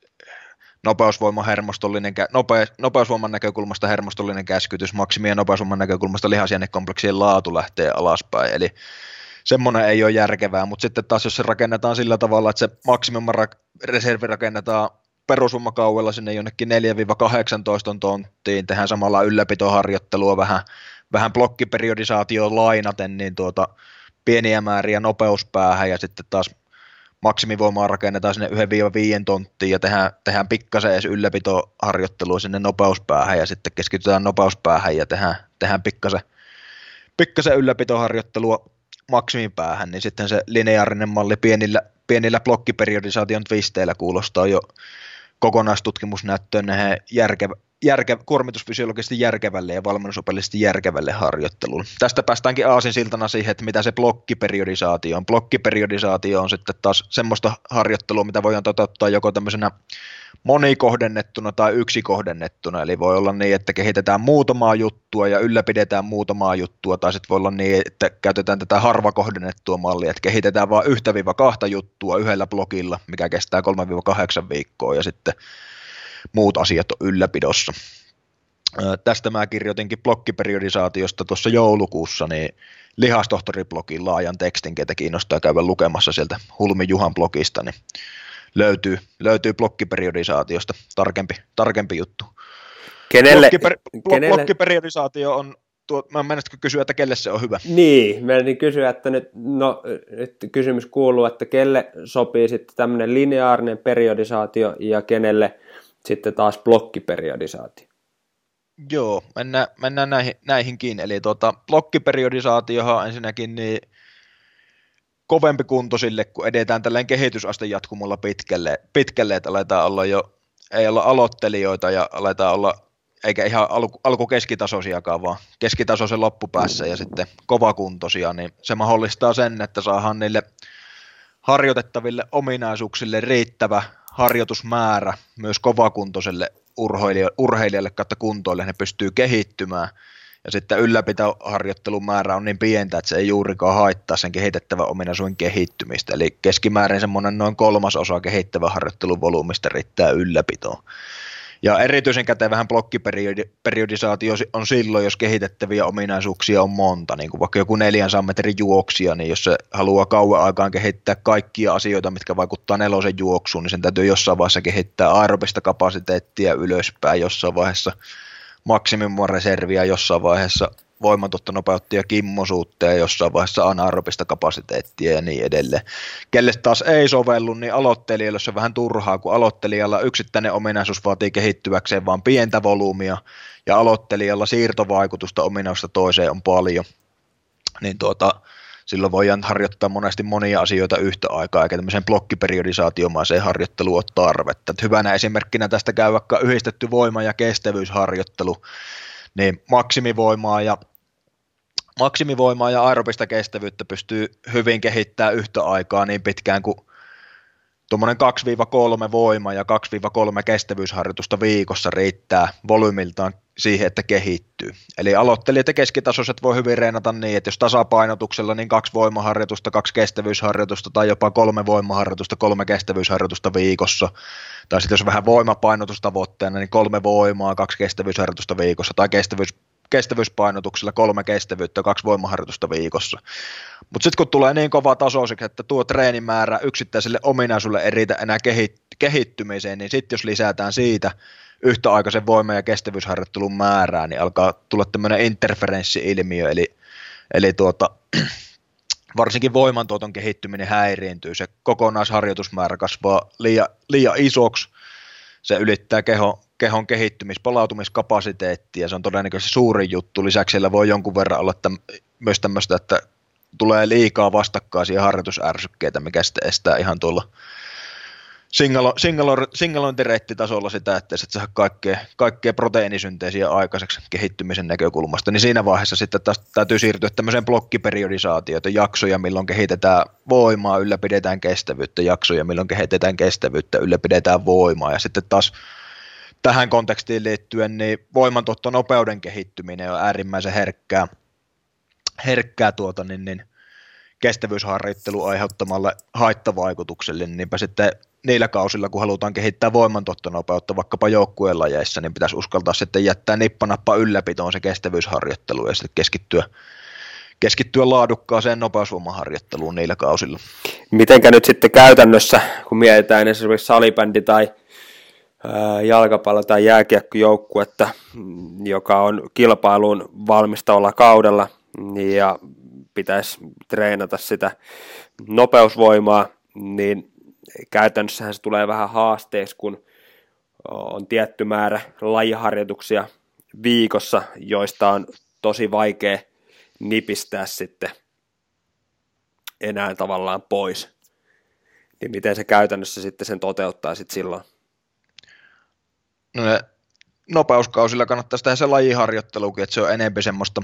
nopeusvoiman näkökulmasta hermostollinen käskytys, maksimi- ja nopeusvoiman näkökulmasta lihasjännekompleksien laatu lähtee alaspäin, eli semmoinen ei ole järkevää, mutta sitten taas jos se rakennetaan sillä tavalla, että se maksimum-reservi rakennetaan perusvoimakauella sinne jonnekin 4-18 tonttiin, tehdään samalla ylläpitoharjoittelua vähän blokkiperiodisaatioon lainaten, niin pieniä määriä nopeuspäähän ja sitten taas maksimivoimaa rakennetaan sinne 1-5 tonttiin ja tehdään pikkasen edes ylläpitoharjoittelua sinne nopeuspäähän ja sitten keskitytään nopeuspäähän ja tehdään pikkasen ylläpitoharjoittelua maksimipäähän, niin sitten se lineaarinen malli pienillä blokkiperiodisaation twisteillä kuulostaa jo kokonaistutkimusnäyttöön nähdään kuormitusfysiologisesti järkevälle ja valmennusopillisesti järkevälle harjoittelulle. Tästä päästäänkin aasinsiltana siihen, että mitä se blokkiperiodisaatio on. Blokkiperiodisaatio on sitten taas semmoista harjoittelua, mitä voidaan toteuttaa joko tämmöisenä monikohdennettuna tai yksikkohdennettuna, eli voi olla niin, että kehitetään muutamaa juttua ja ylläpidetään muutamaa juttua, tai sitten voi olla niin, että käytetään tätä harvakohdennettua mallia, että kehitetään vain 1-2 juttua yhdellä blokilla, mikä kestää 3-8 viikkoa, ja sitten muut asiat on ylläpidossa. Tästä mä kirjoitinkin blokkiperiodisaatiosta tuossa joulukuussa, niin lihastohtoriblogin laajan tekstin, ketä kiinnostaa käydä lukemassa sieltä Hulmi Juhan blogista, niin löytyy blokkiperiodisaatiosta tarkempi juttu. Blokkiperiodisaatio on, mä menisikö kysyä, että kelle se on hyvä? Niin, menin kysyä, että nyt kysymys kuuluu, että kelle sopii sitten tämmöinen lineaarinen periodisaatio ja kenelle sitten taas blokkiperiodisaatio. Joo, mennään näihinkin. Eli blokkiperiodisaatiohan on ensinnäkin niin kovempi kuntoisille, kun edetään tällainen kehitysaste jatkumolla pitkälle, että aletaan olla ei olla aloittelijoita ja aletaan olla, eikä ihan alkukeskitasoisiakaan, vaan keskitasoisen loppupäässä ja sitten kovakuntoisia, niin se mahdollistaa sen, että saadaan niille harjoitettaville ominaisuuksille riittävä harjoitusmäärä myös kovakuntoiselle urheilijalle kautta kuntoille, ne pystyy kehittymään. Ja sitten ylläpitoharjoittelun määrä on niin pientä, että se ei juurikaan haittaa sen kehitettävän ominaisuuden kehittymistä. Eli keskimäärin semmoinen noin 1/3 kehittävän harjoittelun volyymista riittää ylläpitoon. Ja erityisen kätevähän blokkiperiodisaatio on silloin, jos kehitettäviä ominaisuuksia on monta, niin kuin vaikka joku 400 metrin juoksija, niin jos se haluaa kauan aikaan kehittää kaikkia asioita, mitkä vaikuttaa 4 juoksuun, niin sen täytyy jossain vaiheessa kehittää aerobista kapasiteettia ylöspäin, jossain vaiheessa maksimumreserviä, jossain vaiheessa voimatonta nopeutta ja kimmosuutta ja jossain vaiheessa anaerobista kapasiteettia ja niin edelleen. Kelle taas ei sovellu, niin aloittelijalle se on vähän turhaa, kun aloittelijalla yksittäinen ominaisuus vaatii kehittyväkseen vaan pientä volyymia ja aloittelijalla siirtovaikutusta ominaisuudesta toiseen on paljon. Niin silloin voidaan harjoittaa monesti monia asioita yhtä aikaa, eikä tämmöiseen blokkiperiodisaatiomaiseen harjoitteluun ole tarvetta. Et hyvänä esimerkkinä tästä käy vaikka yhdistetty voima- ja kestävyysharjoittelu, niin maksimivoimaa ja maksimivoimaa ja aerobista kestävyyttä pystyy hyvin kehittämään yhtä aikaa niin pitkään kuin tuommoinen 2-3 voima ja 2-3 kestävyysharjoitusta viikossa riittää volyymiltaan siihen, että kehittyy. Eli aloittelijat ja keskitasoiset voi hyvin reenata niin, että jos tasapainotuksella, niin 2 voimaharjoitusta, 2 kestävyysharjoitusta tai jopa 3 voimaharjoitusta, 3 kestävyysharjoitusta viikossa. Tai sitten jos vähän voimapainotustavoitteena, niin 3 voimaa, 2 kestävyysharjoitusta viikossa tai kestävyyspainotuksella 3 kestävyyttä ja 2 voimaharjoitusta viikossa. Mutta sitten kun tulee niin kova tasoiseksi, että tuo treenimäärä yksittäiselle ominaisuudelle ei riitä enää kehittymiseen, niin sitten jos lisätään siitä yhtäaikaisen voima- ja kestävyysharjoittelun määrää, niin alkaa tulla tämmöinen interferenssi-ilmiö, eli varsinkin voimantuoton kehittyminen häiriintyy, se kokonaisharjoitusmäärä kasvaa liian isoksi, se ylittää kehon palautumiskapasiteettia, se on todennäköisesti suurin juttu. Lisäksi siellä voi jonkun verran olla myös tämmöistä, että tulee liikaa vastakkaisia harjoitusärsykkeitä, mikä sitten estää ihan tuolla singalointireittitasolla sitä, että et saa kaikkea proteiinisynteesiä aikaiseksi kehittymisen näkökulmasta, niin siinä vaiheessa sitten taas täytyy siirtyä tämmöiseen blokkiperiodisaatioon, jaksoja, milloin kehitetään voimaa, ylläpidetään kestävyyttä, jaksoja, milloin kehitetään kestävyyttä, ylläpidetään voimaa, ja sitten taas tähän kontekstiin liittyen, niin voimantuottonopeuden kehittyminen on äärimmäisen herkkää kestävyysharjoittelun aiheuttamalle haittavaikutukselle, niin niinpä sitten niillä kausilla, kun halutaan kehittää voimantuottonopeutta vaikkapa joukkueen lajeissa, niin pitäisi uskaltaa sitten jättää nippanappa ylläpitoon se kestävyysharjoittelu ja sitten keskittyä laadukkaaseen nopeusvoimaharjoitteluun niillä kausilla. Mitenkä nyt sitten käytännössä, kun mietitään esimerkiksi salibändi tai jalkapallo- tai jääkiekkojoukkuetta, joka on kilpailuun valmistavalla kaudella, niin ja pitäisi treenata sitä nopeusvoimaa, niin käytännössähän se tulee vähän haasteeksi, kun on tietty määrä lajiharjoituksia viikossa, joista on tosi vaikea nipistää sitten enää tavallaan pois. Niin miten se käytännössä sitten sen toteuttaa sitten silloin? No nopeuskausilla kannattaisi tehdä se lajiharjoittelukin, että se on enemmän semmoista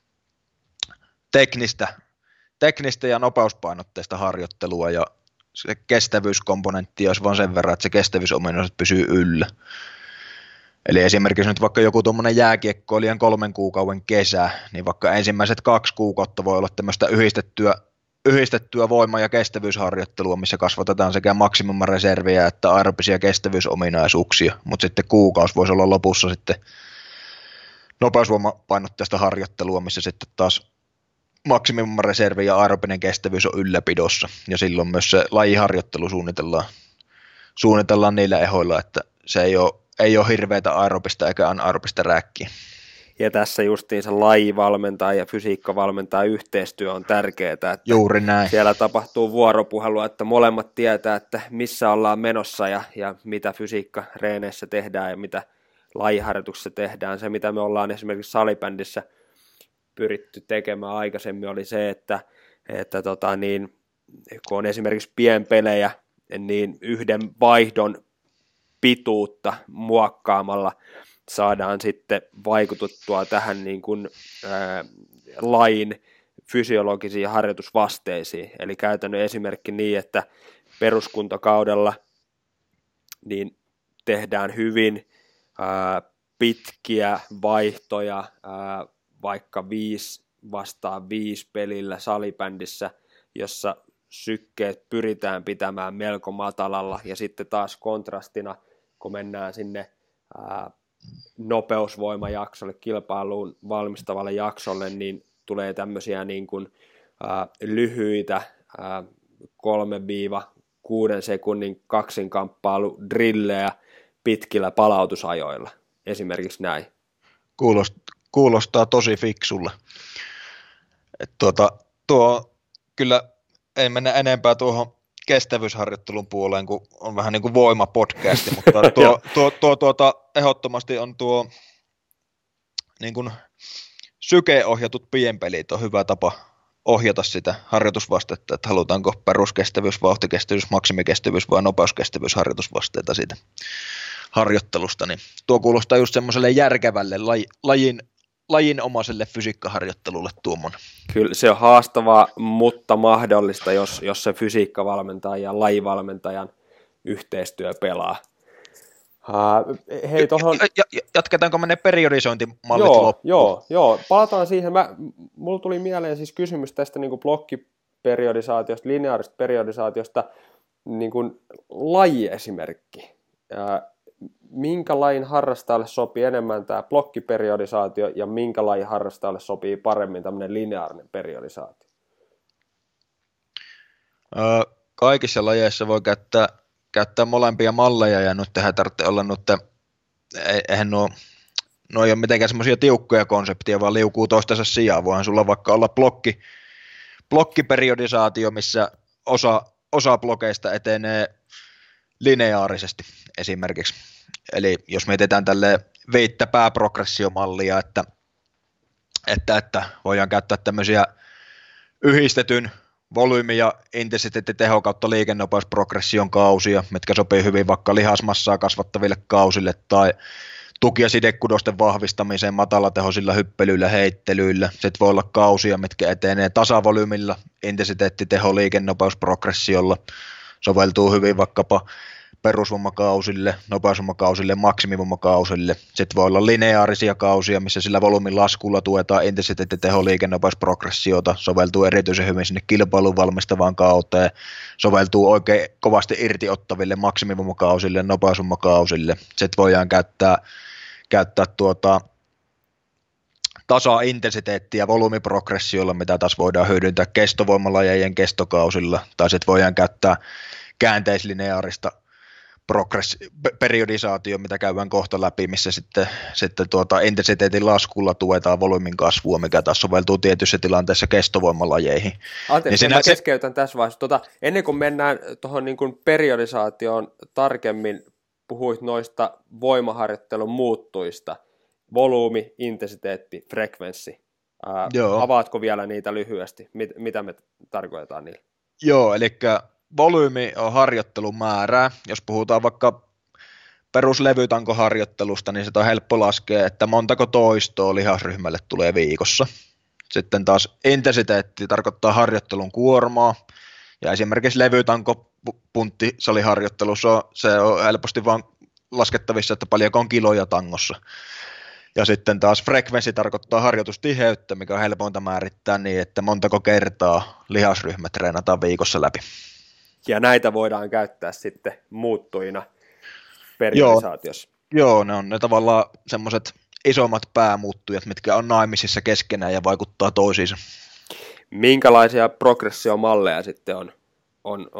teknistä ja nopeuspainotteista harjoittelua, ja se kestävyyskomponentti olisi vaan sen verran, että se kestävyysominaisuudet pysyy yllä. Eli esimerkiksi nyt vaikka joku tuommoinen jääkiekkoilijan 3 kuukauden kesä, niin vaikka ensimmäiset 2 kuukautta voi olla tämmöistä yhdistettyä voima- ja kestävyysharjoittelua, missä kasvatetaan sekä maksimumreserviä että aerobisia kestävyysominaisuuksia, mutta sitten kuukausi voisi olla lopussa sitten nopeusvoimapainotteista harjoittelua, missä sitten taas maksimumreservi ja aerobinen kestävyys on ylläpidossa, ja silloin myös se lajiharjoittelu suunnitellaan niillä ehoilla, että se ei ole hirveätä aerobista eikä anaerobista rääkkiä. Ja tässä justiin se lajivalmentaja ja fysiikkavalmentaja yhteistyö on tärkeää, että juuri näin. Siellä tapahtuu vuoropuhelua, että molemmat tietää, että missä ollaan menossa ja mitä fysiikkareeneissä tehdään ja mitä lajiharjoituksessa tehdään. Se, mitä me ollaan esimerkiksi salibändissä pyritty tekemään aikaisemmin, oli se, että kun on esimerkiksi pienpelejä, niin yhden vaihdon pituutta muokkaamalla saadaan sitten vaikututtua tähän niin kuin, lajin fysiologisiin harjoitusvasteisiin. Eli käytännön esimerkki niin, että peruskuntokaudella niin tehdään hyvin pitkiä vaihtoja, vaikka 5 vastaan 5 pelillä salibändissä, jossa sykkeet pyritään pitämään melko matalalla, ja sitten taas kontrastina, kun mennään sinne nopeusvoimajaksolle, kilpailuun valmistavalle jaksolle, niin tulee tämmöisiä niin kuin, lyhyitä 3-6 sekunnin kaksinkamppailu-drillejä pitkillä palautusajoilla, esimerkiksi näin. Kuulostaa tosi fiksulle. Tuo kyllä ei mennä enempää tuohon kestävyysharjoittelun puoleen, kun on vähän niin kuin voimapodcasti, mutta ehdottomasti on tuo niin kuin sykeohjatut pienpelit on hyvä tapa ohjata sitä harjoitusvastetta, että halutaanko peruskestävyys, vauhtikestävyys, maksimikestävyys vai nopeuskestävyys harjoitusvasteita siitä harjoittelusta, niin tuo kuulostaa just semmoiselle järkevälle lajin lajinomaiselle fysiikkaharjoittelulle tuommoinen. Kyllä se on haastavaa, mutta mahdollista, jos se fysiikkavalmentajan ja lajivalmentajan yhteistyö pelaa. Hei, jatketaanko me ne periodisointimallit loppuun? Joo. Palataan siihen. Mulla tuli mieleen siis kysymys tästä niin kuin blokkiperiodisaatiosta, lineaarista periodisaatiosta, niin kuin lajiesimerkki. Minkä lajin harrastajalle sopii enemmän tämä blokkiperiodisaatio ja minkä lajin harrastajalle sopii paremmin tämmöinen lineaarinen periodisaatio? Kaikissa lajeissa voi käyttää molempia malleja ja nyt ei tarvitse olla eihän nuo ei ole mitenkään semmoisia tiukkoja konsepteja, vaan liukuu toistensa sijaan. Voihan sulla vaikka olla blokkiperiodisaatio, missä osa blokeista etenee lineaarisesti esimerkiksi. Eli jos mietitään tälle 5 pääprogressiomallia, että voidaan käyttää tämmöisiä yhdistetyn volyymi- ja intensiteettiteho kautta liikennopeusprogression kausia, mitkä sopii hyvin vaikka lihasmassaa kasvattaville kausille tai tuki- ja sidekudosten vahvistamiseen matalatehoisilla hyppelyillä, heittelyillä. Sitten voi olla kausia, mitkä etenee tasavolyymilla, intensiteettiteho liikennopeusprogressiolla, soveltuu hyvin vaikkapa perusvoimakausille, nopeusvoimakausille, maksimivomakausille. Sitten voi olla lineaarisia kausia, missä sillä volyymin laskulla tuetaan intensiteettiteho liikennopeusprogressiota, soveltuu erityisen hyvin sinne kilpailun valmistavaan kauteen, soveltuu oikein kovasti irtiottaville maksimivomakausille, nopeusvomakausille. Sitten voidaan käyttää tasa-intensiteettiä volyymiprogressiolla, mitä taas voidaan hyödyntää kestovoimalajejen kestokausilla, tai sitten voidaan käyttää käänteislineaarista periodisaatio, mitä käydään kohta läpi, missä sitten intensiteetin laskulla tuetaan volyymin kasvua, mikä taas soveltuu tietyissä tilanteissa kestovoimalajeihin. Anteeksi, mä keskeytän tässä vaiheessa. Ennen kuin mennään tuohon niin kuin periodisaatioon tarkemmin, puhuit noista voimaharjoittelun muuttuista, volyymi, intensiteetti, frekvenssi. Avaatko vielä niitä lyhyesti? Mitä me tarkoitetaan niillä? Joo, eli volyymi on harjoittelun määrää. Jos puhutaan vaikka peruslevytankoharjoittelusta, niin sitä on helppo laskea, että montako toistoa lihasryhmälle tulee viikossa. Sitten taas intensiteetti tarkoittaa harjoittelun kuormaa. Ja esimerkiksi levytankopunttisaliharjoittelussa se on helposti vaan laskettavissa, että paljonko on kiloja tangossa. Ja sitten taas frekvenssi tarkoittaa harjoitustiheyttä, mikä on helpointa määrittää niin, että montako kertaa lihasryhmä treenataan viikossa läpi. Ja näitä voidaan käyttää sitten muuttujina periodisaatiossa. Joo, ne on ne tavallaan semmoiset isommat päämuuttujat, mitkä on naimisissa keskenään ja vaikuttaa toisiinsa. Minkälaisia progressiomalleja sitten on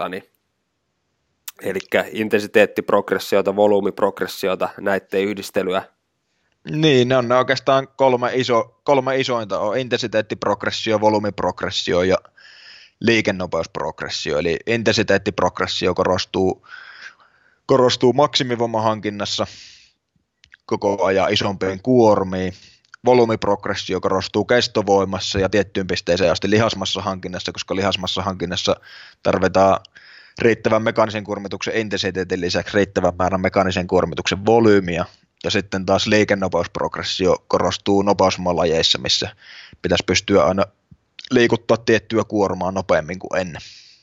eli intensiteettiprogressiota, volyymiprogressiota, näiden yhdistelyä? Niin, ne on oikeastaan kolme isointa on intensiteettiprogressio, volyymiprogressio ja liikennopeusprogressio. Eli intensiteettiprogressio korostuu maksimivoimahankinnassa koko ajan isompiin kuormiin. Volyymiprogressio korostuu kestovoimassa ja tiettyyn pisteeseen asti lihasmassahankinnassa, koska lihasmassahankinnassa tarvitaan riittävän mekaanisen kuormituksen intensiteetin lisäksi riittävän määrän mekaanisen kuormituksen volyymiä. Ja sitten taas liikennopeusprogressio korostuu nopeusmalajeissa, missä pitäisi pystyä aina liikuttaa tiettyä kuormaa nopeammin kuin ennen.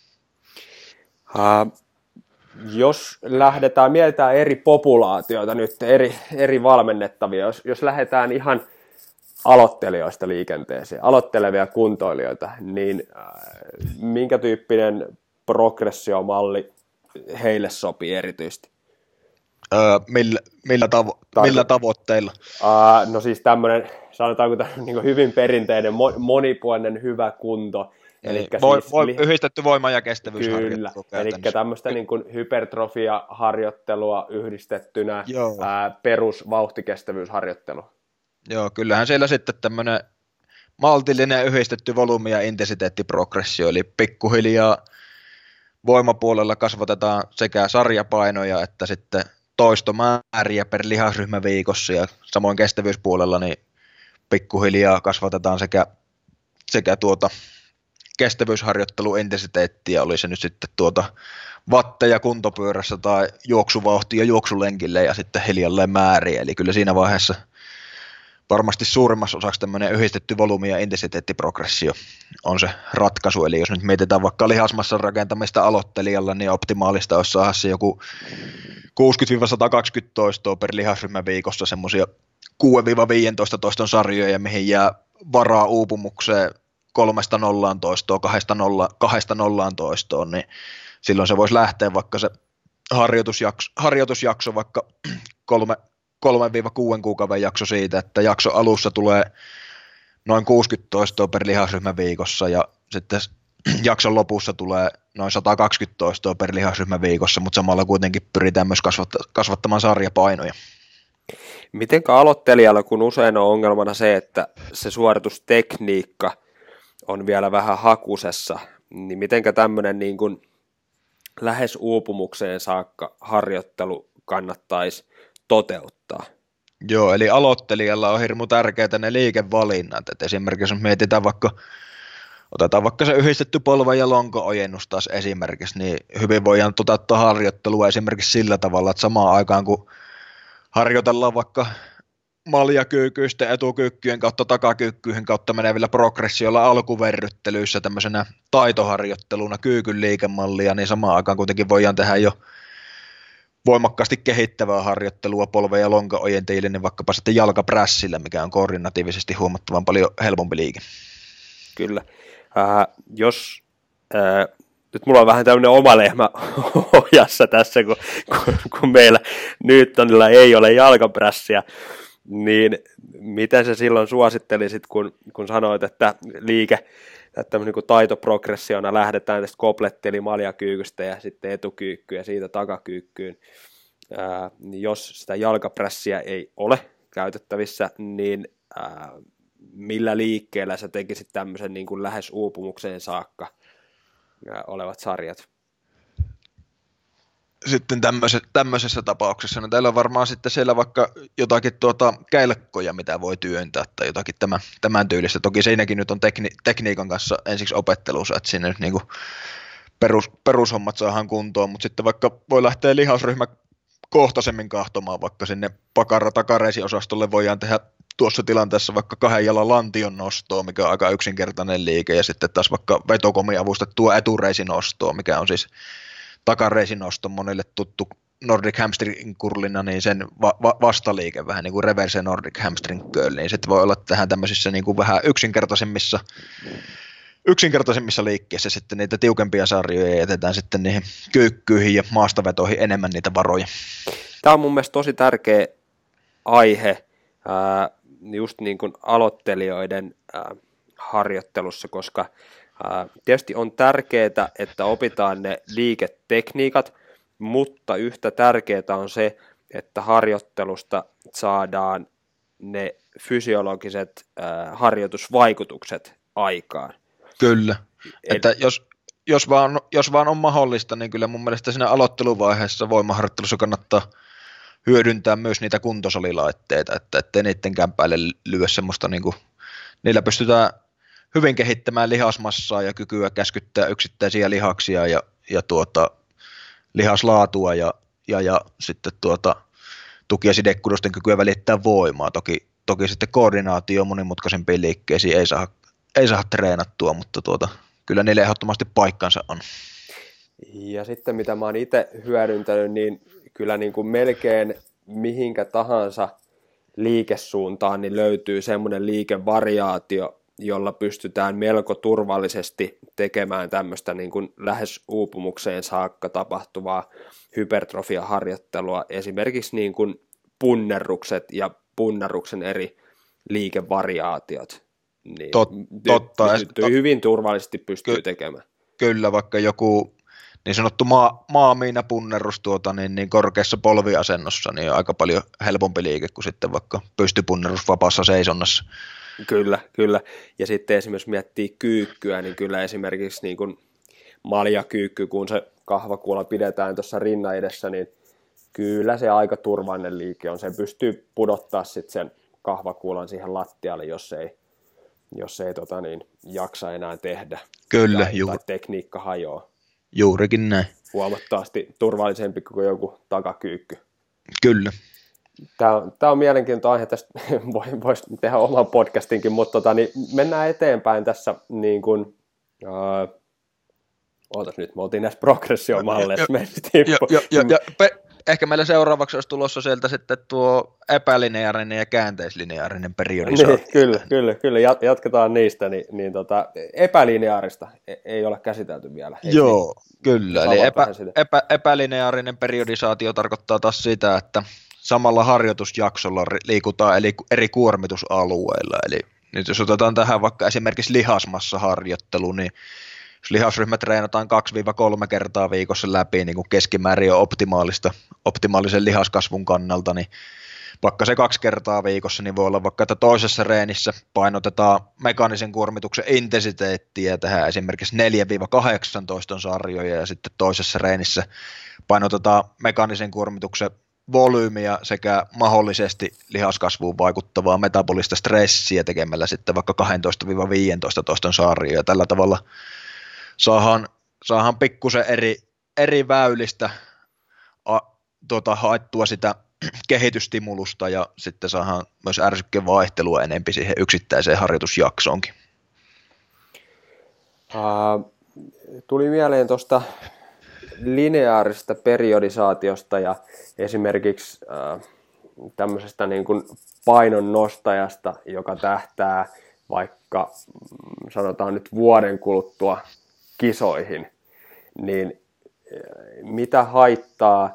Jos mietitään eri populaatioita nyt, eri valmennettavia, jos lähdetään ihan aloittelijoista liikenteeseen, aloittelevia kuntoilijoita, niin minkä tyyppinen progressiomalli heille sopii erityisesti? Millä tavoitteilla? No siis tämmöinen, sanotaanko niin hyvin perinteinen, monipuolinen hyvä kunto. Yhdistetty voima- ja kestävyysharjoittelu. Kyllä, eli tämmöistä niin kuin hypertrofia-harjoittelua yhdistettynä perusvauhtikestävyysharjoittelu. Joo, kyllähän siellä sitten tämmöinen maltillinen yhdistetty volyymi- ja intensiteettiprogressio, eli pikkuhiljaa voimapuolella kasvatetaan sekä sarjapainoja että sitten toistomääriä per lihasryhmä viikossa, ja samoin kestävyyspuolella niin pikkuhiljaa kasvatetaan sekä kestävyysharjoitteluintensiteettiä, oli se nyt sitten watteja kuntopyörässä tai juoksuvauhtia juoksulenkille ja sitten hiljalleen määriä, eli kyllä siinä vaiheessa varmasti suurimmassa osaksi tämmöinen yhdistetty volyymi- ja intensiteettiprogressio on se ratkaisu. Eli jos nyt mietitään vaikka lihasmassan rakentamista aloittelijalla, niin optimaalista olisi saada se joku 60-120 toistoa per lihasryhmä viikossa, semmoisia 6-15 toiston sarjoja, mihin jää varaa uupumukseen 3-0 toistoa, 2-0 toistoon, niin silloin se voisi lähteä vaikka se harjoitusjakso vaikka 3-6 kuukauden jakso siitä, että jakso alussa tulee noin 60 toistoa per lihasryhmä viikossa ja sitten jakson lopussa tulee noin 120 toistoa per lihasryhmä viikossa, mutta samalla kuitenkin pyritään myös kasvattamaan sarjapainoja. Mitenkä aloittelijalla, kun usein on ongelmana se, että se suoritustekniikka on vielä vähän hakusessa, niin mitenkä tämmöinen niin kuin lähes uupumukseen saakka harjoittelu kannattaisi toteuttaa? Joo, eli aloittelijalla on hirmu tärkeää ne liikevalinnat, että esimerkiksi jos mietitään otetaan vaikka se yhdistetty polven ja lonko-ojennus taas esimerkiksi, niin hyvin voidaan toteuttaa harjoittelua esimerkiksi sillä tavalla, että samaan aikaan kun harjoitellaan vaikka maljakyykyisten etukyykkyjen kautta takakyykkyjen kautta menevillä progressioilla alkuverryttelyissä tämmöisenä taitoharjoitteluna kyykyn liikemallia, niin samaan aikaan kuitenkin voidaan tehdä jo voimakkaasti kehittävää harjoittelua polve- ja lonko-ojentajille, niin vaikkapa sitten jalkaprässillä, mikä on koordinatiivisesti huomattavan paljon helpompi liike. Kyllä. Nyt mulla on vähän tämmöinen oma lehmä ojassa tässä, kun meillä Newtonilla ei ole jalkaprässiä, niin miten sä silloin suosittelisit, kun sanoit, että tämmöinen niin taitoprogressiona lähdetään tästä kopletti- eli maljakyykystä ja sitten etukyykkyyn ja siitä takakyykkyyn, niin jos sitä jalkaprässiä ei ole käytettävissä, niin millä liikkeellä sä tekisit tämmöisen niin kuin lähes uupumukseen saakka olevat sarjat? Sitten tämmöisessä tapauksessa, no teillä on varmaan sitten siellä vaikka jotakin kelkkoja, mitä voi työntää tai jotakin tämän tyylistä. Toki siinäkin nyt on tekniikan kanssa ensiksi opettelussa, että siinä nyt niinku perushommat saadaan kuntoon, mutta sitten vaikka voi lähteä lihasryhmä kohtaisemmin kahtomaan vaikka sinne takareisiosastolle voidaan tehdä tuossa tilanteessa vaikka 2 jalan lantion nostoa, mikä on aika yksinkertainen liike, ja sitten taas vaikka vetokomi avustettua etureisinostoa, mikä on siis takareisinosto monille tuttu Nordic hamstring curlina, niin sen vastaliike vähän niin kuin reverse Nordic hamstring curl, niin sitten voi olla tähän tämmöisissä niin kuin vähän yksinkertaisemmissa liikkeissä sitten niitä tiukempia sarjoja ja jätetään sitten niihin kyykkyihin ja maastavetoihin enemmän niitä varoja. Tämä on mun mielestä tosi tärkeä aihe just niin kuin aloittelijoiden harjoittelussa, koska tietysti on tärkeää, että opitaan ne liiketekniikat, mutta yhtä tärkeää on se, että harjoittelusta saadaan ne fysiologiset harjoitusvaikutukset aikaan. Kyllä, että jos vaan on mahdollista, niin kyllä mun mielestä siinä aloitteluvaiheessa voimaharjoittelussa kannattaa hyödyntää myös niitä kuntosalilaitteita, että ettei niittenkään päälle lyö semmoista, niin kuin, niillä pystytään hyvin kehittämään lihasmassaa ja kykyä käskyttää yksittäisiä lihaksia ja lihaslaatua ja sitten tuki- ja sidekudosten kykyä välittää voimaa. Toki sitten koordinaatio monimutkaisempiin liikkeisiin ei saa treenattua, mutta kyllä niille ehdottomasti paikkansa on. Ja sitten mitä mä oon itse hyödyntänyt, niin kyllä niin kuin melkein mihinkä tahansa liikesuuntaan niin löytyy semmoinen liikevariaatio, jolla pystytään melko turvallisesti tekemään tämmöistä niin kuin lähes uupumukseen saakka tapahtuvaa hypertrofiaharjoittelua, esimerkiksi niin kuin punnerrukset ja punnerruksen eri liikevariaatiot. Niin totta. Hyvin turvallisesti pystyy tekemään. Kyllä, vaikka joku niin sanottu maamiinapunnerus niin korkeassa polviasennossa niin on aika paljon helpompi liike kuin sitten vaikka pystypunnerus vapaassa seisonnassa. Kyllä. Ja sitten esimerkiksi miettii kyykkyä, niin kyllä esimerkiksi niin kuin maljakyykky, kun se kahvakuula pidetään tuossa rinnan edessä, niin kyllä se aika turvallinen liike on. Se pystyy pudottaa sitten sen kahvakuulan siihen lattialle, jos ei jaksa enää tehdä. Kyllä, tai tekniikka hajoaa. Juurikin näin. Huomattavasti turvallisempi kuin joku takakyykky. Kyllä. Tämä on mielenkiintoinen aihe, tästä voisi tehdä oman podcastinkin, mutta niin mennään eteenpäin tässä niin kuin, ootas nyt, me oltiin näissä progressiomalleissa. Ehkä meillä seuraavaksi olisi tulossa sieltä sitten tuo epälineaarinen ja käänteislineaarinen periodisaatio. Niin, kyllä. Jatketaan niistä. Epälineaarista ei ole käsitelty vielä. Joo, kyllä. Eli epälineaarinen periodisaatio tarkoittaa taas sitä, että samalla harjoitusjaksolla liikutaan eri kuormitusalueilla. Eli nyt jos otetaan tähän vaikka esimerkiksi lihasmassaharjoittelu, niin jos lihasryhmä treenataan 2-3 kertaa viikossa läpi, niin kuin keskimäärin on optimaalisen lihaskasvun kannalta, niin vaikka se 2 kertaa viikossa, niin voi olla vaikka, että toisessa reenissä painotetaan mekaanisen kuormituksen intensiteettiä, tehdään esimerkiksi 4-18 sarjoja, ja sitten toisessa reenissä painotetaan mekaanisen kuormituksen volyymiä sekä mahdollisesti lihaskasvuun vaikuttavaa metabolista stressiä tekemällä sitten vaikka 12-15 toiston sarjoja. Tällä tavalla saadaan pikkusen eri väylistä haettua sitä kehitysstimulusta ja sitten saadaan myös ärsykevaihtelua enempi siihen yksittäiseen harjoitusjaksoonkin. Tuli mieleen tuosta lineaarisesta periodisaatiosta ja esimerkiksi tämmöisestä niin kuin painon nostajasta, joka tähtää vaikka sanotaan nyt vuoden kuluttua kisoihin, niin mitä haittaa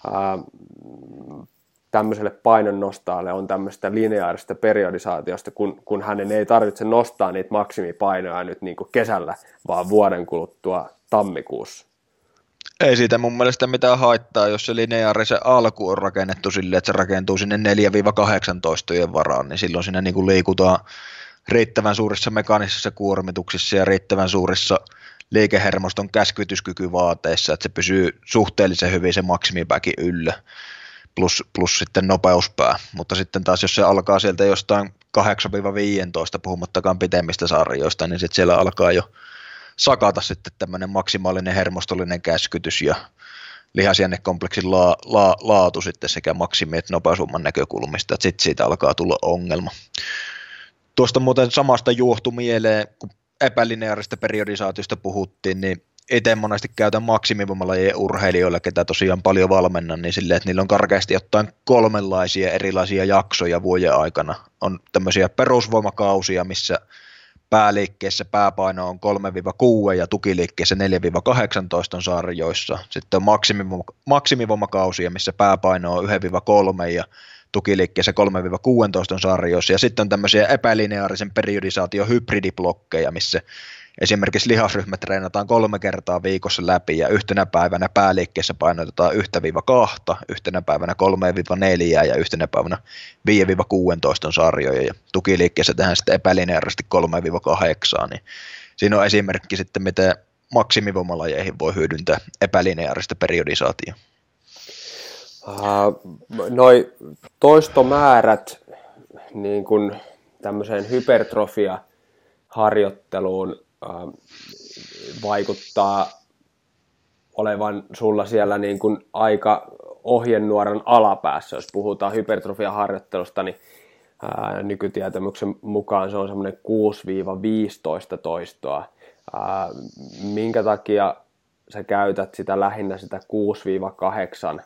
tämmöiselle painonnostajalle on tämmöistä lineaarista periodisaatiosta, kun hänen ei tarvitse nostaa niitä maksimipainoja nyt niin kuin kesällä, vaan vuoden kuluttua tammikuussa? Ei siitä mun mielestä mitään haittaa, jos se lineaarisen alku on rakennettu silleen, että se rakentuu sinne 4-18 varaan, niin silloin siinä niin kuin liikutaan riittävän suurissa mekaanisissa kuormituksissa ja riittävän suurissa liikehermoston käskytyskykyvaateissa, että se pysyy suhteellisen hyvin se maksimipäki yllä, plus sitten nopeuspää. Mutta sitten taas, jos se alkaa sieltä jostain 8-15, puhumattakaan pitemmistä sarjoista, niin sitten siellä alkaa jo sakata sitten tämmöinen maksimaalinen hermostollinen käskytys ja lihasjännekompleksin laatu sitten sekä maksimi- että nopeusvamman näkökulmista, että sitten siitä alkaa tulla ongelma. Tuosta muuten samasta juohtui mieleen, kun epälineaarista periodisaatiosta puhuttiin, niin itse monesti käytän maksimivoimalajien urheilijoilla, ketä tosiaan paljon valmennan, niin silleen, että niillä on karkeasti ottaen 3 erilaisia jaksoja vuoden aikana. On tämmöisiä perusvoimakausia, missä pääliikkeessä pääpaino on 3-6 ja tukiliikkeessä 4-18 sarjoissa. Sitten on maksimivoimakausia, missä pääpaino on 1-3 ja tukiliikkeessä 3-16 sarjoissa. Ja sitten on tämmöisiä epälineaarisen periodisaation hybridiblokkeja, missä esimerkiksi lihasryhmät treenataan 3 kertaa viikossa läpi ja yhtenä päivänä pääliikkeessä painotetaan 1-2, yhtenä päivänä 3-4 ja yhtenä päivänä 5-16 sarjoja ja tukiliikkeessä tehdään sitten epälineaarisesti 3-8, niin siinä on esimerkki sitten, miten maksimivoimalajeihin voi hyödyntää epälineaarista periodisaatiota. Noi toistomäärät niin kuin tämmöiseen hypertrofia-harjoitteluun vaikuttaa olevan sulla siellä niin kuin aika ohjenuoran alapäässä. Jos puhutaan hypertrofia-harjoittelusta, niin nykytietämyksen mukaan se on semmoinen 6-15 toistoa. Minkä takia sä käytät sitä lähinnä sitä 6-8,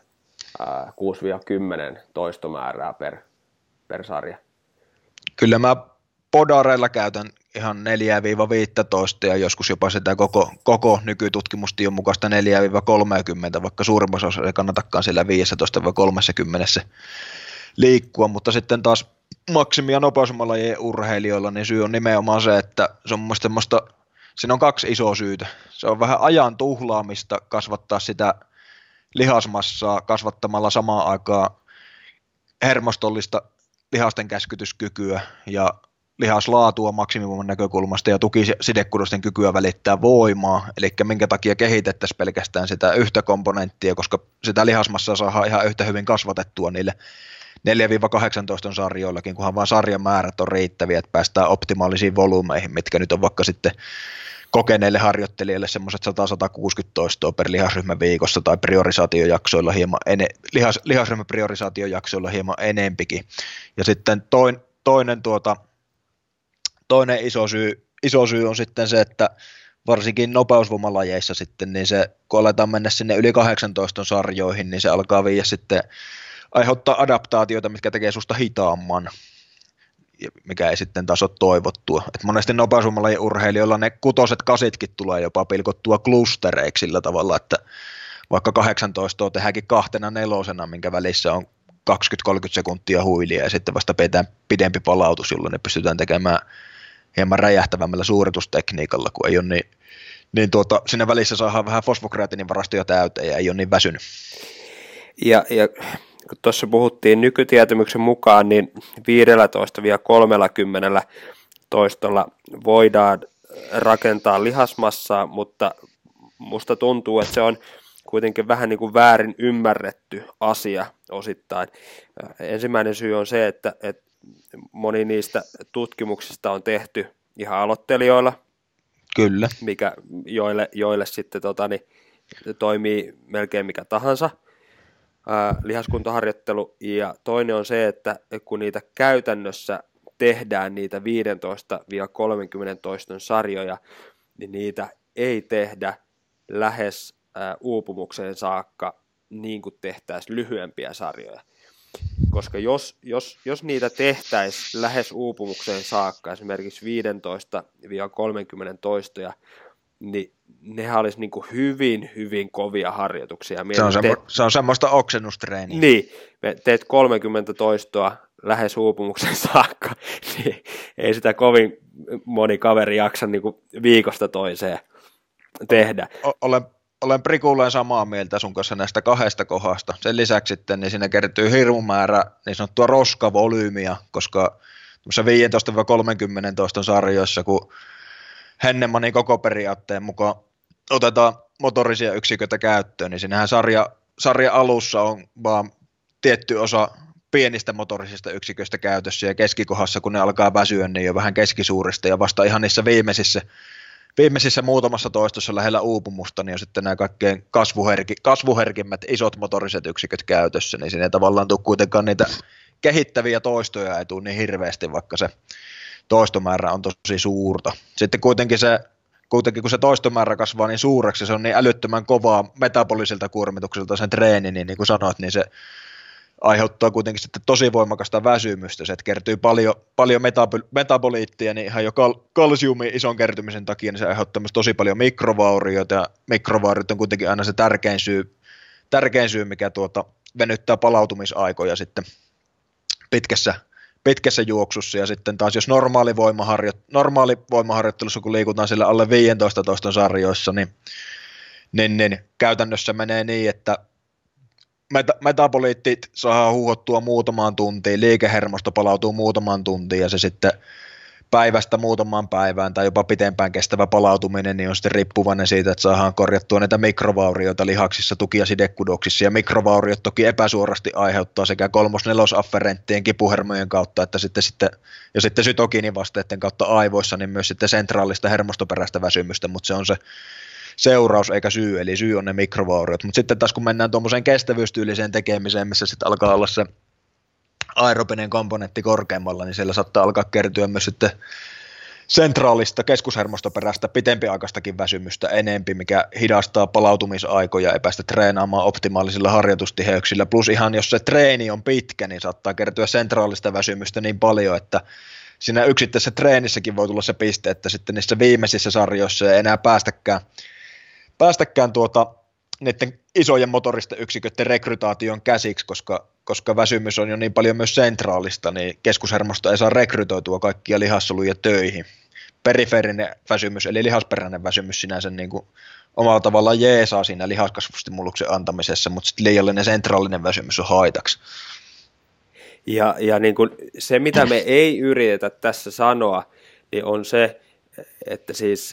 6-10 toistomäärää per sarja? Kyllä mä podareilla käytän ihan 4-15 ja joskus jopa sitä koko nykytutkimustion mukaista 4-30, vaikka suurimmassa osassa ei kannatakaan siellä 15-30 liikkua, mutta sitten taas maksimi- ja nopeusvoimalajien urheilijoilla niin syy on nimenomaan se, että se on mun mielestä siinä on 2 isoa syytä. Se on vähän ajan tuhlaamista kasvattaa sitä lihasmassaa kasvattamalla samaan aikaan hermostollista lihasten käskytyskykyä ja lihaslaatua maksimivoiman näkökulmasta ja tukisidekudosten kykyä välittää voimaa, eli minkä takia kehitettäisiin pelkästään sitä yhtä komponenttia, koska sitä lihasmassaa saadaan ihan yhtä hyvin kasvatettua niille 4-18 sarjoillakin, kunhan vaan sarjamäärät on riittäviä, että päästään optimaalisiin volyymeihin, mitkä nyt on vaikka sitten kokeneille harjoittelijoille semmoiset 100-160 toistoa per lihasryhmä viikossa tai priorisaatiojaksoilla hieman lihasryhmäpriorisaatiojaksoilla hieman enempikin. Ja sitten toinen iso syy on sitten se, että varsinkin nopeusvoimalajeissa sitten, niin se, kun aletaan mennä sinne yli 18 sarjoihin, niin se alkaa viiä sitten aiheuttaa adaptaatioita, mitkä tekee susta hitaamman, mikä ei sitten taas ole toivottua. Et monesti nopeusvoimalajien urheilijoilla ne 6-8 tulee jopa pilkottua klustereiksi sillä tavalla, että vaikka 18 tehdäänkin 2/4, minkä välissä on 20-30 sekuntia huilia ja sitten vasta pidempi palautus, jolloin ne pystytään tekemään hieman räjähtävämmällä suoritustekniikalla, kun ei ole niin siinä välissä saadaan vähän fosfokreatinin varastoja täyteen ja ei ole niin väsynyt. Ja kun tuossa puhuttiin nykytietämyksen mukaan, niin 15-30 toistolla voidaan rakentaa lihasmassaa, mutta musta tuntuu, että se on kuitenkin vähän niin kuin väärin ymmärretty asia osittain. Ensimmäinen syy on se, että moni niistä tutkimuksista on tehty ihan aloittelijoilla, Kyllä. joille sitten toimii melkein mikä tahansa lihaskuntoharjoittelu, ja toinen on se, että kun niitä käytännössä tehdään niitä 15-30 toiston sarjoja, niin niitä ei tehdä lähes uupumukseen saakka niin kuin tehtäisiin lyhyempiä sarjoja. Koska jos niitä tehtäisiin lähes uupumukseen saakka, esimerkiksi 15-30 toistoja, niin nehän olisi niin kuin hyvin, hyvin kovia harjoituksia. Se on semmoista oksennustreeniä. Niin, teet 30 toistoa lähes uupumukseen saakka, niin ei sitä kovin moni kaveri jaksa niin kuin viikosta toiseen tehdä. Olen prikulleen samaa mieltä sun kanssa näistä kahdesta kohdasta. Sen lisäksi sitten niin siinä kertyy hirmu määrä niin sanottua roskavolyymiä, koska 15-30 toiston sarjoissa, kun Hennemanin koko periaatteen mukaan otetaan motorisia yksiköitä käyttöön, niin siinähän sarja alussa on vaan tietty osa pienistä motorisista yksiköistä käytössä ja keskikohdassa, kun ne alkaa väsyä, niin jo vähän keskisuurista ja vasta ihan niissä viimeisissä muutamassa toistossa lähellä uupumusta, niin on sitten nämä kaikkein kasvuherkimmät isot motoriset yksiköt käytössä, niin siinä ei tavallaan tule kuitenkaan niitä kehittäviä toistoja ei tule niin hirveästi, vaikka se toistomäärä on tosi suurta. Sitten kuitenkin kun se toistomäärä kasvaa niin suureksi, se on niin älyttömän kovaa metabolisilta kuormitukselta sen treeni, niin kuin sanoit, niin se aiheuttaa kuitenkin sitten tosi voimakasta väsymystä, se, että kertyy paljon metaboliittia, niin ihan jo kalsiumin ison kertymisen takia, niin se aiheuttaa myös tosi paljon mikrovaurioita, ja mikrovauriot on kuitenkin aina se tärkein syy mikä venyttää palautumisaikoja sitten pitkässä juoksussa, ja sitten taas jos normaali voimaharjoittelussa, kun liikutaan sillä alle 15 toiston sarjoissa, niin käytännössä menee niin, että metaboliittit saa huuhottua muutamaan tuntiin, liikehermosto palautuu muutamaan tuntiin ja se sitten päivästä muutamaan päivään tai jopa pitempään kestävä palautuminen niin on sitten riippuvainen siitä, että saadaan korjattua näitä mikrovaurioita lihaksissa, tuki- ja sidekudoksissa ja mikrovauriot toki epäsuorasti aiheuttaa sekä 3-4-afferenttien kipuhermojen kautta että sitten sytokiinivasteiden kautta aivoissa niin myös sitten sentraalista hermostoperäistä väsymystä, mutta se on se seuraus eikä syy, eli syy on ne mikrovauriot. Mutta sitten taas kun mennään tuommoiseen kestävyystyyliseen tekemiseen, missä sitten alkaa olla se aerobinen komponentti korkeammalla, niin siellä saattaa alkaa kertyä myös sitten sentraalista keskushermostoperäistä pitempiaikaistakin väsymystä enempi, mikä hidastaa palautumisaikoja ja päästä treenaamaan optimaalisilla harjoitustiheyksillä. Plus ihan jos se treeni on pitkä, niin saattaa kertyä sentraalista väsymystä niin paljon, että siinä yksittäisessä treenissäkin voi tulla se piste, että sitten niissä viimeisissä sarjoissa ei enää päästäkään niiden isojen motoristen yksiköiden rekrytaation käsiksi, koska väsymys on jo niin paljon myös sentraalista, niin keskushermosto ei saa rekrytoitua kaikkia lihassoluja töihin. Perifeerinen väsymys, eli lihasperäinen väsymys sinänsä niin kuin omalla tavallaan jeesaa siinä lihaskasvustimuluksen antamisessa, mutta sitten liiallinen sentraalinen väsymys on haitaksi. Ja niin kuin se, mitä me ei yritetä tässä sanoa, niin on se, että siis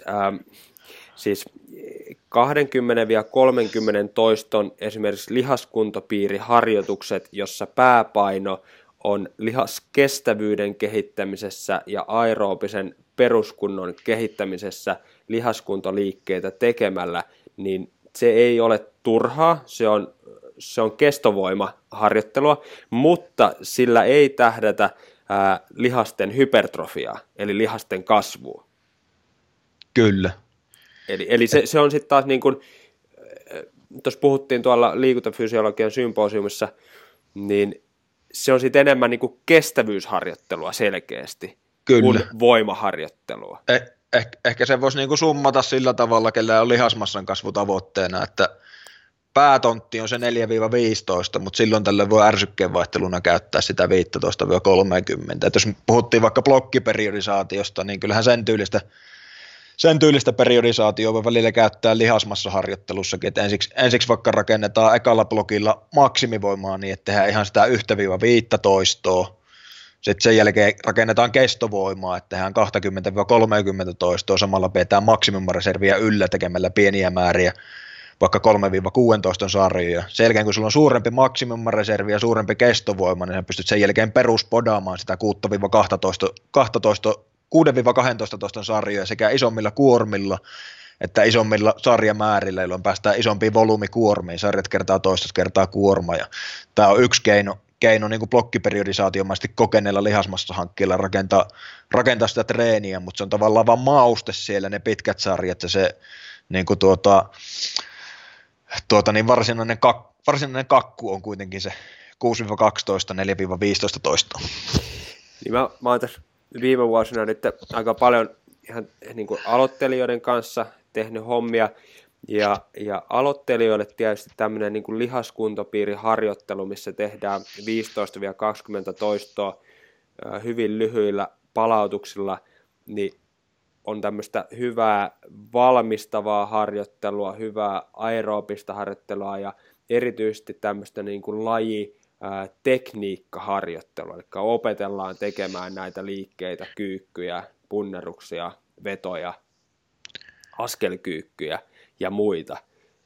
20-30 toiston esimerkiksi lihaskuntopiiriharjoitukset, jossa pääpaino on lihaskestävyyden kehittämisessä ja aerobisen peruskunnon kehittämisessä lihaskuntoliikkeitä tekemällä, niin se ei ole turhaa, se on kestovoimaharjoittelua, mutta sillä ei tähdätä lihasten hypertrofiaa, eli lihasten kasvua. Kyllä. Eli se on sitten taas niin kuin, tuossa puhuttiin tuolla liikuntafysiologian symposiumissa, niin se on sitten enemmän niin kuin kestävyysharjoittelua selkeästi, Kyllä. kuin voimaharjoittelua. Ehkä se voisi niinku summata sillä tavalla, kellä on lihasmassan kasvutavoitteena, että päätontti on se 4-15, mutta silloin tällä voi ärsykkeen vaihteluna käyttää sitä 15-30. Et jos puhuttiin vaikka blokkiperiodisaatiosta, niin kyllähän sen tyylistä periodisaatioa voi välillä käyttää lihasmassaharjoittelussakin, että ensiksi vaikka rakennetaan ekalla blokilla maksimivoimaa niin, että tehdään ihan sitä 1-15, sitten sen jälkeen rakennetaan kestovoimaa, että tehdään 20-30 toistoa, samalla pidetään maksimumareserviä yllä tekemällä pieniä määriä, vaikka 3-16 sarjoja. Sen jälkeen, kun sulla on suurempi maksimumareservi ja suurempi kestovoima, niin sä pystyt sen jälkeen peruspodaamaan sitä 6-12 toiston sarjoja sekä isommilla kuormilla että isommilla sarjamäärillä, jolloin päästään isompiin volyymikuormiin, sarjat kertaa toista kertaa kuorma. Ja tämä on yksi keino niin kuin blokkiperiodisaatiomaisesti kokeneella lihasmassahankkeella rakentaa sitä treeniä, mutta se on tavallaan vaan mauste siellä ne pitkät sarjat ja se niin kuin niin varsinainen kakku on kuitenkin se 6-12, 4-15 toistoa. Niin mä oon tässä viime vuosina nyt aika paljon ihan niin kuin aloittelijoiden kanssa tehnyt hommia, ja aloittelijoille tietysti tämmöinen niin kuin lihaskuntopiiriharjoittelu, missä tehdään 15-20 toistoa hyvin lyhyillä palautuksilla, niin on tämmöistä hyvää valmistavaa harjoittelua, hyvää aerobista harjoittelua ja erityisesti tämmöistä niin kuin tekniikkaharjoittelua, eli opetellaan tekemään näitä liikkeitä, kyykkyjä, punneruksia, vetoja, askelkyykkyjä ja muita.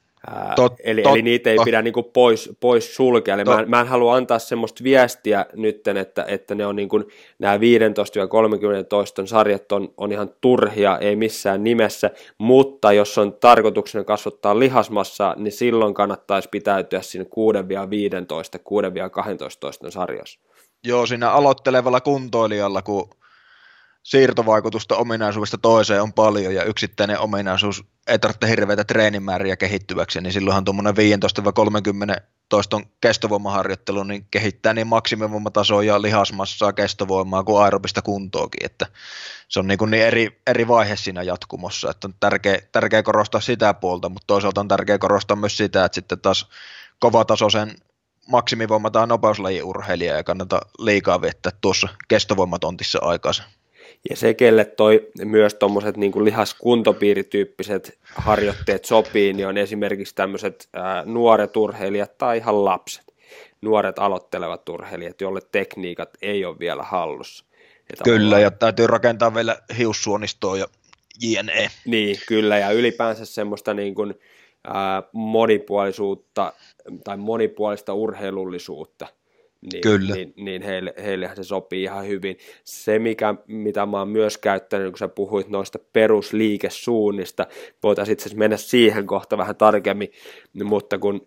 Eli niitä ei pidä niinku pois sulkea. Eli mä en halua antaa semmoista viestiä nyt, että ne on niinku, nämä 15-30 toiston sarjat on ihan turhia, ei missään nimessä, mutta jos on tarkoituksena kasvattaa lihasmassaa, niin silloin kannattaisi pitäytyä siinä 6-15, 6-12 toiston sarjassa. Joo, siinä aloittelevalla kuntoilijalla, kun siirtovaikutusta ominaisuudesta toiseen on paljon ja yksittäinen ominaisuus ei tarvitse hirveitä treenimääriä kehittyväksi, niin silloinhan tuommoinen 15-30 toiston kestovoimaharjoittelu niin kehittää niin maksimivoimatasoa ja lihasmassaa, kestovoimaa kuin aerobista kuntoakin, että se on niin eri vaihe siinä jatkumossa, että on tärkeä korostaa sitä puolta, mutta toisaalta on tärkeä korostaa myös sitä, että sitten taas kovatasoisen maksimivoima- tai nopeuslajiurheilija ei kannata liikaa viettää tuossa kestovoimatontissa aikansa. Ja se, kelle toi myös tuommoiset niin kuin lihaskuntopiirityyppiset harjoitteet sopii, niin on esimerkiksi tämmöiset nuoret urheilijat tai ihan lapset, nuoret aloittelevat urheilijat, joille tekniikat ei ole vielä hallussa. Kyllä, ja täytyy rakentaa vielä hiussuonistoa ja jne. Niin, kyllä, ja ylipäänsä semmoista niin kuin, monipuolisuutta tai monipuolista urheilullisuutta. Niin heillehän se sopii ihan hyvin. Se, mitä mä oon myös käyttänyt, kun sä puhuit noista perusliikesuunnista, voitaisiin itse asiassa mennä siihen kohta vähän tarkemmin, mutta kun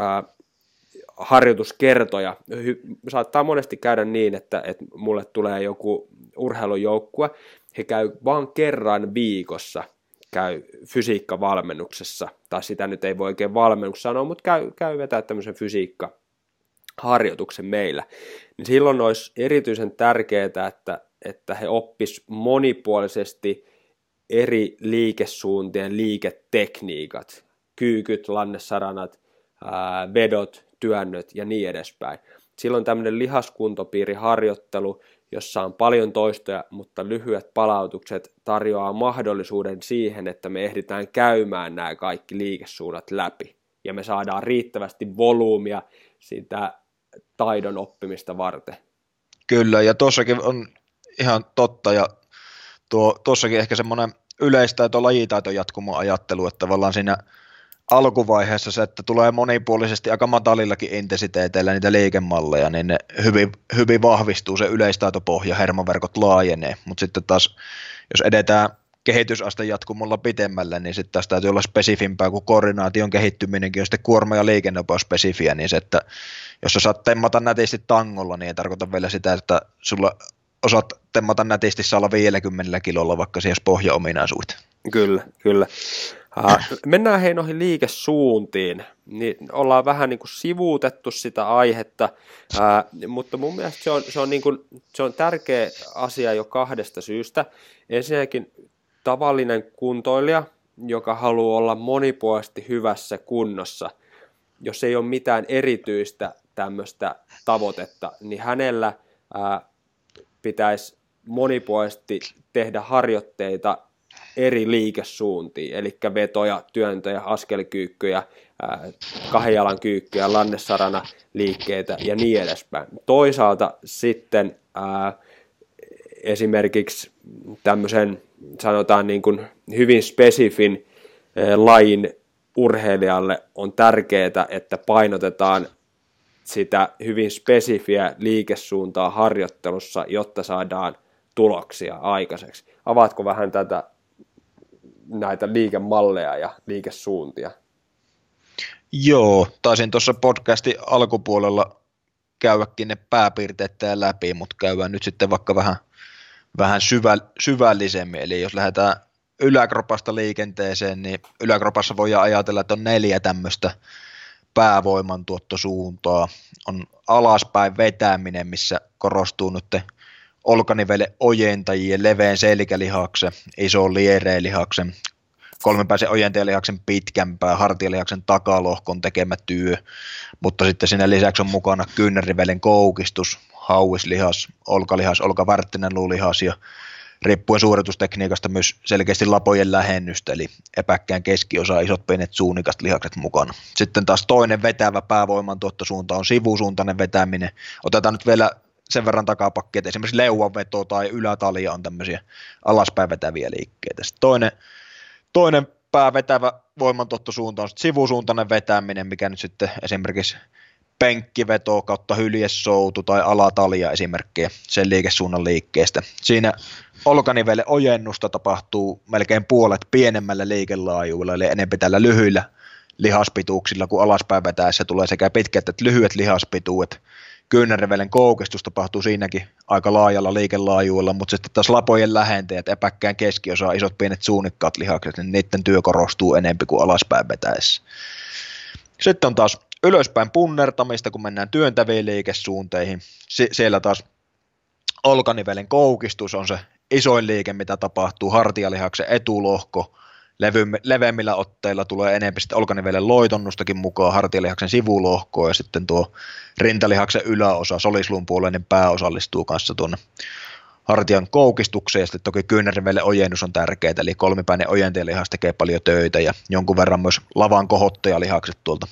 harjoituskertoja, saattaa monesti käydä niin, että mulle tulee joku urheilujoukkue, he käy vain kerran viikossa, käy fysiikkavalmennuksessa, tai sitä nyt ei voi oikein valmennus sanoa, mutta käy vetää tämmöisen fysiikkaharjoituksen meillä, niin silloin olisi erityisen tärkeää, että he oppis monipuolisesti eri liikesuuntien liiketekniikat, kyykyt, lannesaranat, vedot, työnnöt ja niin edespäin. Silloin tämmöinen lihaskuntopiiriharjoittelu, jossa on paljon toistoja, mutta lyhyet palautukset tarjoaa mahdollisuuden siihen, että me ehditään käymään nämä kaikki liikesuunnat läpi ja me saadaan riittävästi volyymia sitä taidon oppimista varten. Kyllä, ja tuossakin on ihan totta, ja tuossakin ehkä semmoinen yleistaito, lajitaito jatkumo ajattelu, että tavallaan siinä alkuvaiheessa se, että tulee monipuolisesti aika matalillakin intensiteeteillä niitä liikemalleja, niin ne hyvin vahvistuu se yleistaitopohja, hermoverkot laajenee, mutta sitten taas, jos edetään kehitysaste jatkumolla pitemmälle, niin sitten taas täytyy olla spesifimpää, kun koordinaation kehittyminenkin on sitten kuorma- ja liikennopeus spesifiä, niin se, että jos sä saat temmata nätisti tangolla, niin ei tarkoita vielä sitä, että sulla osaat temmata nätisti saalla 50 kilolla, vaikka siihen pohjaominaisuudet. Kyllä, kyllä. Mennään hei noihin liikesuuntiin, niin ollaan vähän niin kuin sivuutettu sitä aihetta, mutta mun mielestä se on tärkeä asia jo kahdesta syystä. Ensinnäkin tavallinen kuntoilija, joka haluaa olla monipuolisesti hyvässä kunnossa, jos ei ole mitään erityistä tämmöistä tavoitetta, niin hänellä pitäisi monipuolisesti tehdä harjoitteita eri liikesuuntiin, eli vetoja, työntöjä, askelkyykkyjä, kahden jalan kyykkyjä, lannessarana liikkeitä ja niin edespäin. Toisaalta sitten esimerkiksi tämmöisen sanotaan niin kuin hyvin spesifin lajin urheilijalle on tärkeää, että painotetaan sitä hyvin spesifiä liikesuuntaa harjoittelussa, jotta saadaan tuloksia aikaiseksi. Avaatko vähän näitä liikemalleja ja liikesuuntia? Joo, taisin tuossa podcastin alkupuolella käydäkin ne pääpiirteet läpi, mutta käydään nyt sitten vaikka vähän syvällisemmin. Eli jos lähdetään yläkropasta liikenteeseen, niin yläkropassa voidaan ajatella, että on 4 tämmöistä päävoimantuottosuuntaa. On alaspäin vetäminen, missä korostuu nyt olkanivelen ojentajien, leveän selkälihaksen, ison liereenlihaksen, kolmipäisen ojentajalihaksen pitkänpää, hartialihaksen takalohkon tekemä työ, mutta sitten siinä lisäksi on mukana kyynärrivelen koukistus, hauislihas, olkalihas, olkavarttinen luulihas ja riippuen suoritustekniikasta myös selkeästi lapojen lähennystä, eli epäkkään keskiosa, isot pienet suunikast lihakset mukana. Sitten taas toinen vetävä päävoimantuottosuunta on sivusuuntainen vetäminen. Otetaan nyt vielä sen verran takapakkia, että esimerkiksi leuanveto tai ylätalia on tämmöisiä alaspäin vetäviä liikkeitä. Sitten toinen päävetävä voimantuottosuunta on sitten sivusuuntainen vetäminen, mikä nyt sitten esimerkiksi penkkiveto kautta hyljessoutu tai alatalia esimerkkejä sen liikesuunnan liikkeestä. Siinä olkanivelen ojennusta tapahtuu melkein puolet pienemmällä liikelaajuudella, eli enemmän tällä lyhyillä lihaspituuksilla, kun alaspäin vetäessä tulee sekä pitkät että lyhyet lihaspituudet. Kyynärrivelen koukistus tapahtuu siinäkin aika laajalla liikelaajuudella, mutta sitten taas lapojen lähenteet, epäkkään keskiosa, isot pienet suunikkaat lihakset, niin niiden työ korostuu enemmän kuin alaspäin vetäessä. Sitten on taas ylöspäin punnertamista, kun mennään työntäviin liikesuunteihin. Siellä taas olkanivelen koukistus on se isoin liike, mitä tapahtuu, hartialihaksen etulohko, leveämmillä otteilla tulee enemmän sitten olkanivelen loitonnustakin mukaan, hartialihaksen sivulohkoa ja sitten tuo rintalihaksen yläosa, solisluun puoleinen pää osallistuu kanssa tuonne hartian koukistukseen ja sitten toki kyynärrivelen ojennus on tärkeää, eli kolmipäinen ojentajalihas tekee paljon töitä ja jonkun verran myös lavan kohottajalihakset tuolta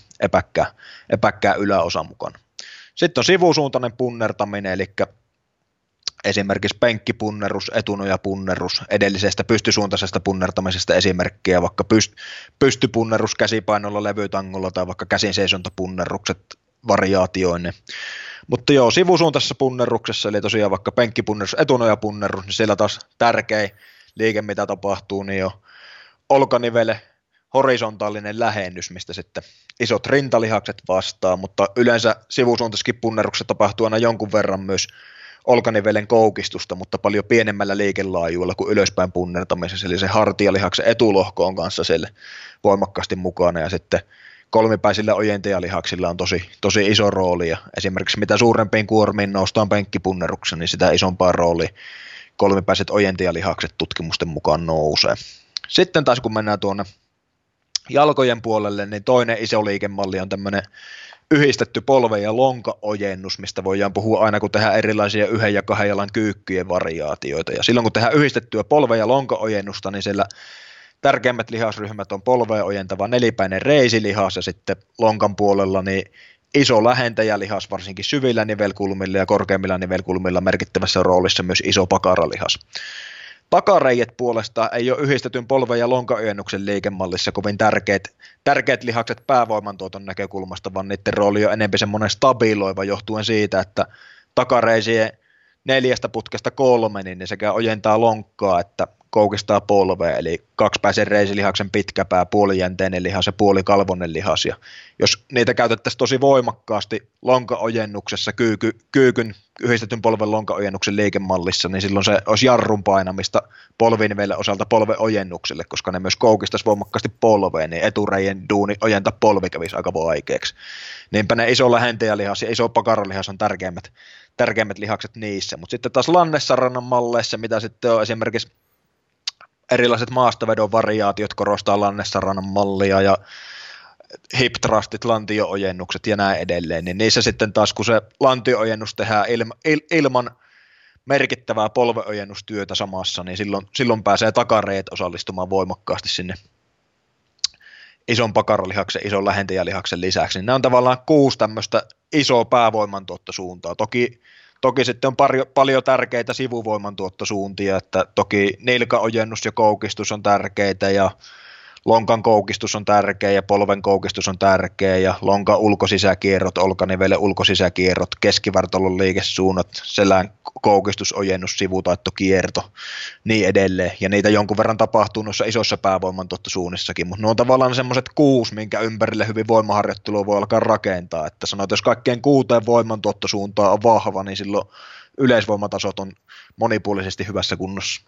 epäkkää yläosa mukana. Sitten on sivusuuntainen punnertaminen, eli esimerkiksi penkkipunnerus, etunojapunnerus, edellisestä pystysuuntaisesta punnertamisesta esimerkkejä, vaikka pystypunnerus käsipainolla, levytangolla tai vaikka käsin seisontapunnerukset variaatioineen. Mutta joo, sivusuuntaisessa punneruksessa, eli tosiaan vaikka penkkipunnerus, etunojapunnerus, niin siellä taas tärkein liike, mitä tapahtuu, niin on olkanivele, horisontaalinen lähennys, mistä sitten isot rintalihakset vastaa, mutta yleensä sivusuuntaisessakin punneruksessa tapahtuu aina jonkun verran myös olkanivelen koukistusta, mutta paljon pienemmällä liikelaajuudella kuin ylöspäin punnertamisessa, eli se hartialihaksen etulohko on kanssa siellä voimakkaasti mukana, ja sitten kolmipäisillä ojentajalihaksilla on tosi iso rooli, ja esimerkiksi mitä suurempiin kuormiin noustaan penkkipunneruksessa, niin sitä isompaa roolia kolmipäiset ojentajalihakset tutkimusten mukaan nousee. Sitten taas kun mennään tuonne jalkojen puolelle, niin toinen iso liikemalli on tämmöinen yhdistetty polven ja lonkaojennus, mistä voidaan puhua aina, kun tehdään erilaisia 1 ja 2 jalan kyykkyjen variaatioita. Ja silloin, kun tehdään yhdistettyä polven ja lonkaojennusta, niin siellä tärkeimmät lihasryhmät on polveen ojentava nelipäinen reisilihas ja sitten lonkan puolella niin iso lähentäjälihas, varsinkin syvillä nivelkulmilla ja korkeimmilla nivelkulmilla merkittävässä roolissa myös iso pakaralihas. Takareijet puolestaan ei ole yhdistetyn polven ja lonkaojennuksen liikemallissa kovin tärkeät lihakset päävoimantuoton näkökulmasta, vaan niiden rooli on enemmän semmoinen stabiloiva johtuen siitä, että takareisien 4 putkesta 3, niin ne sekä ojentaa lonkkaa että koukistaa polvea, eli kaksipäisen reisilihaksen pitkä pää, puolijänteinen lihas ja puolikalvonen lihas. Ja jos niitä käytettäisiin tosi voimakkaasti lonkaojennuksessa, kyykyn yhdistetyn polven lonkaojennuksen liikemallissa, niin silloin se olisi jarrun painamista polvinivelle osalta polveojennukselle, koska ne myös koukistaisi voimakkaasti polveen, niin etureijien duuni ojentaa polvi kävisi aika vaikeaksi. Niinpä ne iso lähentäjälihas ja iso pakaralihas on tärkeimmät lihakset niissä, mutta sitten taas Lannessarannan malleissa, mitä sitten on esimerkiksi erilaiset maastavedon variaatiot korostaa Lannessarannan mallia ja hip thrustit, lantio-ojennukset ja näin edelleen, niin niissä sitten taas kun se lantio-ojennus tehdään ilman merkittävää polveojennustyötä samassa, niin silloin pääsee takareet osallistumaan voimakkaasti sinne ison pakaralihaksen, ison lähentäjälihaksen lisäksi. Niin nämä on tavallaan 6 tämmöistä isoa päävoimantuottosuuntaa. Toki sitten on paljon tärkeitä sivuvoimantuottosuuntia, että toki nilkaojennus ja koukistus on tärkeitä ja lonkan koukistus on tärkeä ja polven koukistus on tärkeä ja lonkan ulkosisäkierrot, olkanivelen ulkosisäkierrot, keskivartalon liikesuunnat, selän koukistusojennus, sivutaittokierto, niin edelleen. Ja niitä jonkun verran tapahtuu noissa isoissa päävoimantuottosuunnissakin, mutta ne on tavallaan semmoiset 6, minkä ympärille hyvin voimaharjoittelua voi alkaa rakentaa. Että sanotaan, että jos kaikkien 6 voimantuottosuuntaa on vahva, niin silloin yleisvoimatasot on monipuolisesti hyvässä kunnossa.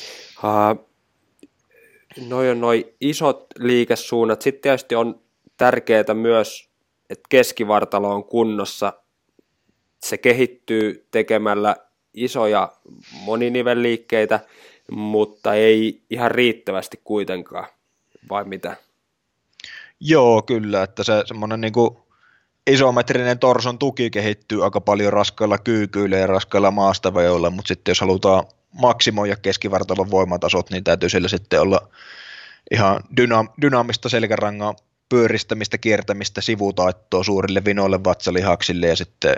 Noi isot liikesuunnat. Sitten tietysti on tärkeää myös, että keskivartalo on kunnossa. Se kehittyy tekemällä isoja moninivelliikkeitä, mutta ei ihan riittävästi kuitenkaan, vai mitä? Joo, kyllä, että se semmoinen niin kuin isometrinen torson tuki kehittyy aika paljon raskailla kyykyillä ja raskailla maastavejoilla, mutta sitten jos halutaan maksimoida keskivartalon voimatasot, niin täytyy siellä sitten olla ihan dynaamista selkärangan pyöristämistä, kiertämistä, sivutaittoa suurille vinoille vatsalihaksille ja sitten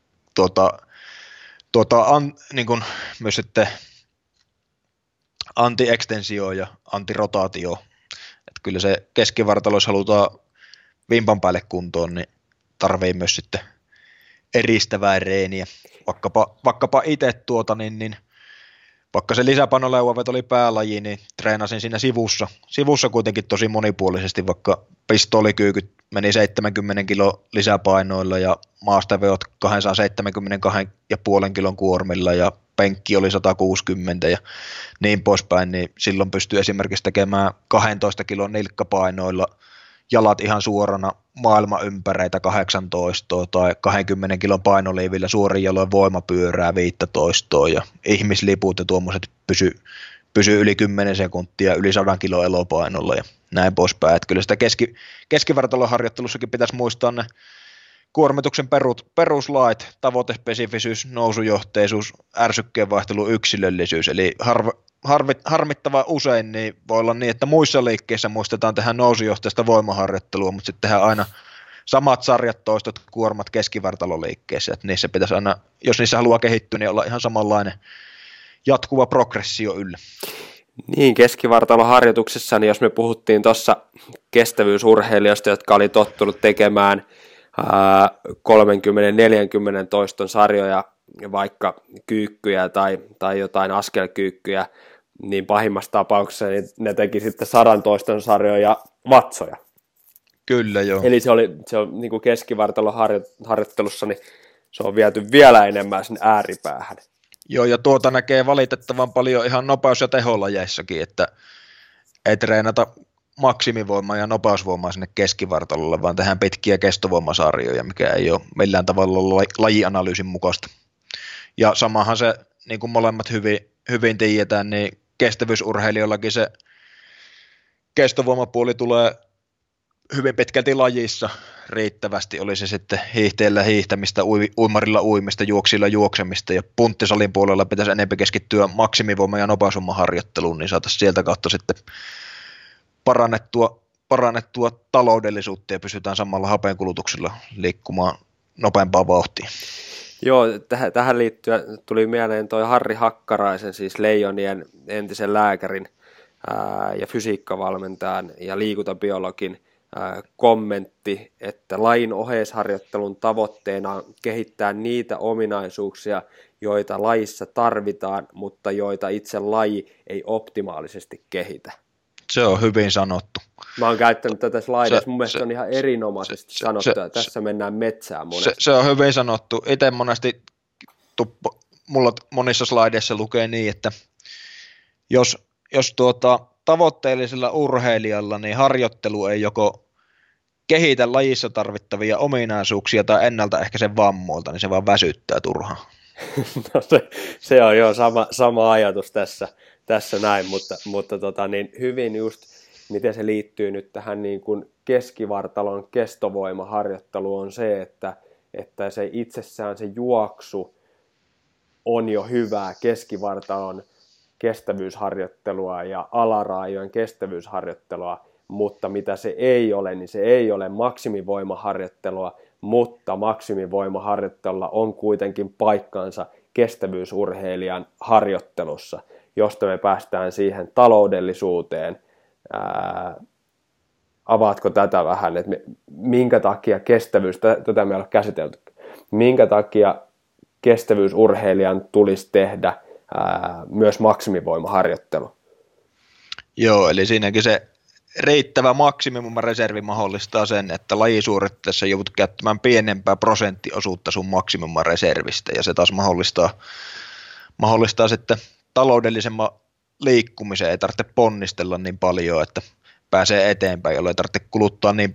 niin kuin myös sitten anti-ekstensio ja antirotaatio. Että kyllä se keskivartalo, jos halutaan vimpan päälle kuntoon, niin tarvii myös sitten eristävää reeniä. Vaikkapa itse niin vaikka se lisäpainoleuvaveto oli päälaji, niin treenasin siinä sivussa kuitenkin tosi monipuolisesti, vaikka pistoolikyykyt meni 70 kilo lisäpainoilla ja maastaveot 272,5 kilon kuormilla ja penkki oli 160 ja niin poispäin, niin silloin pystyy esimerkiksi tekemään 12 kilon nilkkapainoilla jalat ihan suorana maailmanympäreitä 18 tai 20 kilon painoliivillä suorin jaloin voimapyörää 15 ja ihmisliput ja tuommoiset pysy yli 10 sekuntia yli 100 kilon elopainolla ja näin poispäin. Että kyllä sitä keskivartalon harjoittelussakin pitäisi muistaa ne kuormituksen peruslait, tavoitespesifisyys, nousujohteisuus, ärsykkeen vaihtelu, yksilöllisyys, eli harmittava usein niin voi olla niin, että muissa liikkeissä muistetaan tehdä nousujohteista voimaharjoittelua, mutta sitten tehdään aina samat sarjat, toistot, kuormat keskivartaloliikkeissä, että niissä pitäisi aina, jos niissä haluaa kehittyä, niin olla ihan samanlainen jatkuva progressio yllä. Niin, keskivartaloharjoituksessa, niin jos me puhuttiin tuossa kestävyysurheilijoista, jotka oli tottunut tekemään 30-40 toiston sarjoja, vaikka kyykkyjä tai jotain askelkyykkyjä, niin pahimmassa tapauksessa niin ne teki sitten 100 toiston sarjoja vatsoja. Kyllä, joo. Eli se on niin kuin keskivartalon harjoittelussa, niin se on viety vielä enemmän sinne ääripäähän. Joo, ja tuota näkee valitettavan paljon ihan nopeus- ja teholajeissakin, että ei treenata maksimivoimaa ja nopeusvoimaa sinne keskivartalolle, vaan tehdään pitkiä kestovoimasarjoja, mikä ei ole millään tavalla lajianalyysin mukaista. Ja samahan se, niin kuin molemmat hyvin tiedetään, niin kestävyysurheilijoillakin se kestovoimapuoli tulee hyvin pitkälti lajissa riittävästi, oli se sitten hiihteellä hiihtämistä, uimarilla uimista, juoksilla juoksemista ja punttisalin puolella pitäisi enemmän keskittyä maksimivoima- ja nopeusvoimaharjoitteluun, niin saataisiin sieltä kautta sitten parannettua taloudellisuutta ja pysytään samalla hapenkulutuksella liikkumaan nopeampaa vauhtia. Joo, tähän liittyen tuli mieleen toi Harri Hakkaraisen, siis Leijonien entisen lääkärin ja fysiikkavalmentajan ja liikuntabiologin kommentti, että lajin oheisharjoittelun tavoitteena on kehittää niitä ominaisuuksia, joita lajissa tarvitaan, mutta joita itse laji ei optimaalisesti kehitä. Se on hyvin sanottu. Mä oon käyttänyt tätä slaidissa, mun mielestä on ihan erinomaisesti sanottu, ja tässä mennään metsään monesti. Se on hyvin sanottu. Itse monesti mulla monissa slaideissa lukee niin, että jos tavoitteellisella urheilijalla niin harjoittelu ei joko kehitä lajissa tarvittavia ominaisuuksia tai ennaltaehkäise vammoilta, niin se vaan väsyttää turhaan. No se on jo sama ajatus tässä näin, mutta niin hyvin just miten se liittyy nyt tähän niin kuin keskivartalon kestovoimaharjoitteluun on se, että se itsessään se juoksu on jo hyvää keskivartalon kestävyysharjoittelua ja alaraajojen kestävyysharjoittelua, mutta mitä se ei ole, niin se ei ole maksimivoimaharjoittelua, mutta maksimivoimaharjoittelulla on kuitenkin paikkansa kestävyysurheilijan harjoittelussa, josta me päästään siihen taloudellisuuteen. Avaatko tätä vähän, että minkä takia kestävyys, tätä me ei ole käsitelty, minkä takia kestävyysurheilijan tulisi tehdä myös maksimivoimaharjoittelu? Joo, eli siinäkin se riittävä maksimumreservi mahdollistaa sen, että lajisuoritteessa joudut käyttämään pienempää prosenttiosuutta sun maksimumreservistä, ja se taas mahdollistaa sitten taloudellisemman liikkumisen, ei tarvitse ponnistella niin paljon, että pääsee eteenpäin, jolloin ei tarvitse kuluttaa niin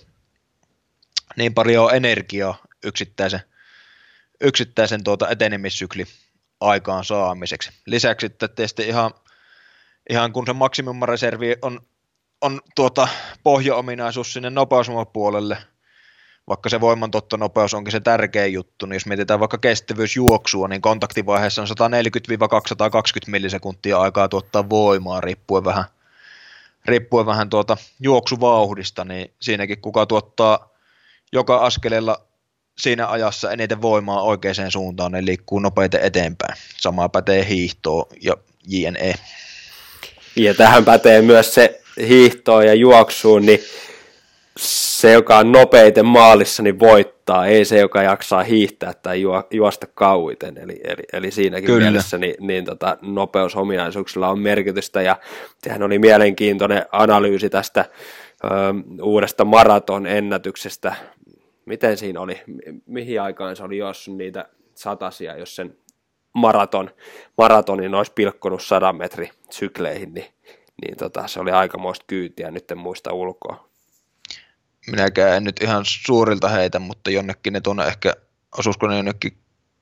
paljon energiaa yksittäisen etenemissykli aikaan saamiseksi. Lisäksi että tietysti ihan kun se maksimumreservi on pohjaominaisuus sinne nopeuspuolelle, vaikka se voimantottonopeus onkin se tärkein juttu, niin jos mietitään vaikka kestävyysjuoksua, niin kontaktivaiheessa on 140-220 millisekuntia aikaa tuottaa voimaa, riippuen vähän juoksuvauhdista, niin siinäkin kuka tuottaa joka askeleella siinä ajassa eniten voimaa oikeaan suuntaan, niin liikkuu nopeiten eteenpäin. Sama pätee hiihtoon ja JNE. Ja tähän pätee myös se hiihtoon ja juoksuun, niin se, joka on nopeiten maalissa, niin voittaa, ei se, joka jaksaa hiihtää tai juosta kauiten. Eli siinäkin Kyllä. mielessä nopeusominaisuuksilla on merkitystä, ja sehän oli mielenkiintoinen analyysi tästä uudesta maraton ennätyksestä. Miten siinä oli, mihin aikaan se oli juossut niitä satasia, jos sen maratonin olisi pilkkonut 100 metrin sykleihin, niin se oli aikamoista kyytiä, nyt en muista ulkoa. Minäkään en nyt ihan suurilta heitä, mutta jonnekin ne tuonne ehkä, osuisiko ne jonnekin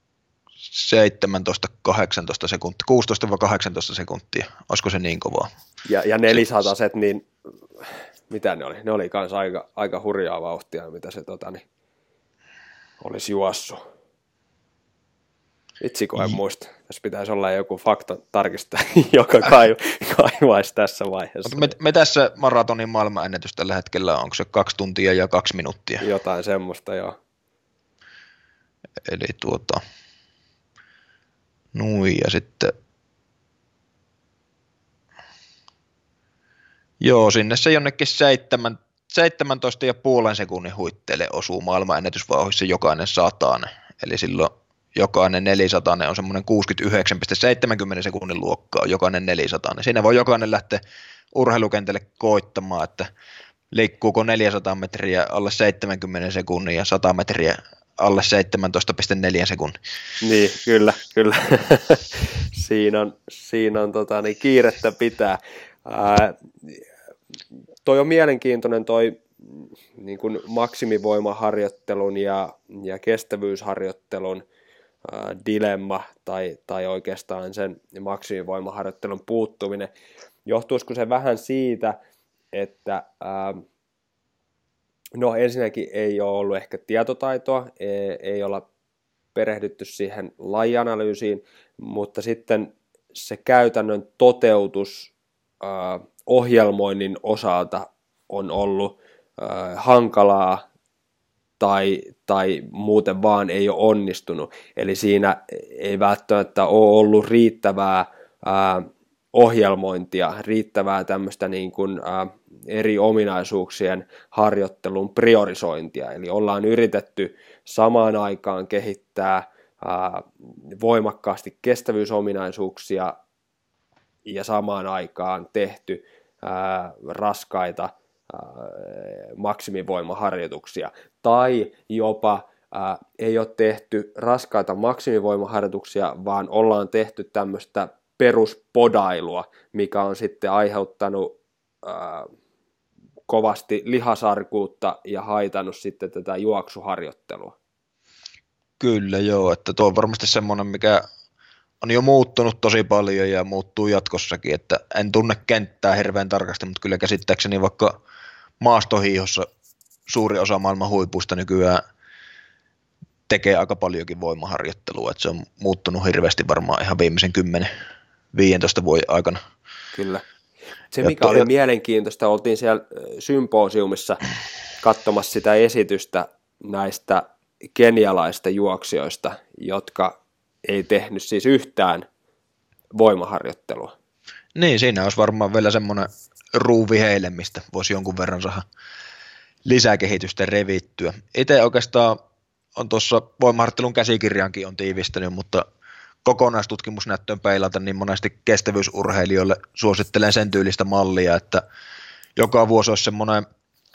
17-18 sekuntia, 16-18 sekuntia, olisiko se niin kovaa? Ja 400, niin mitä ne oli? Ne oli kans aika hurjaa vauhtia, mitä se olisi juossut. Itse kun en muista. Tässä pitäisi olla joku fakta tarkistaa, joka kaivaisi tässä vaiheessa. Mutta me tässä maratonin maailmanennätys tällä hetkellä, onko se 2 tuntia ja 2 minuuttia? Jotain semmoista, joo. Eli ja sitten joo, sinne se jonnekin 17,5 sekunnin huitteelle osuu maailmanennätysvauhdissa jokainen satanen. Eli silloin jokainen 400 on semmoinen 69,70 sekunnin luokkaa, jokainen 400. Siinä voi jokainen lähteä urheilukentälle koittamaan, että liikkuuko 400 metriä alle 70 sekunnin ja 100 metriä alle 17,4 sekunnin. Niin, kyllä. siinä on kiirettä pitää. Toi on mielenkiintoinen toi niin kuin maksimivoimaharjoittelun ja kestävyysharjoittelun dilemma tai oikeastaan sen maksimivoimaharjoittelun puuttuminen. Johtuisiko se vähän siitä, että ensinnäkin ei ole ollut ehkä tietotaitoa, ei olla perehdytty siihen lajianalyysiin, mutta sitten se käytännön toteutus ohjelmoinnin osalta on ollut hankalaa tai muuten vaan ei ole onnistunut. Eli siinä ei välttämättä ole ollut riittävää ohjelmointia, riittävää tämmöistä niin kuin, eri ominaisuuksien harjoittelun priorisointia. Eli ollaan yritetty samaan aikaan kehittää voimakkaasti kestävyysominaisuuksia ja samaan aikaan tehty raskaita maksimivoimaharjoituksia. Tai jopa ei ole tehty raskaita maksimivoimaharjoituksia, vaan ollaan tehty tämmöistä peruspodailua, mikä on sitten aiheuttanut kovasti lihasarkuutta ja haitannut sitten tätä juoksuharjoittelua. Kyllä joo, että tuo on varmasti semmoinen, mikä on jo muuttunut tosi paljon ja muuttuu jatkossakin, että en tunne kenttää hirveän tarkasti, mutta kyllä käsittääkseni vaikka maastohiihossa suuri osa maailman huipuista nykyään tekee aika paljonkin voimaharjoittelua, että se on muuttunut hirveästi varmaan ihan viimeisen 10-15 vuoden aikana. Kyllä. Se mikä oli mielenkiintoista, oltiin siellä symposiumissa katsomassa sitä esitystä näistä kenialaista juoksijoista, jotka ei tehnyt siis yhtään voimaharjoittelua. Niin, siinä olisi varmaan vielä semmoinen ruuvi heille, mistä voisi jonkun verran saada lisäkehitystä revittyä. Itse oikeastaan on tuossa voimaharjoittelun käsikirjaankin on tiivistänyt, mutta kokonaistutkimusnäyttöön peilata niin monesti kestävyysurheilijoille suosittelen sen tyylistä mallia, että joka vuosi olisi semmoinen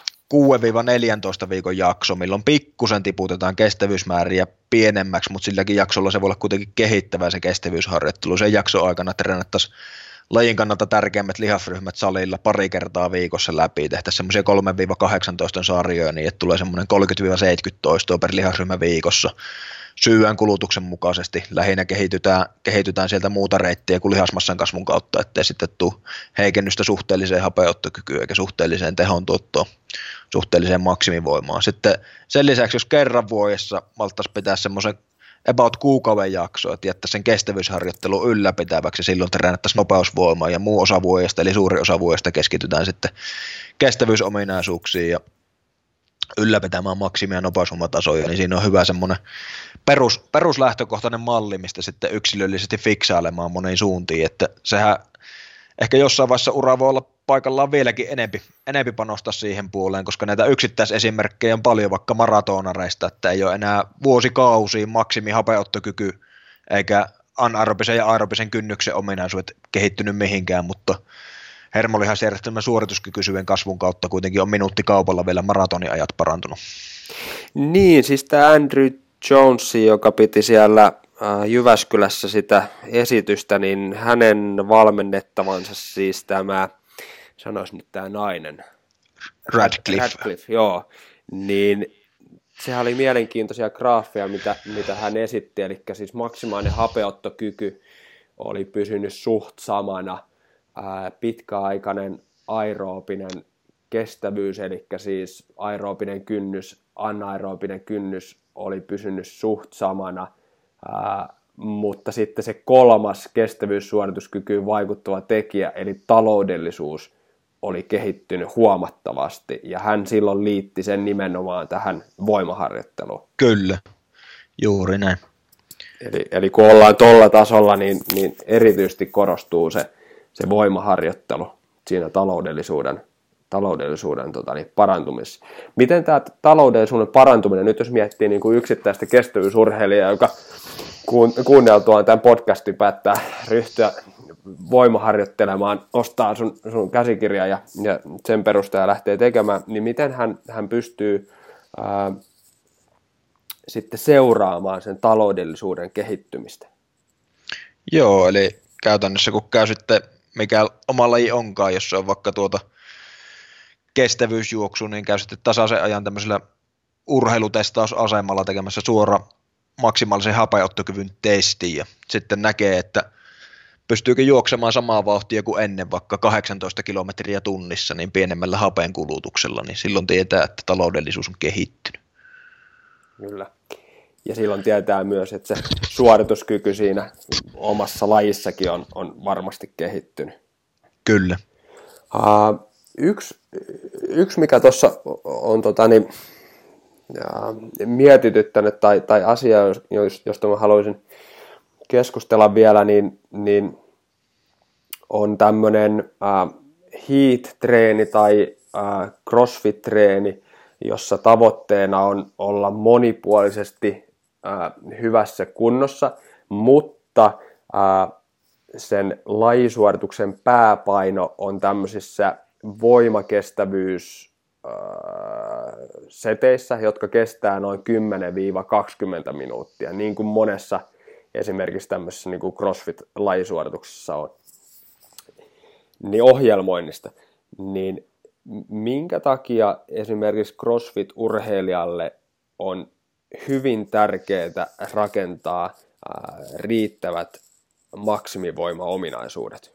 6-14 viikon jakso, milloin pikkusen tiputetaan kestävyysmääriä pienemmäksi, mutta silläkin jaksolla se voi olla kuitenkin kehittävää se kestävyysharjoittelu. Sen jakson aikana treenattaisiin lajin kannalta tärkeimmät lihasryhmät salilla pari kertaa viikossa läpi, tehtäisiin semmoisia 3-18 sarjoja niin, että tulee semmoinen 30-70 toistoa per lihasryhmä viikossa. Syön kulutuksen mukaisesti lähinnä kehitytään sieltä muuta reittiä kuin lihasmassan kasvun kautta, ettei sitten tule heikennystä suhteelliseen hapeuttokykyyn eikä suhteelliseen tehontuottoon, suhteelliseen maksimivoimaan. Sitten sen lisäksi, jos kerran vuodessa malttaisi pitää semmoisen about kuukauden jakso, että jättäisi sen kestävyysharjoittelu ylläpitäväksi ja silloin treenattaisiin nopeusvoimaa ja muu osa vuodesta, eli suuri osa vuodesta keskitytään sitten kestävyysominaisuuksiin ja ylläpitämään maksimi- ja nopeusvoimatasoja, niin siinä on hyvä semmoinen peruslähtökohtainen malli, mistä sitten yksilöllisesti fiksailemaan moniin suuntiin, että sehän ehkä jossain vaiheessa ura voi olla paikallaan vieläkin enempi panostaa siihen puoleen, koska näitä yksittäisesimerkkejä on paljon vaikka maratonareista, että ei ole enää vuosikausiin maksimihapeuttokyky eikä anaerobisen ja aerobisen kynnyksen ominaisuudet kehittynyt mihinkään, mutta hermolihasjärjestelmän suorituskykyisyyden kasvun kautta kuitenkin on minuuttikaupalla vielä maratoniajat parantunut. Niin, siis tämä Andrew Jones, joka piti siellä Jyväskylässä sitä esitystä, niin hänen valmennettavansa siis tämä, sanoisi nyt tämä nainen. Radcliffe, joo. Niin sehän oli mielenkiintoisia graafeja, mitä hän esitti, eli siis maksimaalinen hapeuttokyky oli pysynyt suht samana, pitkäaikainen aeroobinen kestävyys, eli siis aeroobinen kynnys, anaeroobinen kynnys oli pysynyt suht samana, mutta sitten se kolmas kestävyyssuorituskykyyn vaikuttava tekijä, eli taloudellisuus, oli kehittynyt huomattavasti, ja hän silloin liitti sen nimenomaan tähän voimaharjoitteluun. Kyllä, juuri näin. Eli kun ollaan tuolla tasolla, niin erityisesti korostuu se voimaharjoittelu siinä taloudellisuuden parantumisessa. Miten tämä taloudellisuuden parantuminen, nyt jos miettii niin kuin yksittäistä kestävyysurheilijaa, joka kuunneltuaan tämän podcastin päättää ryhtyä voimaharjoittelemaan, ostaa sun käsikirjan ja sen perusteella lähtee tekemään, niin miten hän pystyy sitten seuraamaan sen taloudellisuuden kehittymistä? Joo, eli käytännössä kun käy sitten, mikä oma laji onkaan, jos se on vaikka kestävyysjuoksu, niin käy sitten tasaisen ajan tämmöisellä urheilutestausasemalla tekemässä suora maksimaalisen hapeuttokyvyn testi ja sitten näkee, että pystyykö juoksemaan samaa vauhtia kuin ennen, vaikka 18 kilometriä tunnissa, niin pienemmällä hapen kulutuksella, niin silloin tietää, että taloudellisuus on kehittynyt. Kyllä. Ja silloin tietää myös, että se suorituskyky siinä omassa lajissakin on varmasti kehittynyt. Kyllä. Yksi mikä tuossa on mietityttänyt tai asia, josta mä haluaisin keskustella vielä, niin on tämmöinen HEAT-treeni tai CrossFit-treeni, jossa tavoitteena on olla monipuolisesti hyvässä kunnossa, mutta sen lajisuorituksen pääpaino on tämmöisissä voimakestävyysseteissä, jotka kestää noin 10-20 minuuttia, niin kuin monessa esimerkiksi tämmöisessä niin kuin CrossFit-lajisuorituksessa on. Niin ohjelmoinnista, niin minkä takia esimerkiksi CrossFit-urheilijalle on hyvin tärkeää rakentaa riittävät maksimivoimaominaisuudet?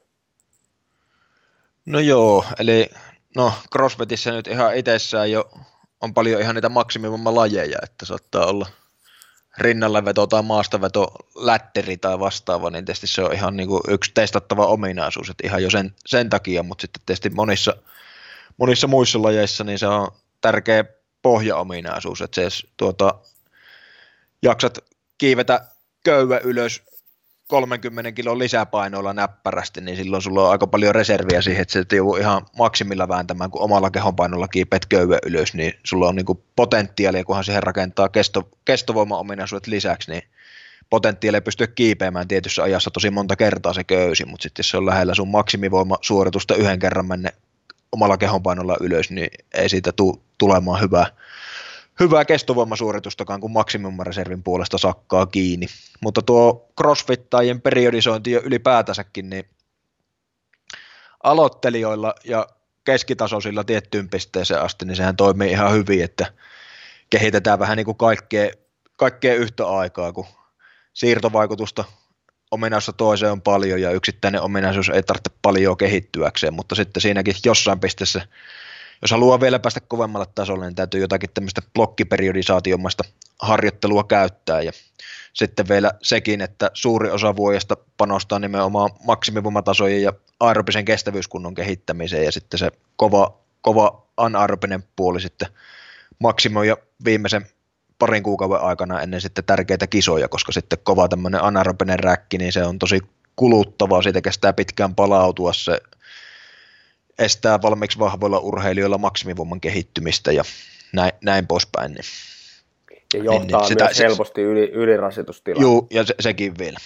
No joo, eli CrossFitissä nyt ihan itsessään jo on paljon ihan niitä maksimivoimalajeja, että saattaa olla rinnalleveto tai maastaveto, lätteri tai vastaava, niin tietysti se on ihan niin kuin yksi testattava ominaisuus, että ihan jo sen takia, mutta sitten tietysti monissa muissa lajeissa niin se on tärkeä pohjaominaisuus, että se jos jaksat kiivetä köyä ylös 30 kilon lisäpainoilla näppärästi, niin silloin sulla on aika paljon reserviä siihen, että se ei ihan maksimilla vääntämään, kun omalla kehonpainolla kiipeät köyä ylös, niin sulla on niinku potentiaalia, kunhan siihen rakentaa kestovoima-ominaisuudet lisäksi, niin potentiaalia pystyy kiipeämään tietyssä ajassa tosi monta kertaa se köysi, mutta sitten jos se on lähellä sun maksimivoimasuoritusta yhden kerran mennä omalla kehonpainolla ylös, niin ei siitä tule tulemaan hyvää kestovoimasuoritustakaan, kun maksimireservin puolesta sakkaa kiinni. Mutta tuo crossfittajien periodisointi jo ylipäätänsäkin, niin aloittelijoilla ja keskitasoisilla tiettyyn pisteeseen asti, niin sehän toimii ihan hyvin, että kehitetään vähän niin kuin kaikkea yhtä aikaa, kun siirtovaikutusta ominaisuudesta toiseen on paljon ja yksittäinen ominaisuus ei tarvitse paljon kehittyäkseen, mutta sitten siinäkin jossain pisteessä, jos haluaa vielä päästä kovemmalle tasolle, niin täytyy jotakin tämmöistä blokkiperiodisaatiomaista harjoittelua käyttää. Ja sitten vielä sekin, että suuri osa vuodesta panostaa nimenomaan maksimivoimatasojen ja aerobisen kestävyyskunnon kehittämiseen, ja sitten se kova anaerobinen puoli sitten maksimoi jo viimeisen parin kuukauden aikana ennen sitten tärkeitä kisoja, koska sitten kova tämmöinen anaerobinen räkki, niin se on tosi kuluttavaa, siitä kestää pitkään palautua, se estää valmiiksi vahvoilla urheilijoilla maksimivoiman kehittymistä ja näin poispäin. Niin. Ja johtaa niin, myös helposti ylirasitustilaan. Joo, ja sekin vielä.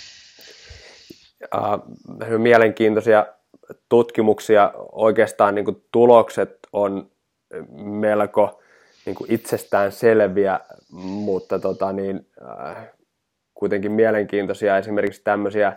Mielenkiintoisia tutkimuksia. Oikeastaan niin kuin tulokset on melko niin kuin itsestään selviä, mutta kuitenkin mielenkiintoisia. Esimerkiksi tämmöisiä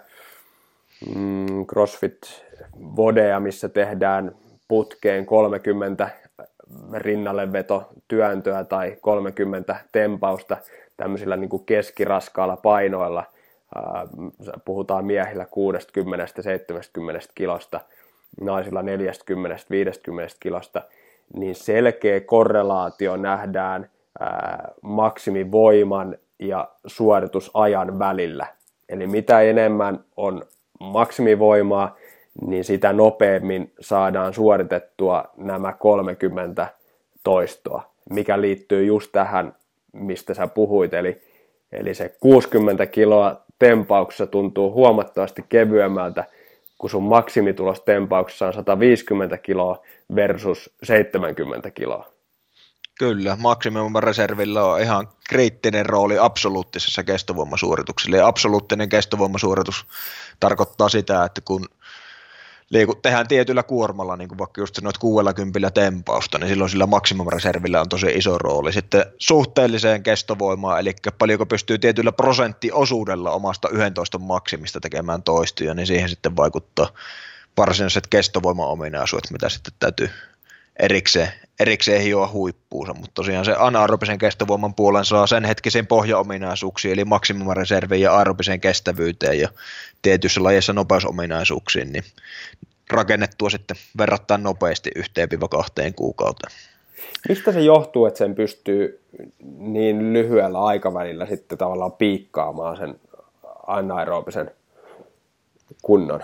CrossFit-vodeja, missä tehdään putkeen 30 rinnallevetotyöntöä tai 30 tempausta tämmöisillä niin kuin keskiraskaalla painoilla. Puhutaan miehillä 60-70 kilosta, naisilla 40-50 kilosta, niin selkeä korrelaatio nähdään maksimivoiman ja suoritusajan välillä. Eli mitä enemmän on maksimivoimaa, niin sitä nopeammin saadaan suoritettua nämä 30 toistoa, mikä liittyy just tähän, mistä sä puhuit. Eli se 60 kiloa tempauksessa tuntuu huomattavasti kevyemmältä, kun sun maksimitulos tempauksessa on 150 kiloa versus 70 kiloa. Kyllä, maksimivoimareservillä on ihan kriittinen rooli absoluuttisessa kestovoimasuorituksessa. Ja absoluuttinen kestovoimasuoritus tarkoittaa sitä, että kun tehdään tietyllä kuormalla, niin kuin vaikka just sanoit 60 tempausta, niin silloin sillä maksimireservillä on tosi iso rooli. Sitten suhteelliseen kestovoimaan, eli paljonko pystyy tietyllä prosenttiosuudella omasta 11 maksimista tekemään toistoja, niin siihen sitten vaikuttaa varsinaiset kestovoimaominaisuudet, mitä sitten täytyy erikseen hioa huippuunsa, mutta tosiaan se anaerobisen kestovoiman puolen saa sen hetkisen pohjaominaisuuksiin, eli maksimireserviin ja aerobiseen kestävyyteen ja tietyissä lajeissa nopeusominaisuuksiin, niin rakennettua sitten verrattain nopeasti 1-2 kuukauteen. Mistä se johtuu, että sen pystyy niin lyhyellä aikavälillä sitten tavallaan piikkaamaan sen anaerobisen kunnon?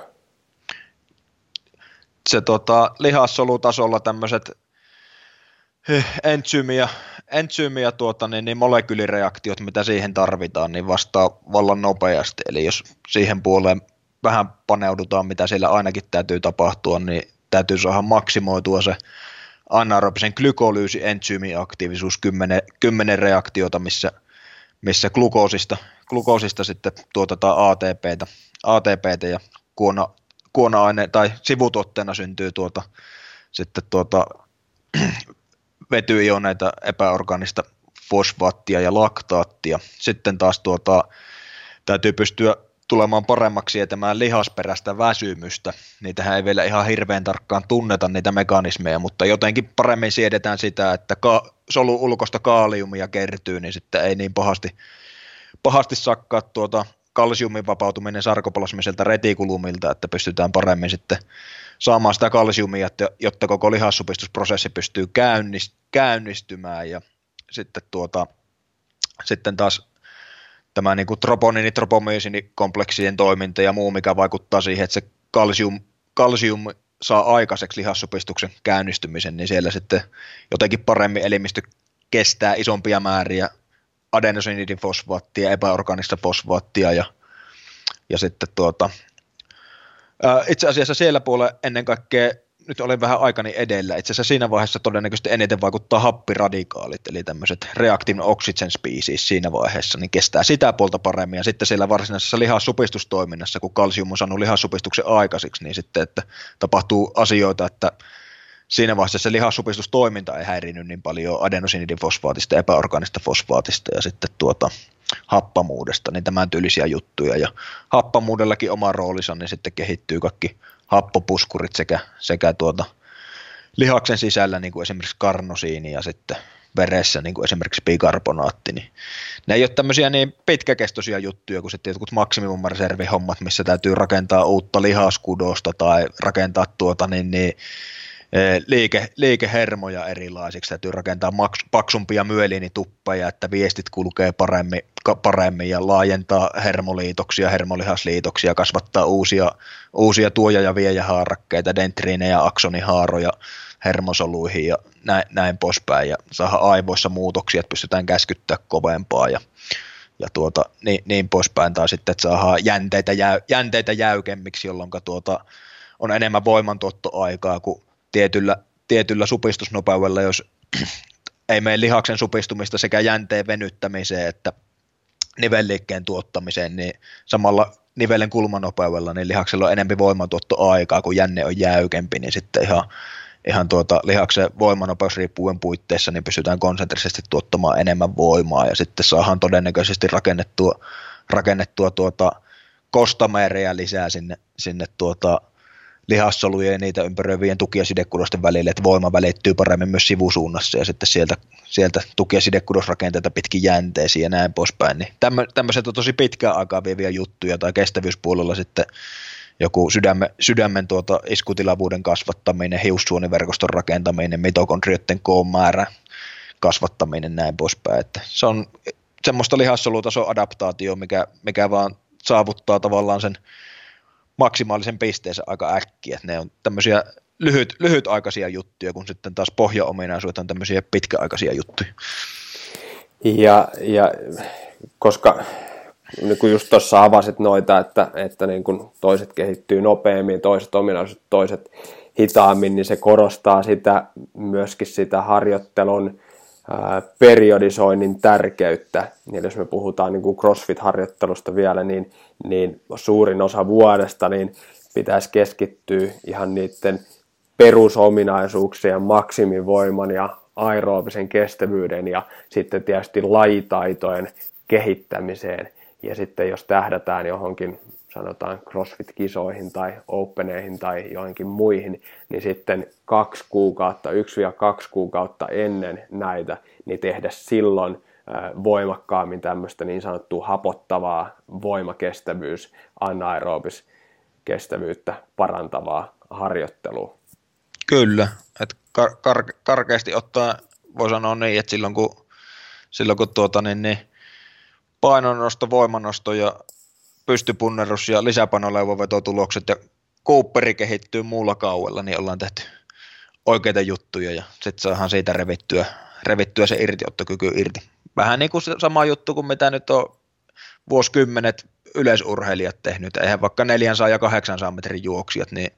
Se lihassolutasolla tämmöiset entsyymi ja niin molekyylireaktiot, mitä siihen tarvitaan, niin vastaa vallan nopeasti. Eli jos siihen puoleen vähän paneudutaan, mitä siellä ainakin täytyy tapahtua, niin täytyy saada maksimoitua se anaerobisen glykolyysi-entsyymiaktiivisuus 10 reaktiota, missä glukoosista sitten tuotetaan ATPtä ja kuona-aine tai sivutuotteena syntyy sitten vetyioneita, epäorgaanista fosfaattia ja laktaattia. Sitten taas täytyy pystyä tulemaan paremmaksi sietämään lihasperäistä väsymystä. Niitähän ei vielä ihan hirveän tarkkaan tunneta niitä mekanismeja, mutta jotenkin paremmin siedetään sitä, että solun ulkoista kaaliumia kertyy, niin sitten ei niin pahasti sakkaa kalsiumin vapautuminen sarkoplasmiselta retikulumilta, että pystytään paremmin sitten saamaan sitä kalsiumia, jotta koko lihassupistusprosessi pystyy käynnistymään ja sitten taas tämä niin kuin troponiini-tropomyosiinikompleksien toiminta ja muu, mikä vaikuttaa siihen, että se kalsium saa aikaiseksi lihassupistuksen käynnistymisen, niin siellä sitten jotenkin paremmin elimistö kestää isompia määriä adenosiniidifosfaattia, epäorgaanista fosfaattia ja sitten itse asiassa siellä puolella ennen kaikkea, nyt olen vähän aikani edellä, itse asiassa siinä vaiheessa todennäköisesti eniten vaikuttaa happiradikaalit, eli tämmöiset reactive oxygen species siinä vaiheessa, niin kestää sitä puolta paremmin, ja sitten siellä varsinaisessa lihassupistustoiminnassa, kun kalsium on saanut lihassupistuksen aikaiseksi, niin sitten, että tapahtuu asioita, että siinä vaiheessa se lihassupistustoiminta ei häirinyt niin paljon adenosinidifosfaatista, epäorgaanista fosfaatista ja sitten happamuudesta, niin tämän tyylisiä juttuja. Ja happamuudellakin oma roolinsa, niin sitten kehittyy kaikki happopuskurit sekä lihaksen sisällä, niin kuin esimerkiksi karnosiini ja sitten veressä, niin kuin esimerkiksi bikarbonaatti. Niin ne ei ole tämmöisiä niin pitkäkestoisia juttuja kuin sitten jotkut maksimumreservihommat, missä täytyy rakentaa uutta lihaskudosta tai rakentaa liikehermoja erilaisiksi, täytyy rakentaa paksumpia myeliinituppeja, että viestit kulkee paremmin ja laajentaa hermoliitoksia, hermolihasliitoksia, kasvattaa uusia tuoja- ja viejähaarakkeita, dentriinejä, aksonihaaroja hermosoluihin ja näin poispäin, ja saada aivoissa muutoksia, että pystytään käskyttämään kovempaa ja niin poispäin, tai sitten, että saadaan jänteitä jäykemmiksi, jolloin on enemmän voimantuottoaikaa kuin tietyllä supistusnopeudella, jos ei mene lihaksen supistumista sekä jänteen venyttämiseen että nivelliikkeen tuottamiseen, niin samalla nivelen kulmanopeudella niin lihaksella on enemmän voimantuottoaikaa, kun jänne on jäykempi, niin sitten ihan lihaksen voimanopeus riippuen puitteissa niin pystytään konsentrisesti tuottamaan enemmän voimaa ja sitten saadaan todennäköisesti rakennettua kostamereja lisää sinne lihassolujen ja niitä ympäröivien tuki- ja sidekudosten välille, että voima välittyy paremmin myös sivusuunnassa ja sitten sieltä tuki- ja sidekudosrakenteita pitkin jänteisiin ja näin poispäin. Niin tämmöiset on tosi pitkään aikaa vieviä juttuja tai kestävyyspuolella sitten joku sydämen iskutilavuuden kasvattaminen, hiussuoniverkoston rakentaminen, mitokondrioiden koon määrä kasvattaminen näin poispäin. Että se on semmoista lihassolutason adaptaatio, mikä vaan saavuttaa tavallaan sen maksimaalisen pisteensä aika äkkiä. Ne on tämmöisiä lyhytaikaisia juttuja, kun sitten taas pohjaominaisuudet on tämmöisiä pitkäaikaisia juttuja. Ja koska niin kuin just tuossa avasit noita, että niin kuin toiset kehittyy nopeammin, toiset ominaisuudet, toiset hitaammin, niin se korostaa myöskin sitä harjoittelun periodisoinnin tärkeyttä. Ja jos me puhutaan niin kuin CrossFit-harjoittelusta vielä, niin suurin osa vuodesta niin pitäisi keskittyä ihan niiden perusominaisuuksien, maksimivoiman ja aerobisen kestävyyden ja sitten tietysti lajitaitojen kehittämiseen. Ja sitten jos tähdätään johonkin, sanotaan CrossFit-kisoihin tai Openeihin tai johonkin muihin, niin sitten 1-2 kuukautta ennen näitä, niin tehdä silloin voimakkaammin tämmöistä niin sanottua hapottavaa voimakestävyys, anaerobis kestävyyttä parantavaa harjoittelua. Kyllä, että karkeasti ottaa voi sanoa niin, että silloin kun painonnosto, voimannosto ja pystypunnerus ja lisäpainoleuvovetotulokset ja Cooperi kehittyy muulla kauella, niin ollaan tehty oikeita juttuja ja sitten saadaan siitä revittyä se irtiottokyky irti. Vähän niin kuin sama juttu kuin mitä nyt on vuosikymmenet yleisurheilijat tehnyt. Eihän vaikka 400 ja 800 metrin juoksijat, niin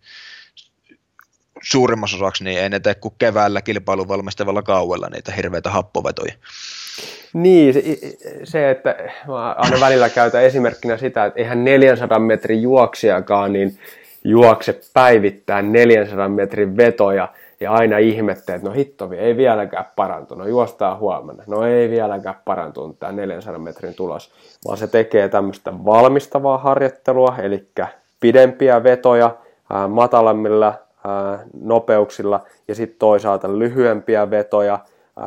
suurimmassa osaksi niin ei ne tee kuin keväällä kilpailun valmistavalla kauella niitä hirveitä happovetoja. Niin, se, että mä aina välillä käytän esimerkkinä sitä, että eihän 400 metrin juoksijakaan niin juokse päivittäin 400 metrin vetoja ja aina ihmettelee, että no hittovi, ei vieläkään parantunut, no juostaan huomenna, no ei vieläkään parantunut tämä 400 metrin tulos, vaan se tekee tämmöistä valmistavaa harjoittelua, eli pidempiä vetoja matalammilla nopeuksilla ja sitten toisaalta lyhyempiä vetoja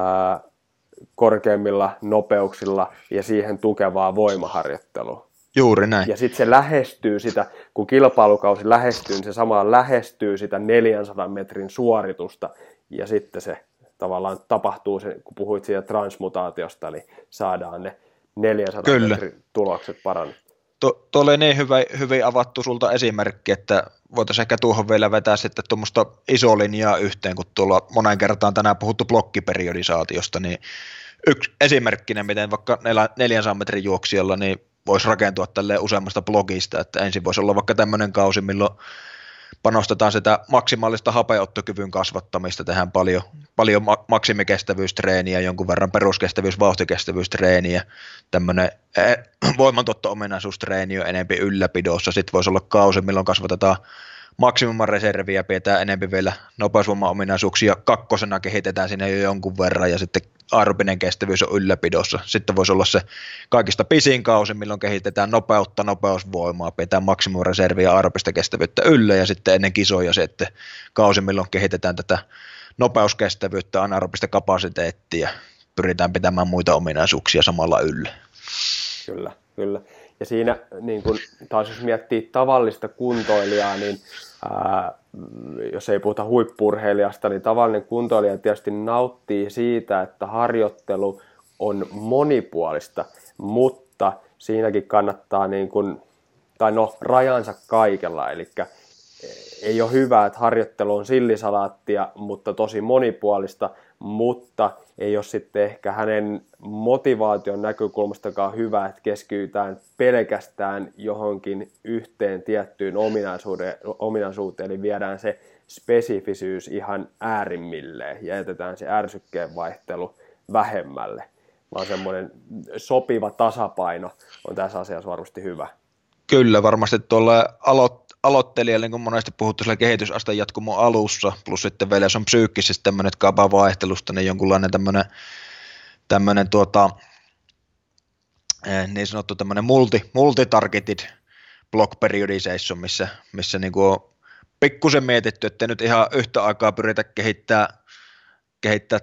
korkeimmilla nopeuksilla ja siihen tukevaa voimaharjoittelua. Juuri näin. Ja sitten se lähestyy sitä, kun kilpailukausi lähestyy, niin se samalla lähestyy sitä 400 metrin suoritusta ja sitten se tavallaan tapahtuu, se, kun puhuit siitä transmutaatiosta, niin saadaan ne 400 metrin tulokset parannettua. Tuo oli niin hyvin avattu sulta esimerkki, että voitaisiin ehkä tuohon vielä vetää sitten tuommoista isoa linjaa yhteen, kun tuolla monen kertaan tänään puhuttu blokkiperiodisaatiosta, niin yksi esimerkkinä, miten vaikka 400 metrin juoksijalla niin voisi rakentua tälleen useammasta blogista, että ensin voisi olla vaikka tämmöinen kausi, milloin panostetaan sitä maksimaalista hapeuttokyvyn kasvattamista, tehdään paljon maksimikestävyystreeniä, jonkun verran peruskestävyys, vauhtikestävyystreeniä, tämmöinen voimantuotto-ominaisuustreeni on enempi ylläpidossa, sitten voisi olla kausi, milloin kasvatetaan maksimumareserviä, pidetään enempi vielä nopeusvoima-ominaisuuksia, kakkosena kehitetään sinne jo jonkun verran ja sitten aerobinen kestävyys on ylläpidossa. Sitten voisi olla se kaikista pisin kausi, milloin kehitetään nopeutta, nopeusvoimaa, pidetään maksimumareserviä ja aerobista kestävyyttä yllä ja sitten ennen kisoja se, että kausi, milloin kehitetään tätä nopeuskestävyyttä, anaerobista kapasiteettia, pyritään pitämään muita ominaisuuksia samalla yllä. Kyllä, kyllä. Ja siinä, niin kun, taas jos miettii tavallista kuntoilijaa, niin jos ei puhuta huippu-urheilijasta, niin tavallinen kuntoilija tietysti nauttii siitä, että harjoittelu on monipuolista, mutta siinäkin kannattaa niin kun, rajansa kaikella, eli ei ole hyvä, että harjoittelu on sillisalaattia, mutta tosi monipuolista, mutta ei ole sitten ehkä hänen motivaation näkökulmastakaan hyvä, että keskitytään pelkästään johonkin yhteen tiettyyn ominaisuuteen, eli viedään se spesifisyys ihan äärimmilleen ja jätetään se ärsykkeen vaihtelu vähemmälle, vaan semmoinen sopiva tasapaino on tässä asiassa varmasti hyvä. Kyllä, varmasti tuolla aloittelijalle, niin kuin monesti puhuttu sillä kehitysasteen jatkumon alussa, plus sitten vielä jos on psyykkisesti tämmöinen, että kaipaa vaihtelusta, niin jonkunlainen tämmöinen niin sanottu tämmöinen multitargeted block periodization, missä niin kuin on pikkusen mietitty, että nyt ihan yhtä aikaa pyritä kehittää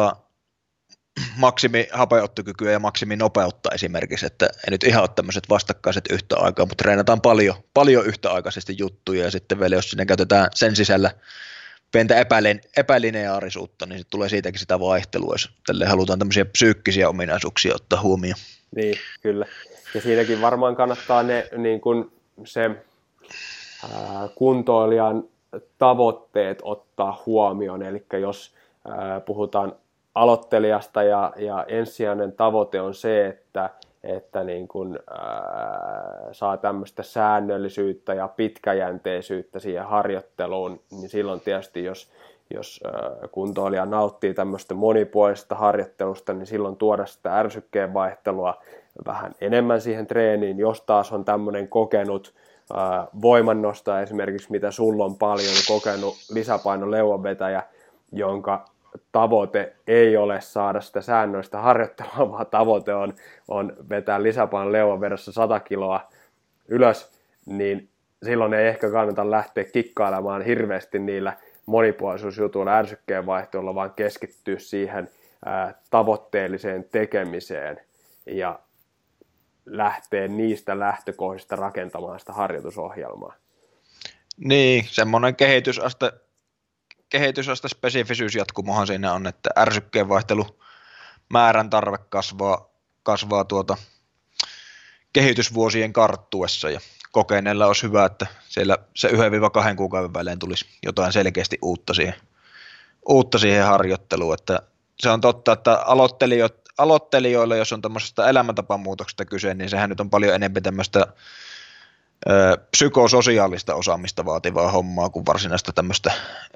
maksimihapeuttokykyä ja maksiminopeutta esimerkiksi, että ei nyt ihan ole tämmöiset vastakkaiset yhtä aikaa, mutta treenataan paljon yhtäaikaisesti juttuja ja sitten vielä jos sinne käytetään sen sisällä pientä epälineaarisuutta, niin tulee siitäkin sitä vaihtelua, jos tälle halutaan tämmöisiä psyykkisiä ominaisuuksia ottaa huomioon. Niin, kyllä. Ja siinäkin varmaan kannattaa niin kuin se kuntoilijan tavoitteet ottaa huomioon, eli jos puhutaan aloittelijasta ja ensisijainen tavoite on se, että niin kuin, saa tämmöistä säännöllisyyttä ja pitkäjänteisyyttä siihen harjoitteluun, niin silloin tietysti jos kuntoilija nauttii tämmöistä monipuolisesta harjoittelusta, niin silloin tuoda sitä ärsykkeen vaihtelua vähän enemmän siihen treeniin. Jos taas on tämmöinen kokenut voimannostaja esimerkiksi, mitä sulla on paljon, kokenut lisäpainoleuanvetäjä, jonka tavoite ei ole saada sitä säännöllistä harjoittelua, vaan tavoite on vetää lisäpainon leuanvedossa 100 kiloa ylös, niin silloin ei ehkä kannata lähteä kikkailemaan hirveästi niillä monipuolisuusjutuilla ärsykkeen vaihtoilla, vaan keskittyä siihen tavoitteelliseen tekemiseen ja lähteä niistä lähtökohdista rakentamaan sitä harjoitusohjelmaa. Niin, semmoinen kehitysaste spesifisyys jatkumohan siinä on, että ärsykkeen vaihtelu määrän tarve kasvaa kehitysvuosien karttuessa ja kokeneella olisi hyvä, että siellä se 1-2 kuukauden välein tulisi jotain selkeästi uutta siihen harjoitteluun, että se on totta, että aloittelijoille, jos on tämmöisestä elämäntapamuutoksesta kyse, niin sehän nyt on paljon enemmän tämmöistä psykososiaalista osaamista vaativaa hommaa kuin varsinaista tämmöistä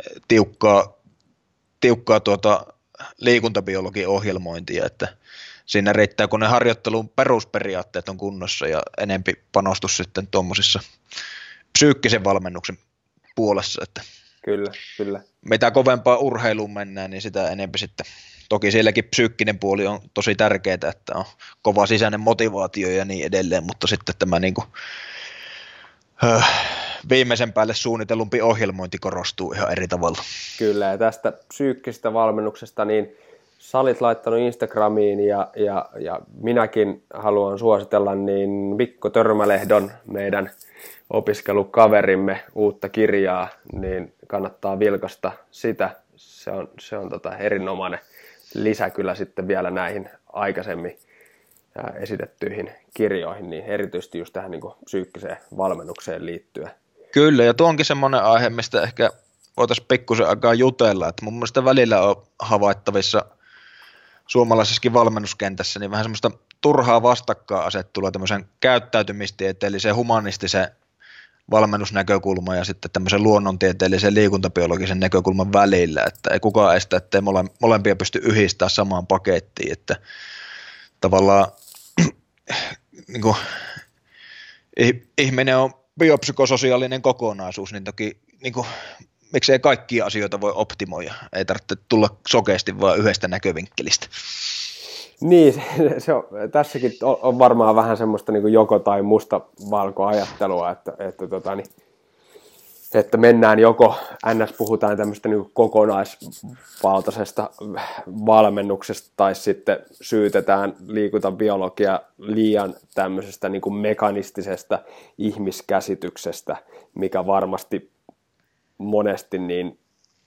tiukkaa liikuntabiologin ohjelmointia, että siinä riittää, kun ne harjoittelun perusperiaatteet on kunnossa ja enempi panostus sitten tuommoisissa psyykkisen valmennuksen puolessa, että Kyllä. mitä kovempaa urheiluun mennään, niin sitä enemmän sitten. Toki sielläkin psyykkinen puoli on tosi tärkeää, että on kova sisäinen motivaatio ja niin edelleen, mutta sitten tämä niin kuin, viimeisen päälle suunnitellumpi ohjelmointi korostuu ihan eri tavalla. Kyllä, ja tästä psyykkisestä valmennuksesta, niin sä olit laittanut Instagramiin ja minäkin haluan suositella niin Mikko Törmälehdon, meidän opiskelukaverimme, uutta kirjaa, niin kannattaa vilkasta sitä. Se on erinomainen lisä kyllä sitten vielä näihin aikaisemmin esitettyihin kirjoihin, niin erityisesti just tähän niin kuin psyykkiseen valmennukseen liittyen. Kyllä, ja tuo onkin semmoinen aihe, mistä ehkä voitaisiin pikkusen aikaa jutella, että mun mielestä välillä on havaittavissa suomalaisessakin valmennuskentässä niin vähän semmoista turhaa vastakkainasettelua tämmöisen käyttäytymistieteellisen, humanistisen valmennusnäkökulman ja sitten tämmöisen luonnontieteellisen liikuntabiologisen näkökulman välillä, että ei kukaan estä, ettei molempia pysty yhdistämään samaan pakettiin, että tavallaan niin kuin, ihminen on biopsykososiaalinen kokonaisuus, niin toki niin kuin, miksei kaikkia asioita voi optimoida, ei tarvitse tulla sokeasti vaan yhdestä näkövinkkelistä. Niin, tässäkin on varmaan vähän semmoista niin kuin joko tai musta-valko-ajattelua, että mennään joko, puhutaan tämmöistä niin kuin kokonaisvaltaisesta valmennuksesta, tai sitten syytetään liikuntabiologia liian tämmöisestä niin kuin mekanistisesta ihmiskäsityksestä, mikä varmasti monesti niin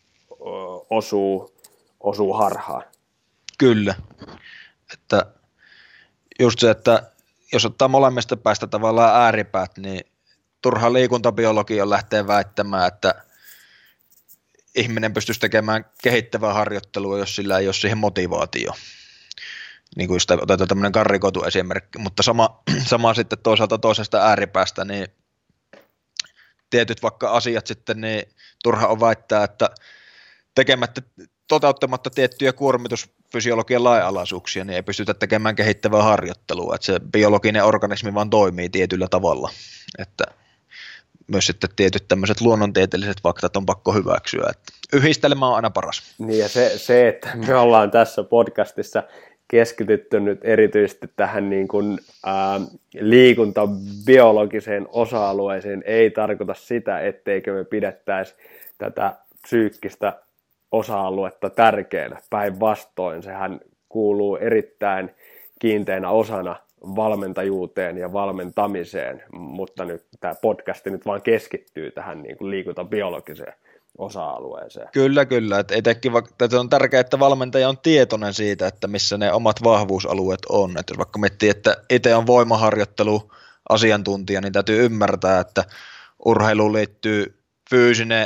osuu harhaan. Kyllä. Että just se, että jos ottaa molemmista päästä tavallaan ääripäät, niin turha liikuntabiologia lähtee väittämään, että ihminen pystyisi tekemään kehittävää harjoittelua, jos sillä ei ole siihen motivaatio. Niin kuin just otetaan tämmöinen karrikoitu esimerkki, mutta sama sitten toisaalta toisesta ääripäästä, niin tietyt vaikka asiat sitten, niin turha on väittää, että toteuttamatta tiettyjä kuormitusfysiologian lainalaisuuksia, niin ei pystytä tekemään kehittävää harjoittelua, että se biologinen organismi vaan toimii tietyllä tavalla, että myös sitten tietyt tämmöiset luonnontieteelliset faktat on pakko hyväksyä, että yhdistelmä on aina paras. Niin ja se, että me ollaan tässä podcastissa keskitytty nyt erityisesti tähän niin kuin, liikuntabiologiseen osa-alueeseen, ei tarkoita sitä, etteikö me pidettäisi tätä psyykkistä osa-aluetta tärkeänä. Päinvastoin sehän kuuluu erittäin kiinteänä osana valmentajuuteen ja valmentamiseen, mutta nyt tämä podcasti nyt vaan keskittyy tähän niin kuin liikuntabiologiseen osa-alueeseen. Kyllä, että etenkin että on tärkeää, että valmentaja on tietoinen siitä, että missä ne omat vahvuusalueet on. Että jos vaikka miettii, että itse on voimaharjoittelu asiantuntija, niin täytyy ymmärtää, että urheiluun liittyy fyysinen,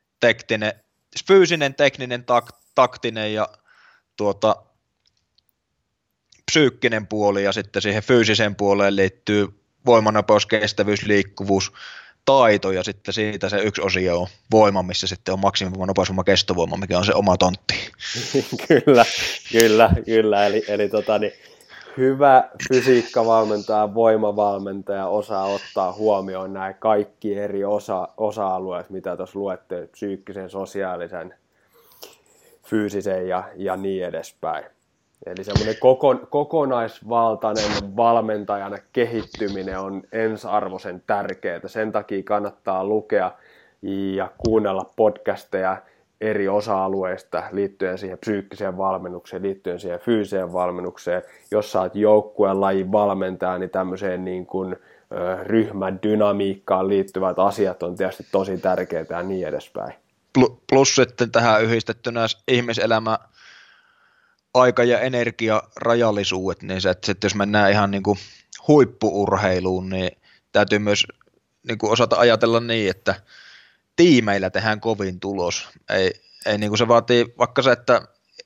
tekninen, taktinen ja psyykkinen puoli, ja sitten siihen fyysiseen puoleen liittyy voimanopeus, kestävyys, liikkuvuus, taito, ja sitten siitä se yksi osio on voima, missä sitten on maksimivoima, nopeusvoima, kestovoima, mikä on se oma tontti. Kyllä. Eli hyvä fysiikkavalmentaja, voimavalmentaja osaa ottaa huomioon nämä kaikki eri osa-alueet, mitä tuossa luette, psyykkisen, sosiaalisen, fyysisen ja niin edespäin. Eli semmoinen kokonaisvaltainen valmentajana kehittyminen on ensiarvoisen tärkeää. Sen takia kannattaa lukea ja kuunnella podcasteja eri osa-alueista liittyen siihen psyykkiseen valmennukseen, liittyen siihen fyysiseen valmennukseen. Jos sä oot joukkueen lajin valmentaja, niin tämmöiseen niin kuin ryhmän dynamiikkaan liittyvät asiat on tietysti tosi tärkeitä ja niin edespäin. Plus sitten tähän yhdistettynä ihmiselämä, aika- ja energiarajallisuudet, niin se, että jos mennään ihan niin kuin huippu-urheiluun, niin täytyy myös niin kuin osata ajatella niin, että tiimeillä tehdään kovin tulos. Ei niin kuin se vaatii vaikka se, että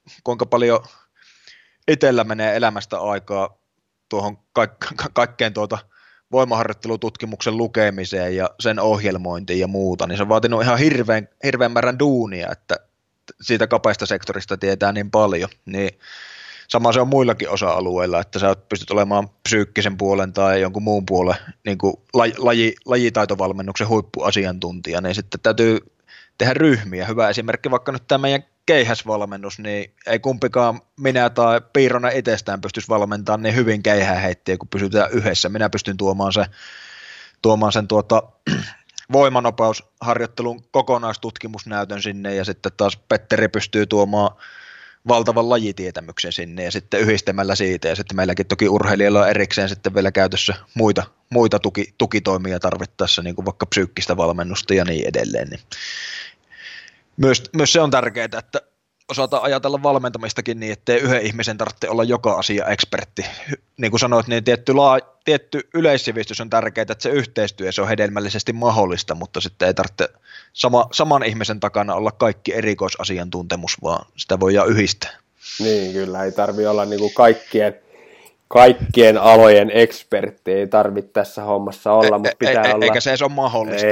kuinka paljon itsellä menee elämästä aikaa tuohon kaikkeen voimaharjoittelututkimuksen lukemiseen ja sen ohjelmointiin ja muuta, niin se on vaatinut ihan hirveän määrän duunia, että siitä kapeasta sektorista tietää niin paljon, niin sama se on muillakin osa-alueilla, että sä pystyt olemaan psyykkisen puolen tai jonkun muun puolen niin kuin lajitaitovalmennuksen huippuasiantuntija, niin sitten täytyy tehdä ryhmiä. Hyvä esimerkki vaikka nyt tämä meidän keihäsvalmennus, niin ei kumpikaan minä tai Piironen itsestään pystyisi valmentamaan niin hyvin keihäänheittiä, kun pysytään yhdessä. Minä pystyn tuomaan sen voimanopausharjoittelun kokonaistutkimusnäytön sinne, ja sitten taas Petteri pystyy tuomaan valtavan lajitietämyksen sinne, ja sitten yhdistämällä siitä, ja sitten meilläkin toki urheilijoilla on erikseen sitten vielä käytössä muita tukitoimia tarvittaessa, niin kuin vaikka psyykkistä valmennusta ja niin edelleen. Niin myös se on tärkeää, että osataan ajatella valmentamistakin niin, ettei yhden ihmisen tarvitse olla joka asia ekspertti. Niin kuin sanoit, niin tietty yleissivistys on tärkeää, että se yhteistyö se on hedelmällisesti mahdollista, mutta sitten ei tarvitse saman ihmisen takana olla kaikki erikoisasiantuntemus, vaan sitä voidaan yhdistää. Niin, kyllä, ei tarvitse olla niin kuin kaikkien alojen ekspertti, ei tarvitse tässä hommassa olla, mutta pitää olla... Eikä se ole mahdollista.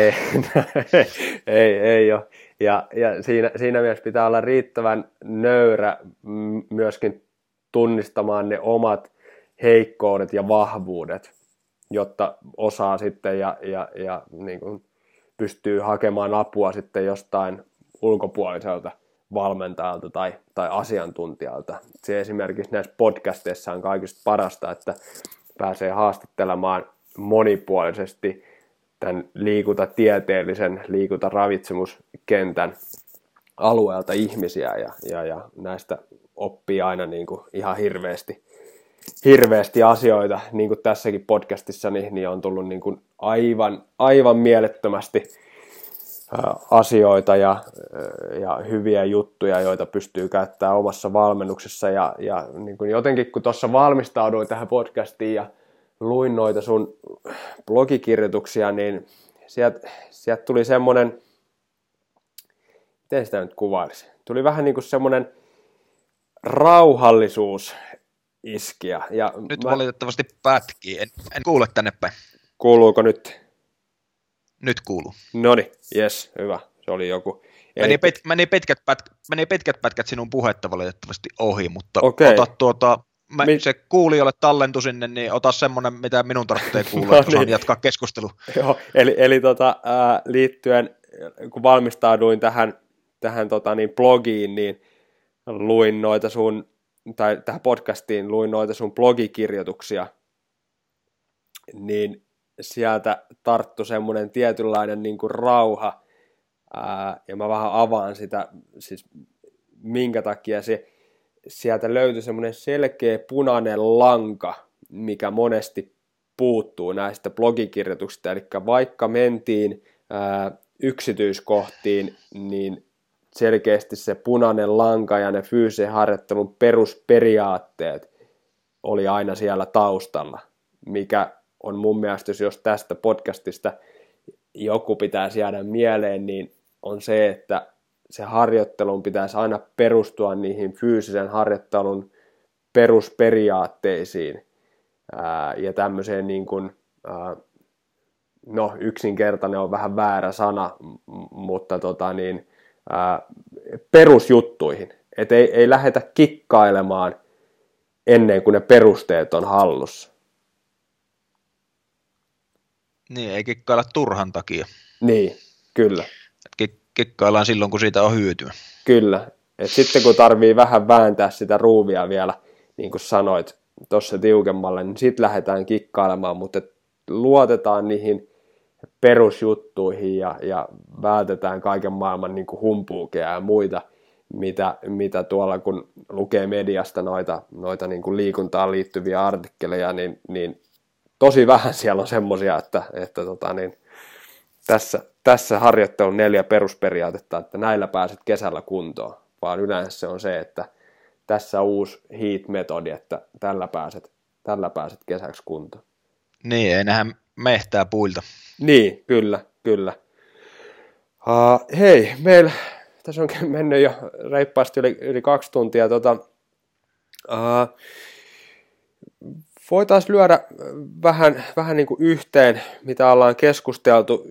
Ei ole. Ja siinä mielessä pitää olla riittävän nöyrä myöskin tunnistamaan ne omat heikkoudet ja vahvuudet, jotta osaa sitten ja niin kuin pystyy hakemaan apua sitten jostain ulkopuoliselta valmentajalta tai asiantuntijalta. Se esimerkiksi näissä podcasteissa on kaikista parasta, että pääsee haastattelemaan monipuolisesti tämän liikuntatieteellisen liikuntaravitsemuskentän alueelta ihmisiä ja näistä oppii aina niin kuin ihan hirveästi asioita, niin kuin tässäkin podcastissa niin on tullut niin kuin aivan mielettömästi asioita ja hyviä juttuja, joita pystyy käyttämään omassa valmennuksessa ja niin kuin jotenkin kun tuossa valmistauduin tähän podcastiin ja luin noita sun blogikirjoituksia, niin sieltä tuli semmoinen, miten sitä nyt kuvailisi, tuli vähän niin kuin semmoinen rauhallisuus iskiä. Ja nyt valitettavasti pätkii, en kuule tänne päin. Kuuluuko nyt? Nyt kuuluu. Noniin, jes, hyvä, se oli joku. Meni pitkät pätkät sinun puhetta valitettavasti ohi, mutta okay. Ota se kuulijoille tallentu sinne, niin ota semmoinen, mitä minun tarvitsee kuulla, no, osaan jatkaa keskustelua. Joo, eli liittyen, kun valmistauduin tähän blogiin, niin luin noita tähän podcastiin luin noita sun blogikirjoituksia, niin sieltä tarttui semmoinen tietynlainen niin kuin rauha, ja mä vähän avaan sitä, siis minkä takia sieltä löytyi semmoinen selkeä punainen lanka, mikä monesti puuttuu näistä blogikirjoituksista, eli vaikka mentiin yksityiskohtiin, niin selkeästi se punainen lanka ja ne fyysisen harjoittelun perusperiaatteet oli aina siellä taustalla, mikä on mun mielestä, jos tästä podcastista joku pitäisi jäädä mieleen, niin on se, että se harjoittelun pitäisi aina perustua niihin fyysisen harjoittelun perusperiaatteisiin ja tämmöiseen niin kuin, yksinkertainen on vähän väärä sana, mutta perusjuttuihin. Et ei lähdetä kikkailemaan ennen kuin ne perusteet on hallussa. Niin, ei kikkailla turhan takia. Niin, kyllä. Kikkaillaan silloin, kun siitä on hyötyä. Kyllä. Et sitten kun tarvii vähän vääntää sitä ruuvia vielä, niin kuin sanoit tuossa tiukemmalle, niin sitten lähdetään kikkailemaan, mutta luotetaan niihin perusjuttuihin ja vältetään kaiken maailman niin kuin humpuukeja ja muita, mitä tuolla kun lukee mediasta noita niin kuin liikuntaan liittyviä artikkeleja, niin tosi vähän siellä on semmoisia, että tässä harjoittelun 4 perusperiaatetta, että näillä pääset kesällä kuntoon, vaan yleensä se on se, että tässä uusi HEAT-metodi, että tällä pääset kesäksi kuntoon. Niin, ei nähdä mehtää puilta. Niin, kyllä. Hei, meillä tässä on mennyt jo reippaasti yli 2 tuntia. Voitaisiin lyödä vähän niin kuin yhteen, mitä ollaan keskusteltu.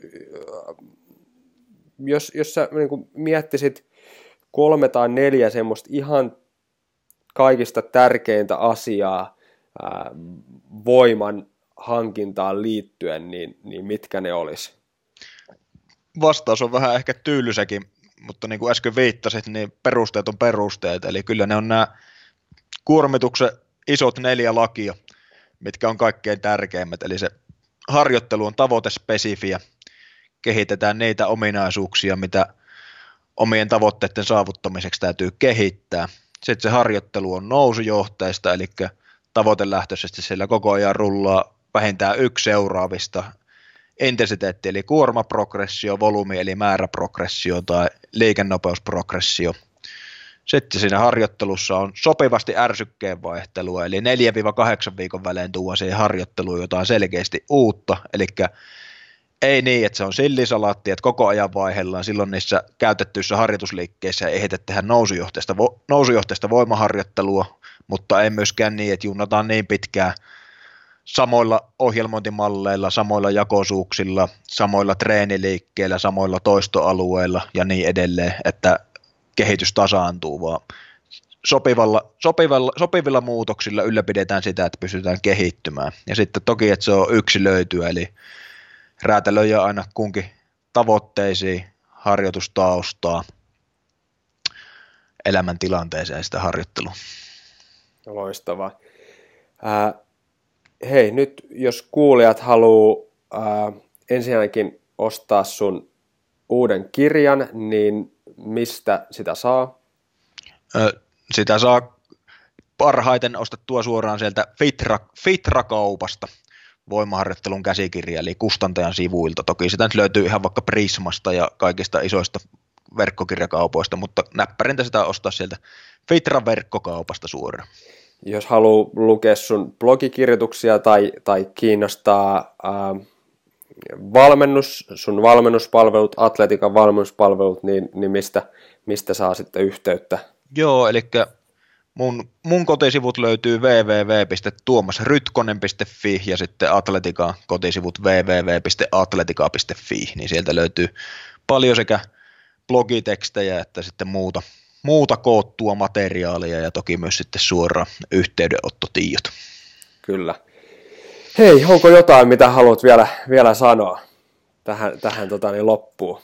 Jos sä niin kuin miettisit 3 tai 4 semmoista ihan kaikista tärkeintä asiaa voiman hankintaan liittyen, niin mitkä ne olisi? Vastaus on vähän ehkä tylsäkin, mutta niin kuin äsken viittasit, niin perusteet on perusteet. Eli kyllä ne on nämä kuormituksen isot 4 lakia, mitkä on kaikkein tärkeimmät. Eli se harjoittelu on tavoitespesifiä. Kehitetään niitä ominaisuuksia, mitä omien tavoitteiden saavuttamiseksi täytyy kehittää. Sitten se harjoittelu on nousujohteista, eli tavoitelähtöisesti siellä koko ajan rullaa vähintään 1 seuraavista intensiteetti, eli kuormaprogressio, volyymi, eli määräprogressio tai liikennopeusprogressio. Sitten siinä harjoittelussa on sopivasti ärsykkeen vaihtelua, eli 4-8 viikon välein tuo siihen harjoitteluun jotain selkeästi uutta, eli ei niin, että se on sillisalaatti, että koko ajan vaihdellaan, silloin niissä käytettyissä harjoitusliikkeissä ei ehditä tehdä nousujohteista voimaharjoittelua, mutta ei myöskään niin, että junnataan niin pitkään samoilla ohjelmointimalleilla, samoilla jakosuuksilla, samoilla treeniliikkeillä, samoilla toistoalueilla ja niin edelleen, että kehitys tasaantuu, vaan sopivilla muutoksilla ylläpidetään sitä, että pystytään kehittymään. Ja sitten toki, että se on yksilöityä, eli räätälöidään aina kunkin tavoitteisiin, harjoitustaustaa, elämäntilanteeseen sitä harjoittelua. Loistavaa. Hei, nyt jos kuulijat haluaa ensinnäkin ostaa sun uuden kirjan, niin mistä sitä saa? Sitä saa parhaiten ostettua suoraan sieltä Fitra-kaupasta, voimaharjoittelun käsikirja, eli kustantajan sivuilta. Toki sitä nyt löytyy ihan vaikka Prismasta ja kaikista isoista verkkokirjakaupoista, mutta näppärintä sitä ostaa sieltä Fitran verkkokaupasta suoraan. Jos haluaa lukea sun blogikirjoituksia tai kiinnostaa sun valmennuspalvelut, atletiikan valmennuspalvelut, niin mistä saa sitten yhteyttä? Joo, eli mun kotisivut löytyy www.tuomasrytkonen.fi ja sitten Atletikan kotisivut www.atletica.fi, niin sieltä löytyy paljon sekä blogitekstejä että sitten muuta koottua materiaalia ja toki myös sitten suoraan yhteydenottotiedot. Kyllä. Hei, onko jotain, mitä haluat vielä sanoa tähän loppuun?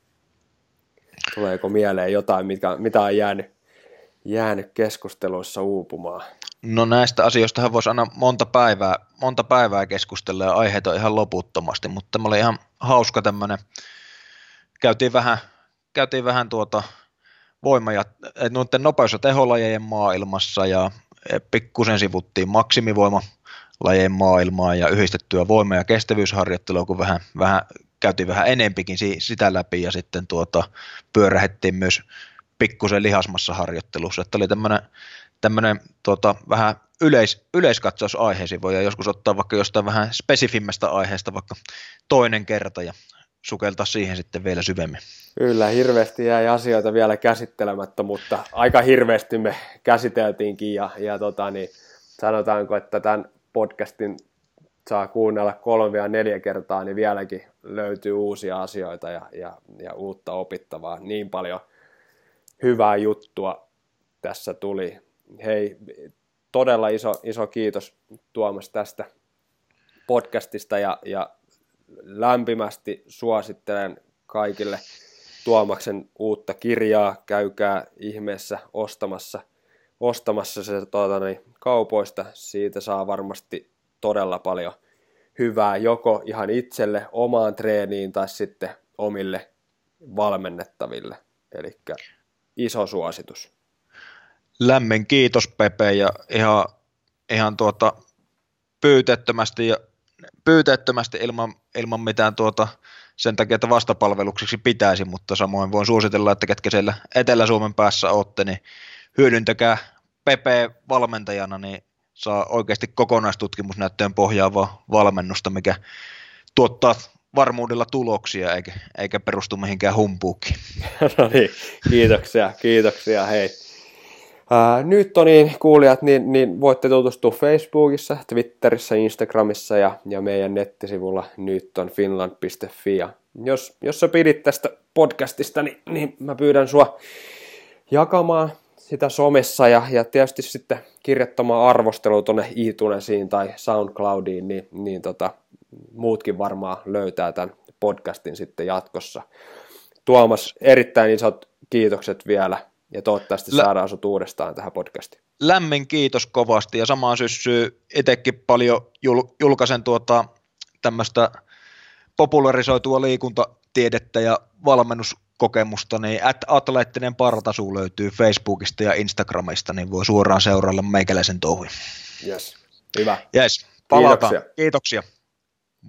Tuleeko mieleen jotain, mitä on jäänyt keskusteluissa uupumaan? No näistä asioistahan voisi aina monta päivää keskustella ja aiheita on ihan loputtomasti, mutta tämä oli ihan hauska tämmöinen. Käytiin vähän voima- ja noiden nopeus- ja teholajien maailmassa ja pikkusen sivuttiin maksimivoimalajien maailmaa ja yhdistettyä voima- ja kestävyysharjoittelua, kun käytiin vähän enempikin sitä läpi ja sitten pyörähettiin myös pikkusen lihasmassa harjoittelussa, että oli tämmöinen vähän yleiskatsaus aiheisiin, voidaan joskus ottaa vaikka jostain vähän spesifimmästä aiheesta vaikka toinen kerta ja sukeltaa siihen sitten vielä syvemmin. Kyllä, hirveästi jäi asioita vielä käsittelemättä, mutta aika hirveästi me käsiteltiinkin ja sanotaanko, että tämän podcastin saa kuunnella 3-4 kertaa, niin vieläkin löytyy uusia asioita ja uutta opittavaa. Niin paljon hyvää juttua tässä tuli. Hei, todella iso kiitos Tuomas tästä podcastista ja lämpimästi suosittelen kaikille Tuomaksen uutta kirjaa. Käykää ihmeessä ostamassa se kaupoista. Siitä saa varmasti todella paljon hyvää joko ihan itselle, omaan treeniin tai sitten omille valmennettaville. Eli iso suositus. Lämmin kiitos Pepe ja ihan pyyteettömästi ilman mitään sen takia, että vastapalvelukseksi pitäisi, mutta samoin voin suositella, että ketkä siellä Etelä-Suomen päässä olette, niin hyödyntäkää Pepe valmentajana, niin saa oikeasti kokonaistutkimusnäyttöön pohjaavaa valmennusta, mikä tuottaa varmuudella tuloksia eikä perustu mihinkään humpuukiin. No niin, kiitoksia, hei. Nyt on niin, kuulijat, niin voitte tutustua Facebookissa, Twitterissä, Instagramissa ja meidän nettisivulla nytonfinland.fi. Ja jos sä pidit tästä podcastista, niin mä pyydän sua jakamaan sitä somessa ja tietysti sitten kirjoittamaan arvostelua tuonne iTunesiin tai SoundCloudiin, niin muutkin varmaan löytää tämän podcastin sitten jatkossa. Tuomas, erittäin isot kiitokset vielä ja toivottavasti saadaan sut uudestaan tähän podcastiin. Lämmin kiitos kovasti ja samaan syssyyn itsekin paljon julkaisen tämmöistä popularisoitua liikuntatiedettä ja valmennuskokemusta, niin Atleettinen Partasu löytyy Facebookista ja Instagramista, niin voi suoraan seurailla meikäläisen touhuja. Yes, hyvä. Yes, palataan. Kiitoksia.